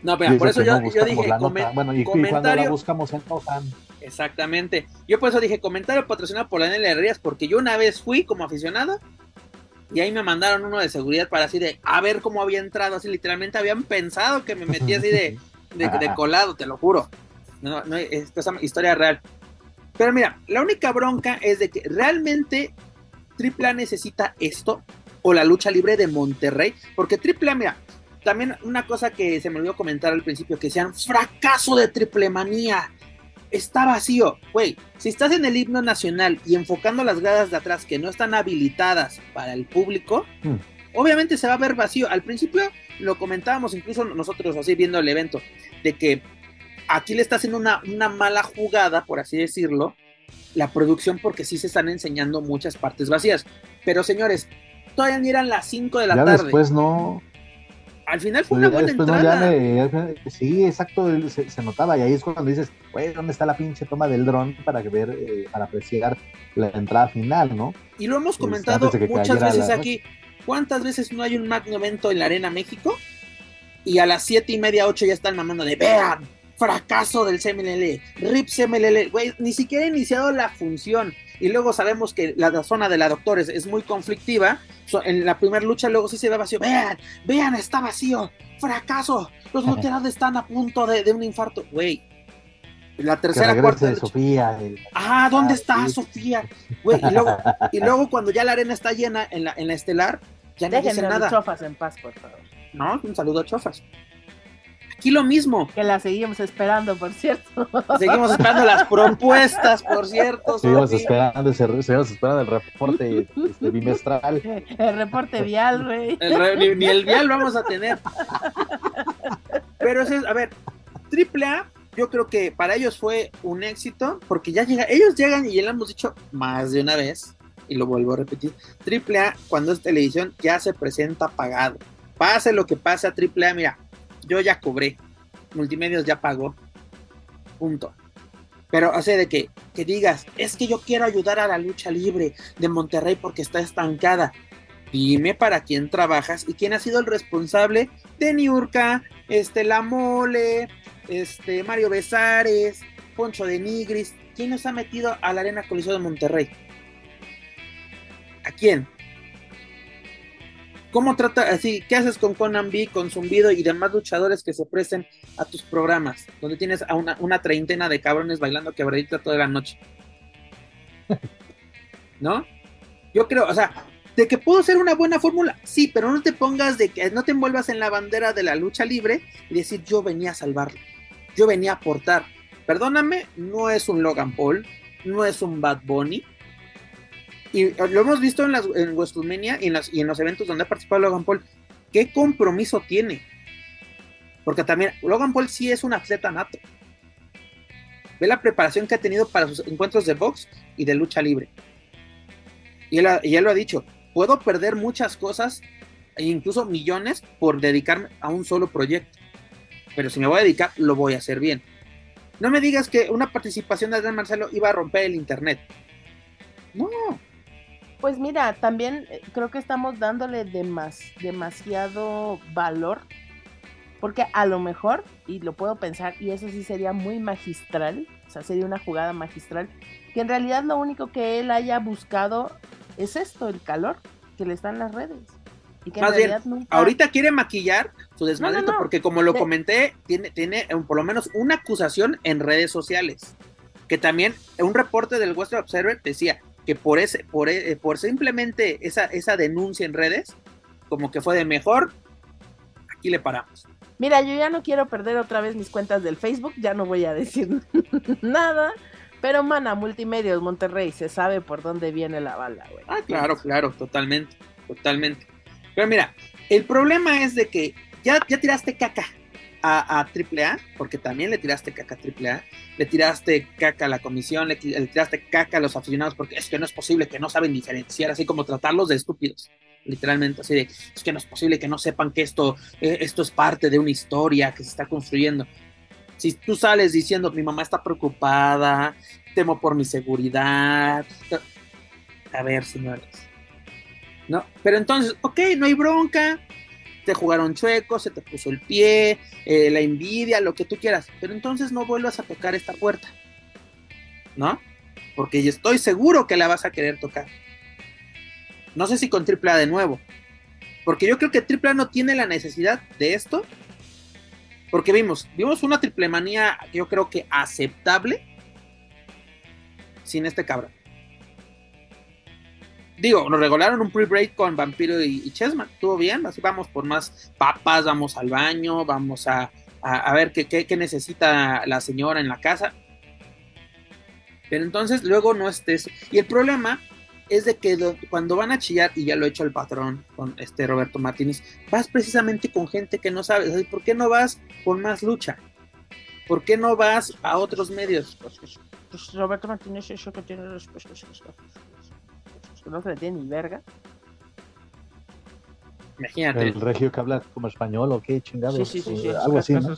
No, pero por eso yo, no yo dije la comen, nota. Bueno, y, comentario. y cuando la buscamos en Notan. Exactamente. Yo por eso dije comentario patrocinado por la N L Herrerías, porque yo una vez fui como aficionado y ahí me mandaron uno de seguridad para así de a ver cómo había entrado, así literalmente habían pensado que me metí así de, de, de colado, te lo juro. No, no, es cosa, historia real. Pero mira, la única bronca es de que realmente Triple A necesita esto o la lucha libre de Monterrey, porque Triple A, mira, también una cosa que se me olvidó comentar al principio, que decían fracaso de Triple Manía, está vacío, güey, si estás en el himno nacional y enfocando las gradas de atrás que no están habilitadas para el público, hmm. obviamente se va a ver vacío. Al principio lo comentábamos incluso nosotros así viendo el evento, de que aquí le está haciendo una, una mala jugada, por así decirlo, la producción, porque sí se están enseñando muchas partes vacías, pero señores, todavía ni eran las cinco de la ya tarde. Después no... Al final fue una buena después entrada. No, ya me, sí, exacto, se, se notaba, y ahí es cuando dices, güey, ¿dónde está la pinche toma del dron para ver, eh, para apreciar la entrada final, ¿no? Y lo hemos comentado de muchas veces aquí. ¿Cuántas veces no hay un magno evento en la Arena México? Y a las siete y media, ocho ya están mamando de, vean, fracaso del C M L L, R I P C M L L, güey, ni siquiera ha iniciado la función. Y luego sabemos que la, la zona de la Doctores es muy conflictiva. So, en la primera lucha luego sí se ve vacío. Vean, vean, está vacío. Fracaso. Los luteros están a punto de, de un infarto. Güey. La tercera, cuarta de Sofía. El... Ah, ¿dónde está sí. Sofía? Güey, y luego, y luego cuando ya la arena está llena en la, en la estelar, ya no dicen nada. Chofas en paz, por favor. No, un saludo a Chofas. Aquí lo mismo. Que la seguimos esperando, por cierto. Seguimos esperando las propuestas, por cierto. Seguimos esperando, seguimos esperando el reporte este, bimestral. El reporte vial, güey. Re, ni, ni el vial vamos a tener. Pero eso es, a ver, Triple A, yo creo que para ellos fue un éxito, porque ya llega, ellos llegan y ya lo hemos dicho más de una vez, y lo vuelvo a repetir, Triple A cuando es televisión ya se presenta pagado. Pase lo que pase a Triple A, mira, yo ya cobré, Multimedios ya pagó, punto. Pero, o sea, de que, que digas, es que yo quiero ayudar a la lucha libre de Monterrey porque está estancada. Dime para quién trabajas y quién ha sido el responsable de Niurka, este, La Mole, este, Mario Besares, Poncho de Nigris. ¿Quién nos ha metido a la Arena Coliseo de Monterrey? ¿A quién? ¿Cómo trata así? ¿Qué haces con Conan B, con Zumbido y demás luchadores que se presten a tus programas? Donde tienes a una, una treintena de cabrones bailando quebradita toda la noche. ¿No? Yo creo, o sea, de que puedo ser una buena fórmula, sí, pero no te pongas de que no te envuelvas en la bandera de la lucha libre y decir yo venía a salvarlo, yo venía a aportar. Perdóname, no es un Logan Paul, no es un Bad Bunny. Y lo hemos visto en, las, en WrestleMania y en, las, y en los eventos donde ha participado Logan Paul. ¿Qué compromiso tiene? Porque también Logan Paul sí es un atleta nato. Ve la preparación que ha tenido para sus encuentros de box y de lucha libre. Y él, y él lo ha dicho, puedo perder muchas cosas, e incluso millones, por dedicarme a un solo proyecto. Pero si me voy a dedicar, lo voy a hacer bien. No me digas que una participación de Adrián Marcelo iba a romper el internet. No. Pues mira, también creo que estamos dándole demas, demasiado valor, porque a lo mejor, y lo puedo pensar, y eso sí sería muy magistral, o sea, sería una jugada magistral, que en realidad lo único que él haya buscado es esto, el calor que le está en las redes. Y que Más en bien, realidad nunca... ahorita quiere maquillar su desmadrito, no, no, no. porque como lo de... comenté, tiene, tiene por lo menos una acusación en redes sociales, que también un reporte del Western Observer decía que por ese, por, por simplemente esa, esa denuncia en redes, como que fue de mejor, aquí le paramos. Mira, yo ya no quiero perder otra vez mis cuentas del Facebook, ya no voy a decir nada, pero mana, Multimedios, Monterrey, se sabe por dónde viene la bala, güey. Ah, claro, claro, totalmente, totalmente. Pero mira, el problema es de que ya, ya tiraste caca a, a Triple A, porque también le tiraste caca a Triple A, le tiraste caca a la comisión, le, le tiraste caca a los aficionados, porque es que no es posible que no saben diferenciar, así como tratarlos de estúpidos, literalmente, así de, es que no es posible que no sepan que esto, eh, esto es parte de una historia que se está construyendo. Si tú sales diciendo, mi mamá está preocupada, temo por mi seguridad, a ver, señores, ¿no? Pero entonces, ok, no hay bronca, te jugaron chueco, se te puso el pie, eh, la envidia, lo que tú quieras, pero entonces no vuelvas a tocar esta puerta, ¿no? Porque yo estoy seguro que la vas a querer tocar. No sé si con Triple A de nuevo, porque yo creo que Triple A no tiene la necesidad de esto, porque vimos, vimos una triple manía, yo creo que aceptable, sin este cabrón. Digo, nos regalaron un pre-break con Vampiro y, y Chessman, estuvo bien, así vamos por más papas, vamos al baño, vamos a, a, a ver qué, qué, qué necesita la señora en la casa. Pero entonces luego no estés. Y el problema es de que do, cuando van a chillar, y ya lo he hecho el patrón con este Roberto Martínez, vas precisamente con gente que no sabes. ¿Sabes? ¿Por qué no vas con más lucha? ¿Por qué no vas a otros medios? Pues, pues Roberto Martínez, eso que tiene los... no se le tiene ni verga. Imagínate. El regio que habla como español o qué chingados. Sí, sí, sí, sí. Algo así, ¿no?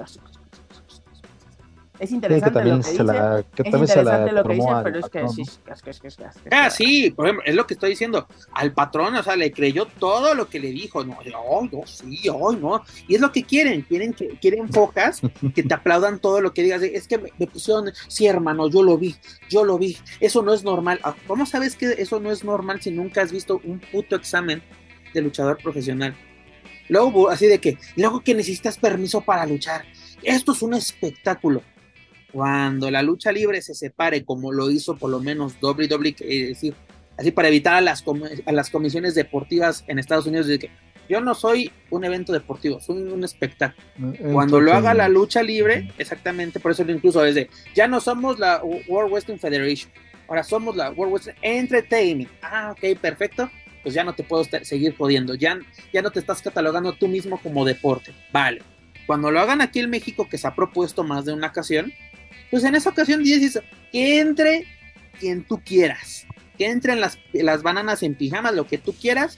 Es interesante sí, que también lo que se dice. la, que es también se interesante la lo que dice, cromó pero al es que patrón, sí. ¿no? Es que, es que, es que, es que, Ah, sí, por ejemplo, es lo que estoy diciendo. Al patrón, o sea, le creyó todo lo que le dijo. No, ay, no, sí, ay, no. Y es lo que quieren. Quieren que quieren focas que te aplaudan todo lo que digas. Es que me, me pusieron, sí, hermano, yo lo vi, yo lo vi. Eso no es normal. ¿Cómo sabes que eso no es normal si nunca has visto un puto examen de luchador profesional? Luego, así de que, luego que necesitas permiso para luchar. Esto es un espectáculo. Cuando la lucha libre se separe, como lo hizo por lo menos doble u doble u E, es decir, así para evitar a las, com a las comisiones deportivas en Estados Unidos, de que yo no soy un evento deportivo, soy un espectáculo. Cuando lo haga la lucha libre, exactamente, por eso incluso es de, ya no somos la World Wrestling Federation, ahora somos la World Wrestling Entertainment. Ah, ok, perfecto, pues ya no te puedo seguir jodiendo, ya, ya no te estás catalogando tú mismo como deporte. Vale, cuando lo hagan aquí en México, que se ha propuesto más de una ocasión, pues en esa ocasión dices que entre quien tú quieras, que entren las, las bananas en pijamas, lo que tú quieras,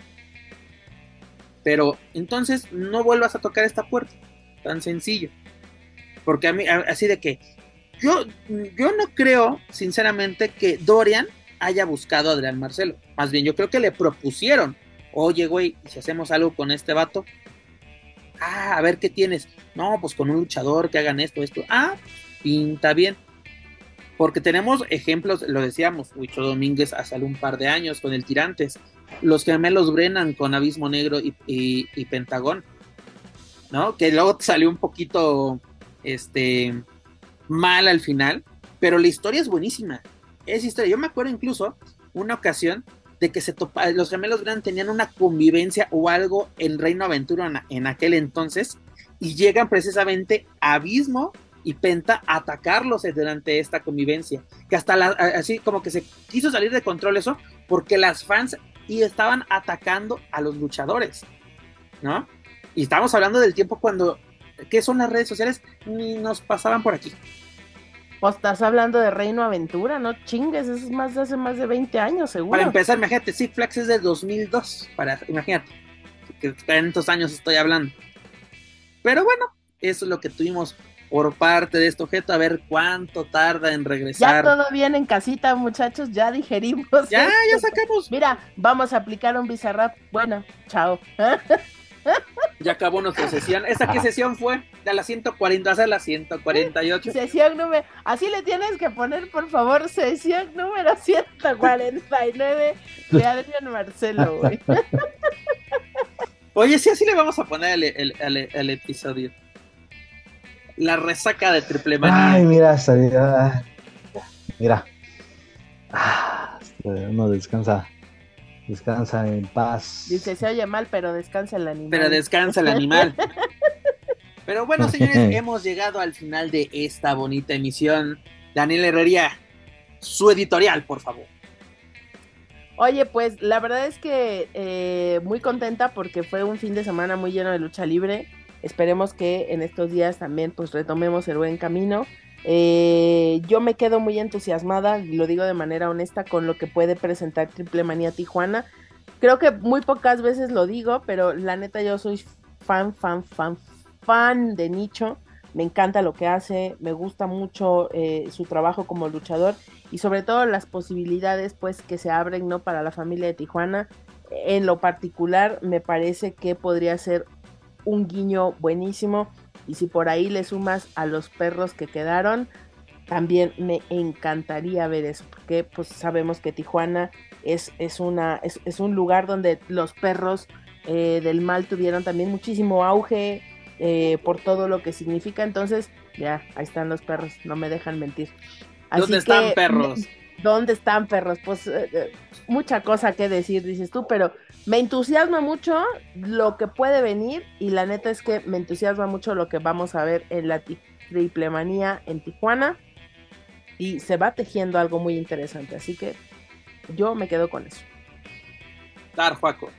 pero entonces no vuelvas a tocar esta puerta, tan sencillo, porque a mí, así de que yo, yo no creo sinceramente que Dorian haya buscado a Adrián Marcelo, más bien yo creo que le propusieron, oye güey, si hacemos algo con este vato, ah, a ver qué tienes, no, pues con un luchador que hagan esto, esto, ah, pinta bien, porque tenemos ejemplos, lo decíamos, Huicho Domínguez hace un par de años con el Tirantes, los gemelos Brennan con Abismo Negro y, y, y Pentagón, ¿no? Que luego salió un poquito este mal al final, pero la historia es buenísima, es historia, yo me acuerdo incluso una ocasión de que se topa, los gemelos Brennan tenían una convivencia o algo en Reino Aventura en, en aquel entonces, y llegan precisamente a Abismo y Penta a atacarlos durante esta convivencia, que hasta la, así como que se quiso salir de control eso, porque las fans y estaban atacando a los luchadores, ¿no? Y estamos hablando del tiempo cuando, ¿qué son las redes sociales? Ni nos pasaban por aquí. Pues estás hablando de Reino Aventura, no chingues, eso es más de hace más de veinte años, seguro. Para empezar, imagínate, Six Flags es de dos mil dos, para, imagínate, que tantos años estoy hablando. Pero bueno, eso es lo que tuvimos por parte de este objeto, a ver cuánto tarda en regresar. Ya todo bien en casita, muchachos, ya digerimos. Ya, esto. ya sacamos. Mira, vamos a aplicar un Bizarrap. Bueno, chao. Ya acabó nuestra sesión. ¿Esta qué sesión fue? De la ciento cuarenta, a la ciento cuarenta y ocho. Sesión número, así le tienes que poner, por favor, sesión número ciento cuarenta y nueve de Adrián Marcelo, güey. Oye, sí, así le vamos a poner el, el, el, el episodio. La resaca de Triple Manía. Ay, mira, salida. Mira. Ah, uno descansa. Descansa en paz. Dice, se oye mal, pero descansa el animal. Pero descansa el animal. Pero bueno, señores, hemos llegado al final de esta bonita emisión. Daniel Herrería, su editorial, por favor. Oye, pues la verdad es que eh, muy contenta porque fue un fin de semana muy lleno de lucha libre. Esperemos que en estos días también pues retomemos el buen camino. Eh, yo me quedo muy entusiasmada, lo digo de manera honesta, con lo que puede presentar Triple Manía Tijuana. Creo que muy pocas veces lo digo, pero la neta yo soy fan, fan, fan, fan de Nicho. Me encanta lo que hace, me gusta mucho eh, su trabajo como luchador y sobre todo las posibilidades pues que se abren, ¿no?, para la familia de Tijuana. En lo particular me parece que podría ser un guiño buenísimo. Y si por ahí le sumas a los perros que quedaron, también me encantaría ver eso, porque pues sabemos que Tijuana es, es, una, es, es un lugar donde los perros eh, del mal tuvieron también muchísimo auge eh, por todo lo que significa. Entonces, ya, ahí están los perros, no me dejan mentir. Así ¿Dónde están que, perros? ¿Dónde están perros? Pues eh, eh, mucha cosa que decir, dices tú, pero me entusiasma mucho lo que puede venir, y la neta es que me entusiasma mucho lo que vamos a ver en la ti- Triple Manía en Tijuana, y se va tejiendo algo muy interesante, así que yo me quedo con eso. Dar, Juaco.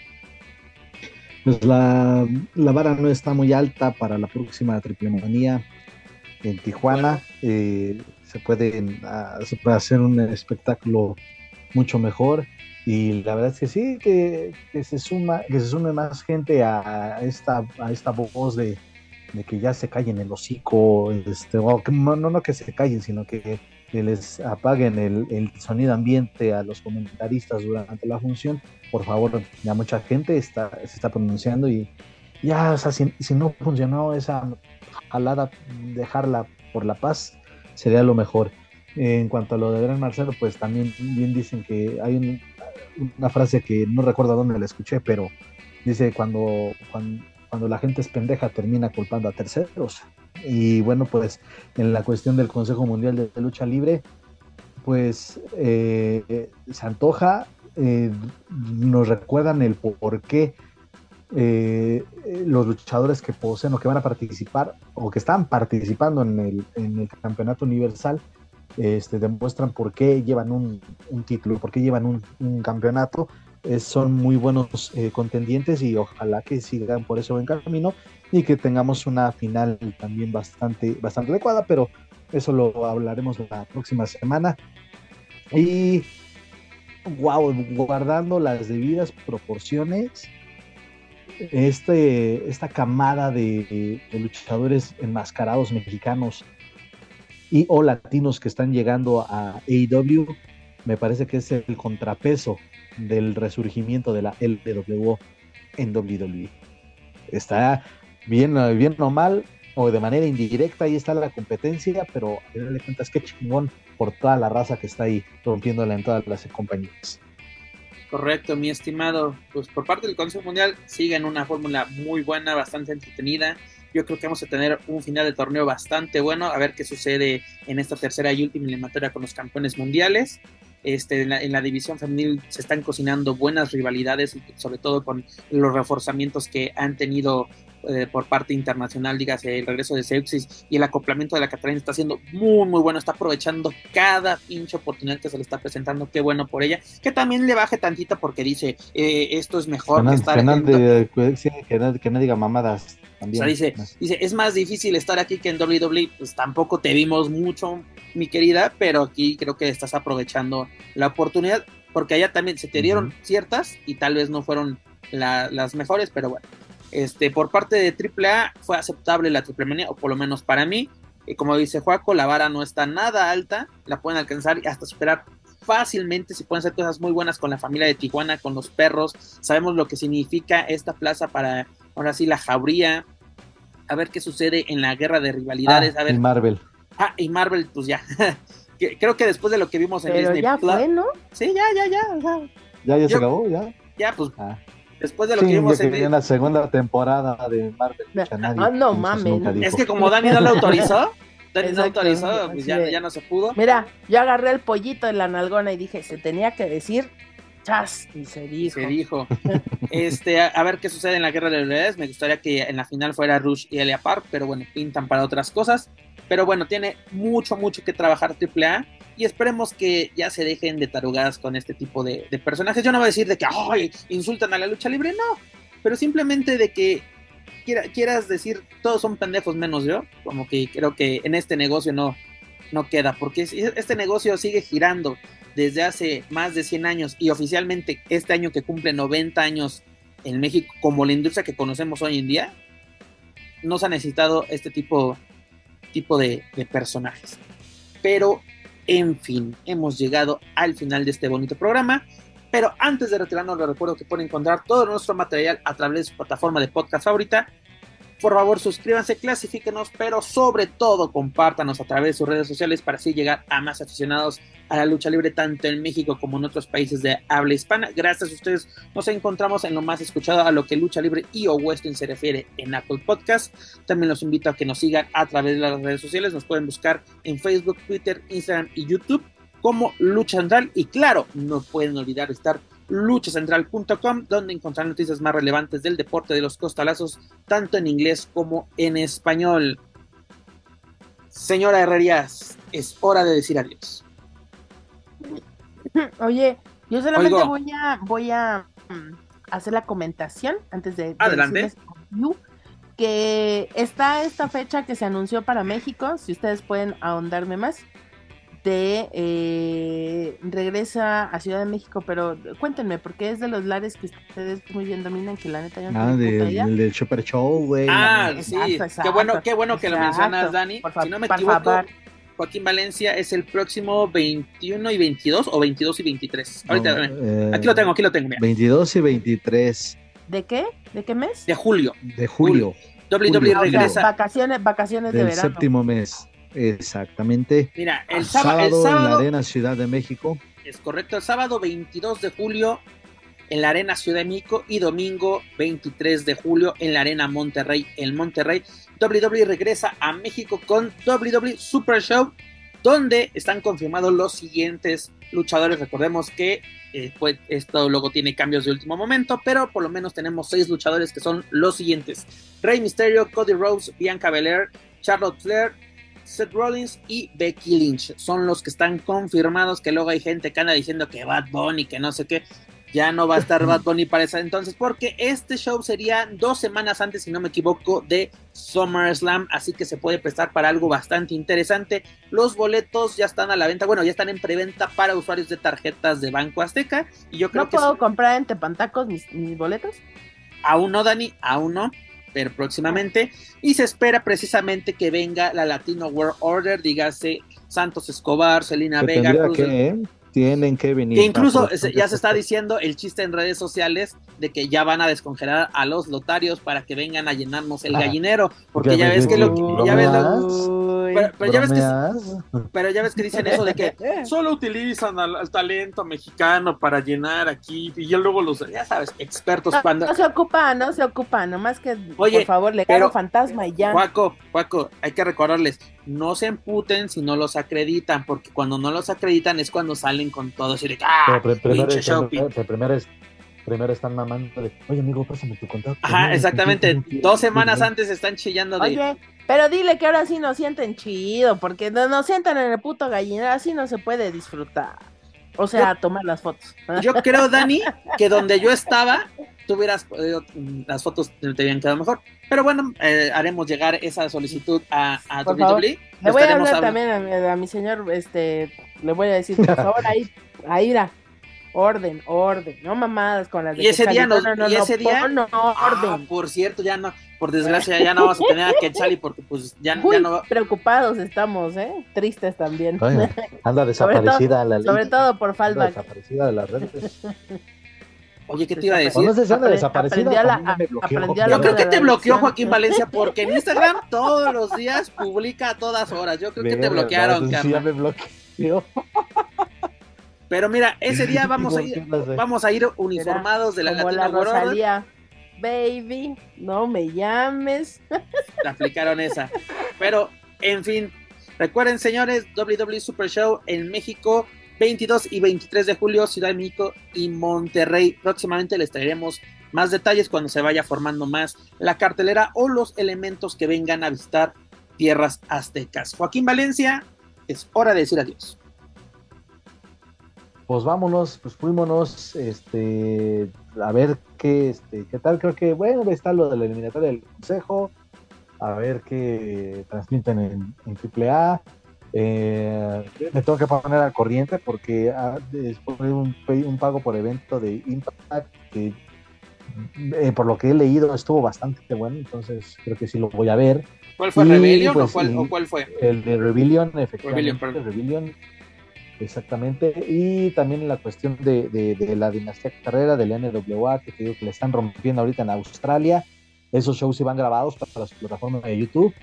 Pues la, la vara no está muy alta para la próxima Triple Manía en Tijuana. Bueno. Eh, se, puede, ah, se puede hacer un espectáculo mucho mejor, y la verdad es que sí, que, que se suma, que se sume más gente a esta, a esta voz de, de que ya se callen el hocico, este, o que no, no, no que se callen, sino que, que les apaguen el, el sonido ambiente a los comentaristas durante la función. Por favor, ya mucha gente está, se está pronunciando, y ya, o sea, si, si no funcionó esa jalada, dejarla por la paz sería lo mejor. En cuanto a lo de Adrián Marcelo, pues también bien dicen que hay un, una frase que no recuerdo dónde la escuché, pero dice cuando, cuando, cuando la gente es pendeja termina culpando a terceros. Y bueno, pues en la cuestión del Consejo Mundial de Lucha Libre, pues eh, se antoja, eh, nos recuerdan el por qué eh, los luchadores que poseen o que van a participar o que están participando en el, en el campeonato universal, Este, demuestran por qué llevan un, un título, por qué llevan un, un campeonato. Eh, son muy buenos eh, contendientes, y ojalá que sigan por ese buen camino y que tengamos una final también bastante, bastante adecuada, pero eso lo hablaremos la próxima semana. Y wow, guardando las debidas proporciones, este, esta camada de, de luchadores enmascarados mexicanos y o latinos que están llegando a A E W, me parece que es el contrapeso del resurgimiento de la L W O en W W E. Está bien, bien o mal, o de manera indirecta, ahí está la competencia, pero a final de cuentas, qué chingón por toda la raza que está ahí rompiéndola en todas las compañías. Correcto, mi estimado. Pues por parte del Consejo Mundial siguen una fórmula muy buena, bastante entretenida. Yo creo que vamos a tener un final de torneo bastante bueno, a ver qué sucede en esta tercera y última eliminatoria con los campeones mundiales. Este, en, la, en la división femenil se están cocinando buenas rivalidades, sobre todo con los reforzamientos que han tenido eh, por parte internacional, dígase el regreso de Seuxis y el acoplamiento de la Catalina está siendo muy muy bueno, está aprovechando cada pinche oportunidad que se le está presentando, qué bueno por ella, que también le baje tantito porque dice, eh, esto es mejor que, no, que estar que, no, en... de, que, no, que no diga mamadas. También. O sea, dice, dice, es más difícil estar aquí que en W W E, pues tampoco te vimos mucho, mi querida, pero aquí creo que estás aprovechando la oportunidad, porque allá también se te dieron uh-huh. ciertas y tal vez no fueron la, las mejores, pero bueno, este, por parte de Triple A fue aceptable la Triple Manía, o por lo menos para mí, y como dice Juaco, la vara no está nada alta, la pueden alcanzar y hasta superar fácilmente, si pueden hacer cosas muy buenas con la familia de Tijuana, con los perros, sabemos lo que significa esta plaza para, ahora sí, la jauría, a ver qué sucede en la guerra de rivalidades, ah, a ver. Y Marvel. Ah, y Marvel, pues ya, creo que después de lo que vimos en Pero Disney ya Plus, fue, ¿no? Sí, ya, ya, ya, o sea, ya, ya yo, se acabó, ya. Ya, pues, ah. después de lo sí, que vimos ya en que en la segunda temporada de Marvel. Ah, no mames. Es que como Dani no lo autorizó, Dani no autorizó, pues ya, ya no se pudo. Mira, yo agarré el pollito en la nalgona y dije, se tenía que decir chas, y se dijo. Se dijo. este, a, a ver qué sucede en la guerra de rivalidades. Me gustaría que en la final fuera Rush y Elia Park, pero bueno, pintan para otras cosas. Pero bueno, tiene mucho, mucho que trabajar Triple A. Y esperemos que ya se dejen de tarugadas con este tipo de, de personajes. Yo no voy a decir de que ¡ay! Insultan a la lucha libre, no. Pero simplemente de que quiera, quieras decir todos son pendejos menos yo. Como que creo que en este negocio no, no queda. Porque este negocio sigue girando desde hace más de cien años. Y oficialmente este año que cumple noventa años en México, como la industria que conocemos hoy en día, no se ha necesitado este tipo, tipo de, de personajes. Pero en fin, hemos llegado al final de este bonito programa. Pero antes de retirarnos, les recuerdo que pueden encontrar todo nuestro material a través de su plataforma de podcast favorita. Por favor, suscríbanse, clasifíquenos, pero sobre todo compártanos a través de sus redes sociales para así llegar a más aficionados a la lucha libre, tanto en México como en otros países de habla hispana. Gracias a ustedes nos encontramos en lo más escuchado a lo que lucha libre y o wrestling se refiere en Apple Podcast. También los invito a que nos sigan a través de las redes sociales. Nos pueden buscar en Facebook, Twitter, Instagram y YouTube como Lucha Central. Y claro, no pueden olvidar estar lucha central punto com, donde encontrar noticias más relevantes del deporte de los costalazos, tanto en inglés como en español. Señora Herrerías, es hora de decir adiós. Oye, yo solamente Oigo. voy a voy a um, hacer la comentación antes de, de Adelante. decirles que está esta fecha que se anunció para México, si ustedes pueden ahondarme más, de eh, regresa a Ciudad de México, pero cuéntenme, porque es de los lares que ustedes muy bien dominan, que la neta yo no Ah, tengo de- puta idea. del, del Super Show, güey. Ah, Exacto, sí, exacto, qué bueno, qué bueno que lo exacto. mencionas, Dani. Por fa- Si no me por equivoco, favor. Joaquín Valencia es el próximo veintiuno y veintidós o veintidós y veintitrés. Ahorita, No, eh, eh, aquí lo tengo, aquí lo tengo, mira. veintidós y veintitrés ¿De qué? ¿De qué mes? De julio. de julio doble u doble u E Ah, o sea, regresa. vacaciones, vacaciones de del verano. séptimo mes. Exactamente. Mira, el sábado, sábado, el en la sábado Arena Ciudad de México. es correcto, el sábado veintidós de julio en la Arena Ciudad de México y domingo veintitrés de julio en la Arena Monterrey, en Monterrey. doble u doble u E regresa a México con doble u doble u E Super Show, donde están confirmados los siguientes luchadores. Recordemos que eh, pues, esto luego tiene cambios de último momento, pero por lo menos tenemos seis luchadores que son los siguientes: Rey Mysterio, Cody Rhodes, Bianca Belair, Charlotte Flair, Seth Rollins y Becky Lynch. Son los que están confirmados, que luego hay gente que anda diciendo que Bad Bunny, que no sé qué. Ya no va a estar Bad Bunny para ese entonces, porque este show sería dos semanas antes, si no me equivoco, de SummerSlam, así que se puede prestar para algo bastante interesante. Los boletos ya están a la venta, bueno, ya están en preventa para usuarios de tarjetas de Banco Azteca, y yo creo ¿No que puedo sí. comprar en Tepantacos mis, mis boletos? Aún no, Dani, aún no, pero próximamente. Y se espera precisamente que venga la Latino World Order, dígase Santos Escobar, Selena Que Vega, tendría Cruz que, del- ¿eh? Tienen que venir. que incluso para- se- ya se está diciendo el chiste en redes sociales de que ya van a descongelar a los lotarios para que vengan a llenarnos el Ah, gallinero, porque ya ya ves ves que lo que- ya ves lo- Uy. pero, pero ya ves que ¿Bromeas? pero ya ves que dicen eso de que solo utilizan al, al talento mexicano para llenar aquí y ya luego los, ya sabes, expertos No, cuando no se ocupa, no se ocupa, nomás que Oye, por favor le pero- cago fantasma y ya. Juaco, Juaco, hay que recordarles, no se emputen si no los acreditan, porque cuando no los acreditan es cuando salen con todo así de que, ah, Pero pre- primero, pinche show, primero, primero es, primero están mamando de, oye amigo, pásame tu contacto. Ajá, No, exactamente. no, no, Dos semanas no. antes están chillando de. Oye, pero dile que ahora sí nos sienten chido, porque no nos sientan en el puto gallinero, así no se puede disfrutar. O sea, tomar las fotos. Yo creo, Dani, que donde yo estaba, tú hubieras podido, mm, las fotos te habían quedado mejor. Pero bueno, eh, haremos llegar esa solicitud a, a Por doble u doble u E. Le Lo voy a estaremos hablar hablando. también a, mi- a mi señor, este, le voy a decir, por favor, ahí, ahí irá. Orden, orden, no mamadas con las de Y ese Quetzali. día no, nos- no, no, y no, ese día- pon Ah, orden. por cierto, ya no, por desgracia, ya no vamos a tener a Quetzali porque pues ya, Uy, ya no va. preocupados estamos, ¿eh? Tristes también. Oye, anda Sobre todo- desaparecida la Sobre lista, todo por anda fallback. desaparecida de las redes. Oye, ¿qué te iba a O decir? no sé si anda Apre- desaparecida. aprendió a la- también me bloqueó. aprendió a Yo la- creo que de te la bloqueó elección. Joaquín Valencia porque en Instagram todos los días publica a todas horas. Yo creo que te Verga, bloquearon, entonces sí, ya carnal. me bloqueó. Pero mira, ese día vamos a ¿Por qué ir, no sé? vamos a ir uniformados de la Como la Latino World Order. Rosalía. Baby, no me llames. Te aplicaron esa. Pero, en fin, recuerden, señores, doble u doble u E Super Show en México, veintidós y veintitrés de julio, Ciudad de México y Monterrey. Próximamente les traeremos más detalles cuando se vaya formando más la cartelera o los elementos que vengan a visitar tierras aztecas. Joaquín Valencia, es hora de decir adiós. Pues vámonos, pues fuímonos, este, a ver qué, este, qué tal. Creo que, bueno, está lo de la eliminatoria del consejo, a ver qué transmiten en, en triple A. Eh, me tengo que poner al corriente porque ah, después de un, un pago por evento de Impact que eh, por lo que he leído estuvo bastante bueno, entonces creo que sí lo voy a ver. ¿Cuál fue, Y, Rebellion pues, o, cuál, y- o cuál fue? El de Rebellion, efectivamente, Rebellion, perdón. Rebellion, Exactamente, y también en la cuestión de, de, de la dinastía carrera del N W A, que te digo que le están rompiendo ahorita en Australia. Esos shows iban grabados para su plataforma de YouTube.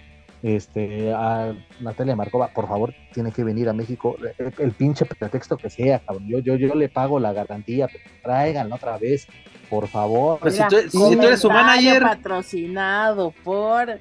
Este, a Natalia Markova, por favor, tiene que venir a México, el, el pinche pretexto que sea, cabrón. Yo, yo, yo le pago la garantía, pero tráiganlo otra vez, por favor. Pues si, tú, si tú eres su manager, patrocinado por...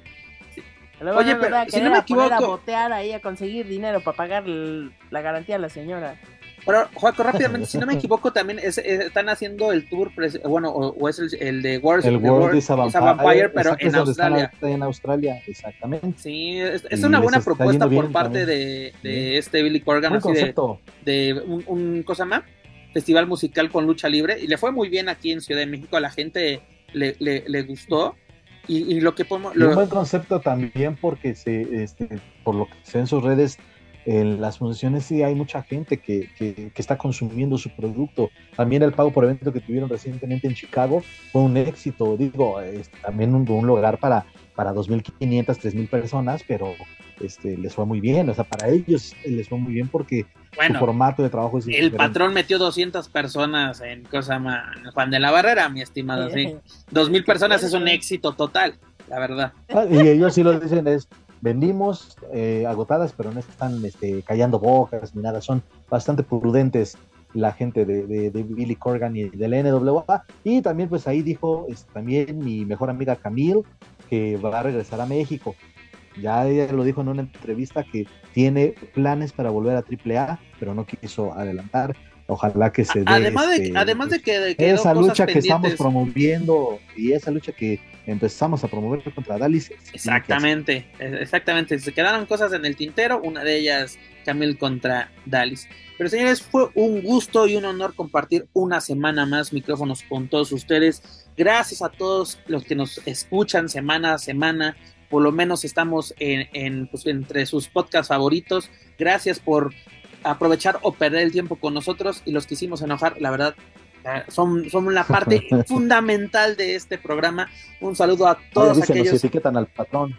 Luego Oye, no pero va a si no me a poner equivoco, a botear ahí a conseguir dinero para pagar el, la garantía a la señora. Pero, Joaco, rápidamente, si no me equivoco, también es, es, están haciendo el tour, bueno, o, o es el, el de Wars, el World, World is a Vampire, Vampire pero exacto, en Australia. En Australia, exactamente. Sí, es, es una buena propuesta por parte de, de este Billy Corgan, así de, de un, un cosa más, festival musical con lucha libre, y le fue muy bien aquí en Ciudad de México, a la gente le, le, le gustó. Y, y lo que podemos. Lo... Un buen concepto también, porque se, este, por lo que sé en sus redes, en las funciones sí hay mucha gente que, que, que está consumiendo su producto. También el pago por evento que tuvieron recientemente en Chicago fue un éxito. Digo, es también un, un lugar para, para dos mil quinientas, tres mil personas, pero este, les fue muy bien. O sea, para ellos les fue muy bien porque bueno, su formato de trabajo es diferente. El patrón metió doscientas personas en cosa más, Juan de la Barrera, mi estimado. Sí. dos mil personas es un éxito total, la verdad. Y ellos sí lo dicen, es vendimos eh, agotadas, pero no están este, callando bocas ni nada, son bastante prudentes la gente de, de, de Billy Corgan y del N W A. Y también pues ahí dijo es, también mi mejor amiga Camille que va a regresar a México. Ya ella lo dijo en una entrevista que tiene planes para volver a triple A, pero no quiso adelantar. Ojalá que se dé además de, este, además pues, de que de esa lucha que pendientes. estamos promoviendo y esa lucha que empezamos a promover contra Dallas. Exactamente, exactamente. Se quedaron cosas en el tintero, una de ellas Camille contra Dallas. Pero señores, fue un gusto y un honor compartir una semana más micrófonos con todos ustedes. Gracias a todos los que nos escuchan semana a semana. Por lo menos estamos en, en pues, entre sus podcasts favoritos. Gracias por aprovechar o perder el tiempo con nosotros, y los que hicimos enojar, la verdad, son, son la parte fundamental de este programa. Un saludo a todos Oye, aquellos. Nos etiquetan al patrón.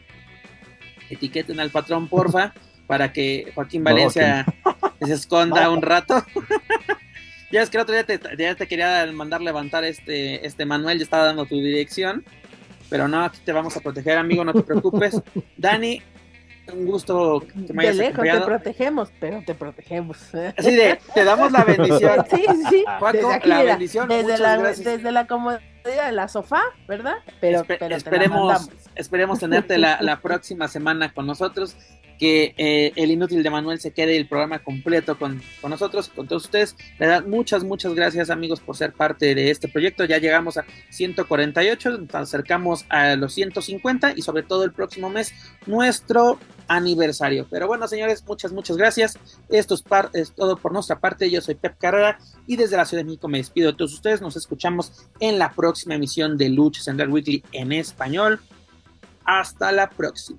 Etiqueten al patrón, porfa, para que Joaquín Valencia no, okay. se esconda no. un rato. Ya es que el otro día te, ya te quería mandar levantar este, este Manuel, ya estaba dando tu dirección, pero no, aquí te vamos a proteger, amigo, no te preocupes. Dani, un gusto que me hayas de lejos acompañado. te protegemos, pero te protegemos. Así de, te damos la bendición. Sí, sí. Juaco, desde aquí, la mira, bendición. Desde la, gracias. desde la comodidad de la sofá, ¿verdad? Pero, Espe- pero esperemos, esperemos tenerte la, la próxima semana con nosotros. Que eh, el inútil de Manuel se quede el programa completo con, con nosotros, con todos ustedes. Le dan muchas, muchas gracias, amigos, por ser parte de este proyecto. Ya llegamos a ciento cuarenta y ocho, nos acercamos a los ciento cincuenta y sobre todo el próximo mes, nuestro aniversario. Pero bueno, señores, muchas, muchas gracias. Esto es, par- es todo por nuestra parte. Yo soy Pep Carrera y desde la Ciudad de México me despido de todos ustedes. Nos escuchamos en la próxima emisión de Lucha Central Weekly en español. Hasta la próxima.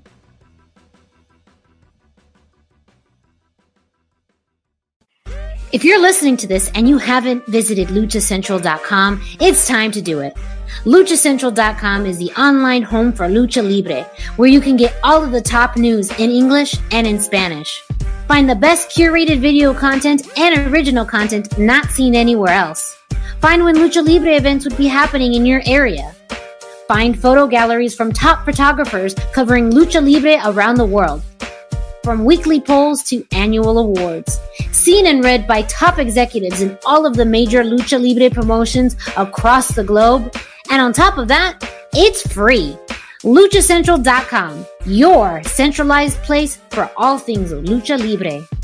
If you're listening to this and you haven't visited lucha central dot com, it's time to do it. lucha central dot com is the online home for Lucha Libre, where you can get all of the top news in English and in Spanish. Find the best curated video content and original content not seen anywhere else. Find when Lucha Libre events would be happening in your area. Find photo galleries from top photographers covering Lucha Libre around the world. From weekly polls to annual awards. Seen and read by top executives in all of the major Lucha Libre promotions across the globe. And on top of that, it's free. lucha central dot com, your centralized place for all things Lucha Libre.